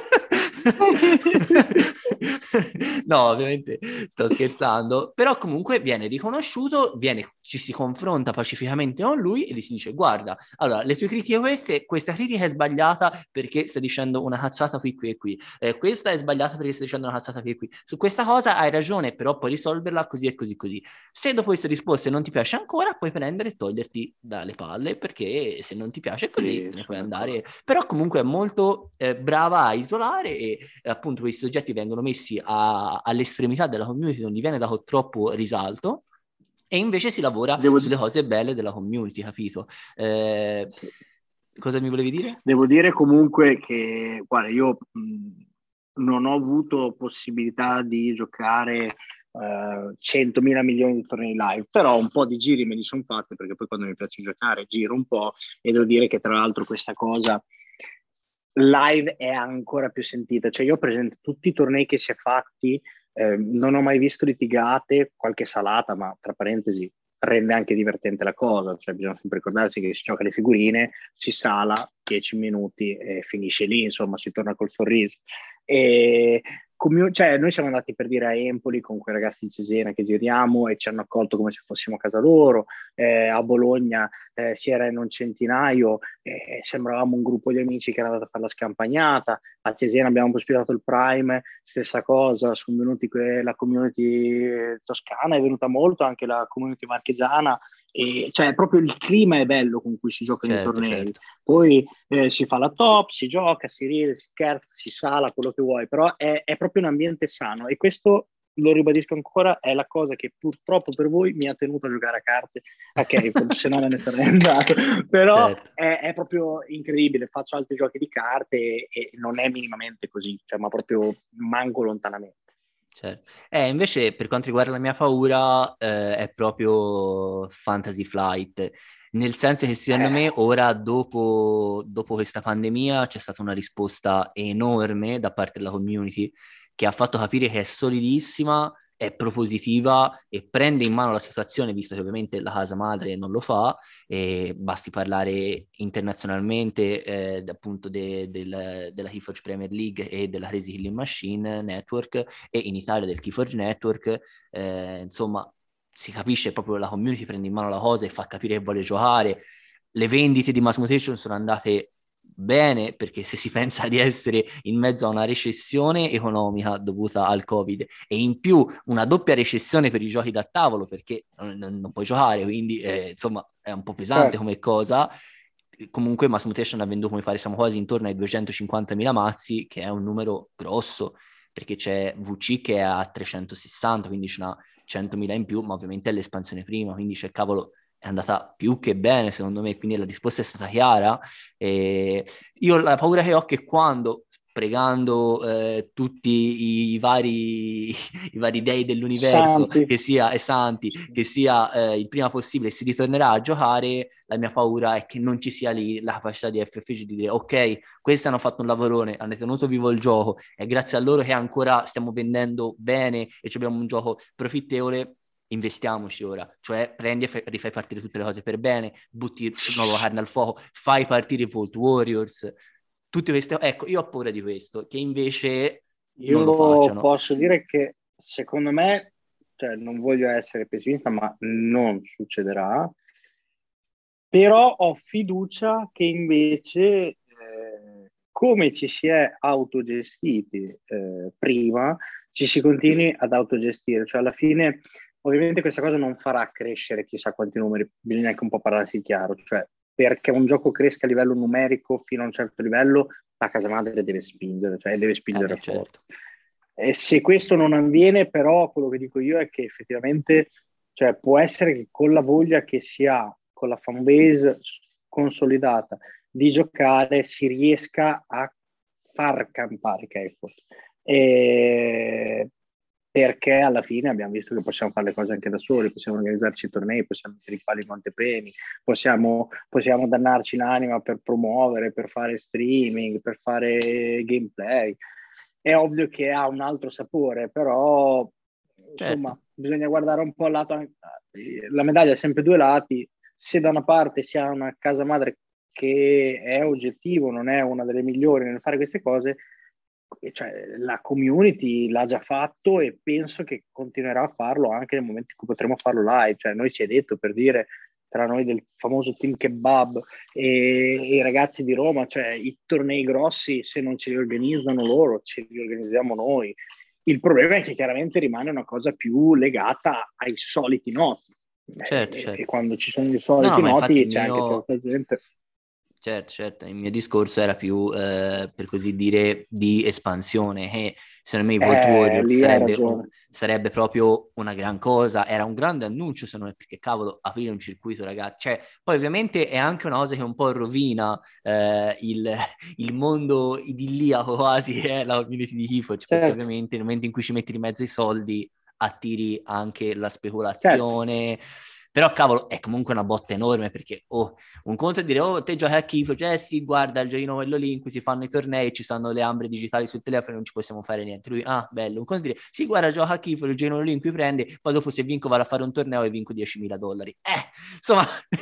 No, ovviamente sto scherzando, però comunque viene riconosciuto, ci si confronta pacificamente con lui e gli si dice guarda, allora le tue critiche questa critica è sbagliata perché stai dicendo una cazzata qui, qui e qui, questa è sbagliata perché stai dicendo una cazzata qui e qui, su questa cosa hai ragione, però puoi risolverla così e così così. Se dopo queste risposte non ti piace ancora, puoi prendere e toglierti dalle palle, perché se non ti piace così Sì, te ne puoi sono andare. d'accordo. Però comunque è molto brava a isolare e appunto questi soggetti vengono messi all'estremità della community, non gli viene dato troppo risalto. E invece si lavora Devo, sulle cose belle della community, capito? Cosa mi volevi dire? Devo dire comunque che, guarda, io non ho avuto possibilità di giocare 100.000 milioni di tornei live, però un po' di giri me li sono fatti perché poi quando mi piace giocare giro un po' e devo dire che tra l'altro questa cosa live è ancora più sentita. Cioè io presento tutti i tornei che si è fatti, non ho mai visto litigate, qualche salata, ma tra parentesi rende anche divertente la cosa, cioè bisogna sempre ricordarsi che si gioca le figurine, si sala 10 minuti e finisce lì, insomma si torna col sorriso. E cioè, noi siamo andati per dire a Empoli con quei ragazzi di Cesena che giriamo e ci hanno accolto come se fossimo a casa loro. A Bologna si era in un centinaio, sembravamo un gruppo di amici che era andato a fare la scampagnata. A Cesena abbiamo ospitato il Prime, stessa cosa, sono venuti la community toscana, è venuta molto, anche la community marchigiana, e cioè proprio il clima è bello con cui si giocano i Certo, tornei. certo. Poi si fa la top, si gioca, si ride, si scherza, si sala, quello che vuoi, però è proprio un ambiente sano, e questo, lo ribadisco ancora, è la cosa che purtroppo per voi mi ha tenuto a giocare a carte a Keyforge, se no me ne sarei andato. Però Certo. è proprio incredibile, faccio altri giochi di carte e non è minimamente così, cioè, ma proprio manco lontanamente. Certo. Invece per quanto riguarda la mia paura è proprio Fantasy Flight, nel senso che secondo me ora dopo questa pandemia c'è stata una risposta enorme da parte della community che ha fatto capire che è solidissima, è propositiva e prende in mano la situazione, visto che ovviamente la casa madre non lo fa, e basti parlare internazionalmente appunto della Keyforge Premier League e della Crazy Killing Machine Network, e in Italia del Keyforge Network, insomma, si capisce proprio, la community prende in mano la cosa e fa capire che vuole giocare. Le vendite di Mass Mutation sono andate bene, perché se si pensa di essere in mezzo a una recessione economica dovuta al Covid e in più una doppia recessione per i giochi da tavolo, perché non puoi giocare, quindi insomma è un po' pesante Certo. come cosa. Comunque Mass Mutation ha venduto, mi pare siamo quasi intorno ai 250.000 mazzi, che è un numero grosso, perché c'è VC che è a 360, quindi ce n'ha 100.000 in più, ma ovviamente è l'espansione prima, quindi c'è, cavolo, è andata più che bene secondo me, quindi la risposta è stata chiara. E io la paura che ho è che quando, pregando tutti i vari dei dell'universo, Santi. che sia e santi, che sia il prima possibile, si ritornerà a giocare, la mia paura è che non ci sia lì la capacità di FFG di dire ok, questi hanno fatto un lavorone, hanno tenuto vivo il gioco, è grazie a loro che ancora stiamo vendendo bene e abbiamo un gioco profittevole. Investiamoci ora, cioè prendi e rifai partire tutte le cose per bene, butti nuova carne al fuoco, fai partire i Vault Warriors, tutte queste. Ecco, io ho paura di questo, che invece non lo Io facciano. posso dire che secondo me, cioè, non voglio essere pessimista, ma non succederà, però ho fiducia che invece, come ci si è autogestiti prima, ci si continui ad autogestire. Cioè, alla fine, ovviamente questa cosa non farà crescere chissà quanti numeri, bisogna anche un po' parlarsi chiaro, cioè perché un gioco cresca a livello numerico fino a un certo livello, la casa madre deve spingere, cioè deve spingere Beh, forte. certo. E se questo non avviene, però, quello che dico io è che effettivamente, cioè, può essere che con la voglia che si ha, con la fanbase consolidata di giocare, si riesca a far campare Keyforge. Perché alla fine abbiamo visto che possiamo fare le cose anche da soli, possiamo organizzarci tornei, possiamo mettere i pali in montepremi, possiamo dannarci l'anima per promuovere, per fare streaming, per fare gameplay. È ovvio che ha un altro sapore, però insomma Certo. bisogna guardare un po' al lato, la medaglia ha sempre due lati. Se da una parte si ha una casa madre che è oggettivo, non è una delle migliori nel fare queste cose, cioè, la community l'ha già fatto e penso che continuerà a farlo anche nel momento in cui potremo farlo live. Cioè, noi si è detto, per dire, tra noi del famoso team Kebab e i ragazzi di Roma, cioè i tornei grossi, se non ce li organizzano loro, ce li organizziamo noi. Il problema è che chiaramente rimane una cosa più legata ai soliti noti. Certo, E certo. quando ci sono i No, no, soliti ma infatti noti il c'è anche mio. certa gente. Certo, certo, il mio discorso era più, per così dire, di espansione, e secondo me i Vault Warriors Lì hai ragione. sarebbe proprio una gran cosa, era un grande annuncio, secondo me, perché cavolo, aprire un circuito, ragazzi, cioè, poi ovviamente è anche una cosa che un po' rovina il mondo idilliaco quasi, che è la community di Keyforge, perché Certo, ovviamente nel momento in cui ci metti di mezzo i soldi, attiri anche la certo. speculazione. Però cavolo, è comunque una botta enorme, perché un conto è dire, oh, te giochi a Keyforge, cioè sì, guarda il giochino quello lì in cui si fanno i tornei, ci sono le ambre digitali sul telefono, non ci possiamo fare niente. Lui, ah, bello. Un conto è dire, sì, guarda, gioca a Keyforge, il giochino lì in cui prende, poi dopo se vinco vado a fare un torneo e vinco $10.000. Insomma,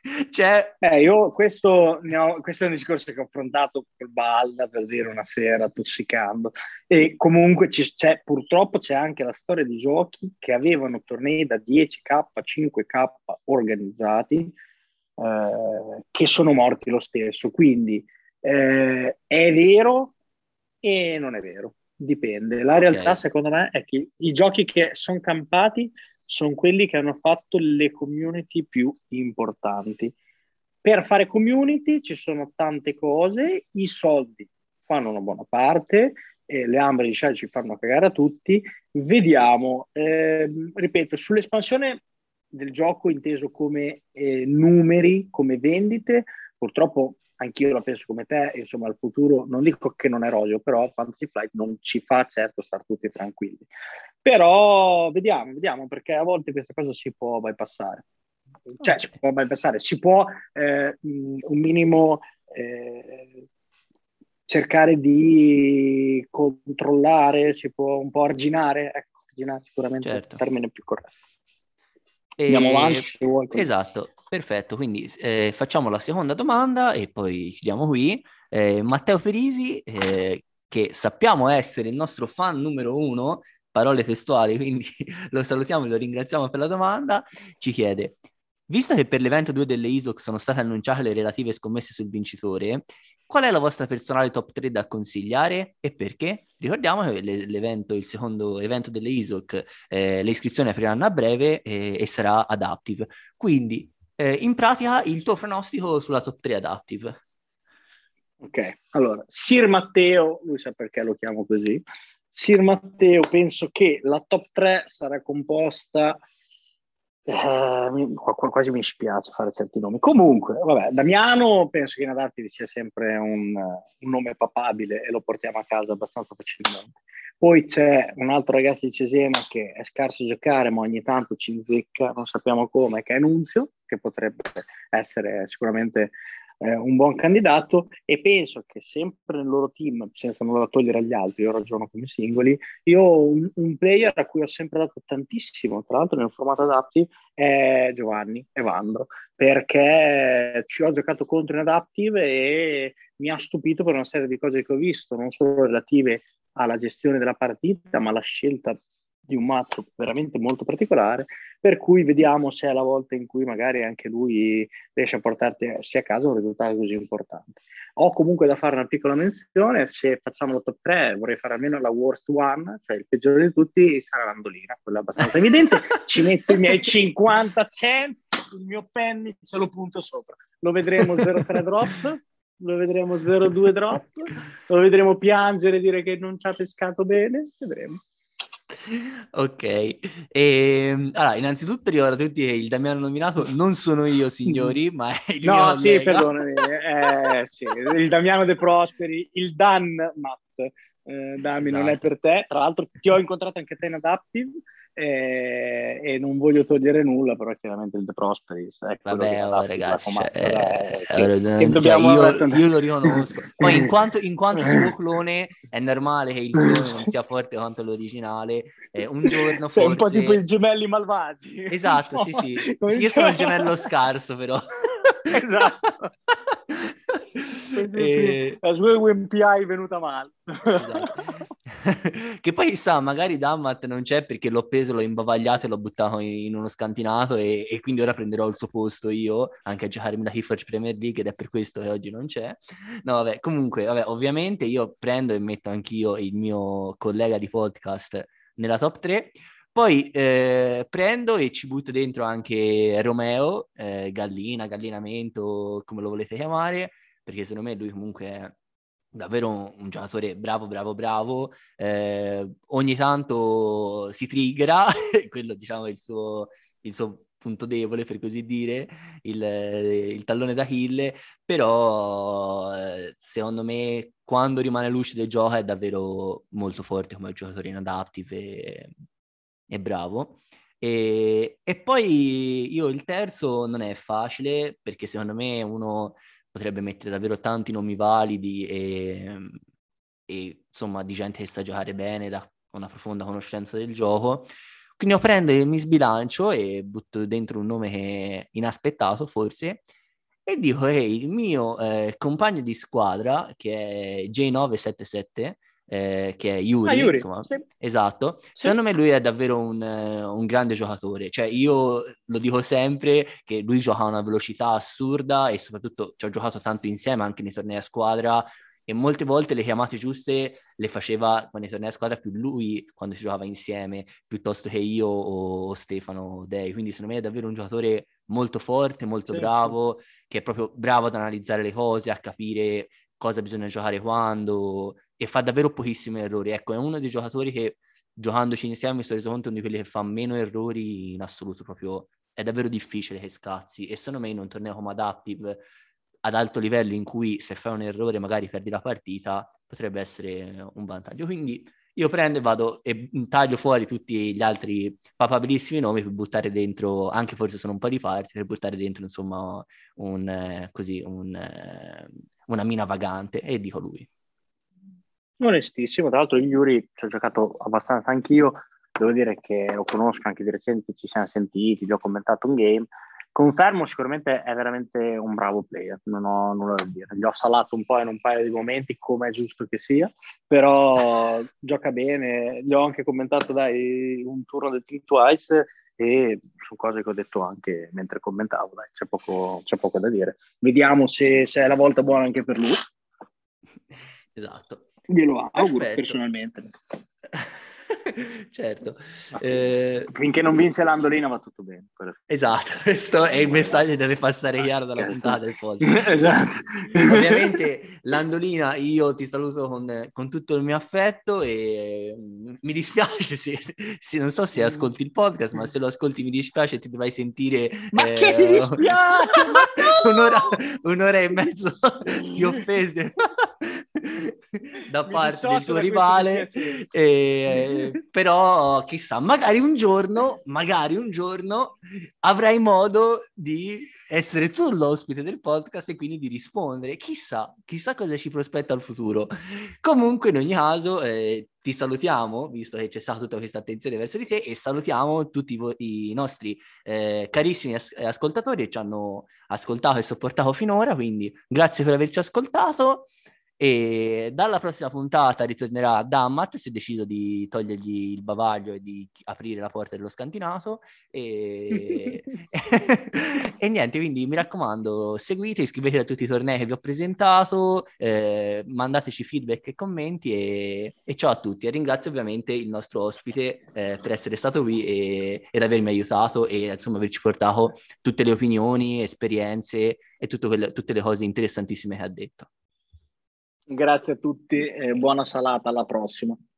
Io questo è un discorso che ho affrontato col Balda, per dire, una sera, tossicando. E comunque purtroppo c'è anche la storia di giochi che avevano tornei da 10K, 5K organizzati, che sono morti lo stesso. Quindi è vero e non è vero, dipende. La realtà, secondo me, è che i giochi che sono campati sono quelli che hanno fatto le community più importanti. Per fare community ci sono tante cose, i soldi fanno una buona parte, le ambre di Shell ci fanno cagare a tutti. Vediamo, ripeto, sull'espansione del gioco inteso come numeri, come vendite, purtroppo anch'io la penso come te, insomma il futuro non dico che non è roseo, però Fantasy Flight non ci fa certo stare tutti tranquilli. Però vediamo, perché a volte questa cosa si può bypassare. Cioè, si può bypassare, si può un minimo cercare di controllare, si può un po' arginare, ecco, arginare sicuramente è il termine più corretto. Andiamo avanti se vuoi. Esatto, perfetto, quindi facciamo la seconda domanda e poi chiudiamo qui. Matteo Perisi, che sappiamo essere il nostro fan numero 1, parole testuali, quindi lo salutiamo e lo ringraziamo per la domanda, ci chiede: visto che per l'evento 2 delle ISOC sono state annunciate le relative scommesse sul vincitore, qual è la vostra personale top 3 da consigliare e perché? Ricordiamo che il secondo evento delle ISOC, le iscrizioni apriranno a breve e sarà adaptive. Quindi, in pratica, il tuo pronostico sulla top 3 adaptive. Ok, allora, Sir Matteo, lui sa perché lo chiamo così. Sir Matteo, penso che la top 3 sarà composta... quasi mi spiace fare certi nomi. Comunque, vabbè, Damiano penso che in Adaptive sia sempre un nome papabile e lo portiamo a casa abbastanza facilmente. Poi c'è un altro ragazzo di Cesena che è scarso a giocare, ma ogni tanto ci inzecca, non sappiamo come, che è Nunzio, che potrebbe essere sicuramente un buon candidato, e penso che sempre nel loro team, senza nulla togliere agli altri, io ragiono come singoli, io ho un player a cui ho sempre dato tantissimo, tra l'altro nel formato adaptive, è Giovanni Evandro, perché ci ho giocato contro in adaptive e mi ha stupito per una serie di cose che ho visto, non solo relative alla gestione della partita, ma alla scelta di un mazzo veramente molto particolare, per cui vediamo se è la volta in cui magari anche lui riesce a portarsi a casa un risultato così importante. Ho comunque da fare una piccola menzione: se facciamo la top 3 vorrei fare almeno la worst one, cioè il peggiore di tutti sarà l'Andolina, quello è abbastanza evidente. Ci metto i miei 50 cent, il mio penny ce lo punto sopra. Lo vedremo 0-3 drop, lo vedremo 0-2 drop, lo vedremo piangere e dire che non ci ha pescato bene, vedremo. Ok, allora innanzitutto ricordo a tutti che il Damiano nominato non sono io, signori, ma è il mio collega. Sì, perdonami, sì, il Damiano De Prosperi, il Dan Matt. Dami, esatto. Non è per te. Tra l'altro ti ho incontrato anche te in Adaptive e non voglio togliere nulla, però chiaramente il De Prosperis è quello che ragazzi, io lo riconosco. Poi in quanto suo clone è normale che il clone non sia forte quanto l'originale. Un giorno forse... un po' tipo i gemelli malvagi. Esatto, no? Sì. Io sono il gemello scarso, però. Esatto. La sua UMPI è venuta male. Esatto. Che poi chissà, magari Dammat non c'è perché l'ho preso, l'ho imbavagliato e l'ho buttato in uno scantinato e quindi ora prenderò il suo posto io anche a giocarmi la Hifage Premier League, ed è per questo che oggi non c'è. No, vabbè, comunque, ovviamente io prendo e metto anch'io il mio collega di podcast nella top 3. Poi prendo e ci butto dentro anche Romeo, Gallina, Gallinamento, come lo volete chiamare, perché secondo me lui comunque è davvero un giocatore bravo, ogni tanto si triggera, quello diciamo è il suo punto debole, per così dire, il tallone d'Achille, però secondo me quando rimane lucido e gioca è davvero molto forte come giocatore in adaptive e bravo. E poi io il terzo non è facile, perché secondo me uno potrebbe mettere davvero tanti nomi validi e insomma di gente che sa giocare bene, da una profonda conoscenza del gioco. Quindi io prendo e mi sbilancio e butto dentro un nome che inaspettato forse e dico, ehi, il mio compagno di squadra che è J977, che è Ah, Yuri, Yuri, insomma, sì, esatto, sì, secondo me lui è davvero un grande giocatore, cioè io lo dico sempre che lui gioca a una velocità assurda e soprattutto ci ho giocato tanto insieme anche nei tornei a squadra e molte volte le chiamate giuste le faceva nei tornei a squadra più lui quando si giocava insieme piuttosto che io o Stefano Dei, quindi secondo me è davvero un giocatore molto forte, molto sì, sì. bravo, che è proprio bravo ad analizzare le cose, a capire cosa bisogna giocare quando e fa davvero pochissimi errori. Ecco, è uno dei giocatori che giocandoci insieme mi sono reso conto di quelli che fa meno errori in assoluto, proprio è davvero difficile che scazzi e secondo me in un torneo come Adaptive ad alto livello in cui se fai un errore magari perdi la partita potrebbe essere un vantaggio. Quindi io prendo e vado e taglio fuori tutti gli altri papabilissimi nomi per buttare dentro, anche forse sono un po' di parti, per buttare dentro insomma una mina vagante e dico lui. Onestissimo, tra l'altro il Yuri ci ho giocato abbastanza anch'io, devo dire che lo conosco anche di recente, ci siamo sentiti, gli ho commentato un game, confermo sicuramente è veramente un bravo player, non ho nulla da dire, gli ho salato un po' in un paio di momenti come è giusto che sia, però gioca bene, gli ho anche commentato dai un turno del Team Twice e su cose che ho detto anche mentre commentavo, dai, c'è poco da dire. Vediamo se è la volta buona anche per lui. Esatto. Glielo auguro Perfetto. personalmente. Certo. Ma sì, finché non vince l'Andolina va tutto bene. Esatto, questo è il messaggio che deve passare chiaro dalla puntata del podcast. Esatto. Ovviamente, Landolina, io ti saluto con tutto il mio affetto e mi dispiace non so se ascolti il podcast, ma se lo ascolti mi dispiace, ti dovrai sentire Ma che ti dispiace? Ma un'ora, no! un'ora e mezzo di offese da Mi parte del dissocio tuo da questo rivale, dispiacere. però chissà, magari un giorno avrai modo di essere tu l'ospite del podcast e quindi di rispondere. Chissà cosa ci prospetta al futuro. Comunque, in ogni caso, ti salutiamo, visto che c'è stata tutta questa attenzione verso di te, e salutiamo tutti i nostri carissimi ascoltatori che ci hanno ascoltato e sopportato finora, quindi grazie per averci ascoltato. E dalla prossima puntata ritornerà Dammat se decido di togliergli il bavaglio e di aprire la porta dello scantinato e... e niente, quindi mi raccomando, seguite, iscrivetevi a tutti i tornei che vi ho presentato, mandateci feedback e commenti e ciao a tutti e ringrazio ovviamente il nostro ospite per essere stato qui ed avermi aiutato e insomma averci portato tutte le opinioni, esperienze e tutte le cose interessantissime che ha detto. Grazie a tutti e buona salata, alla prossima.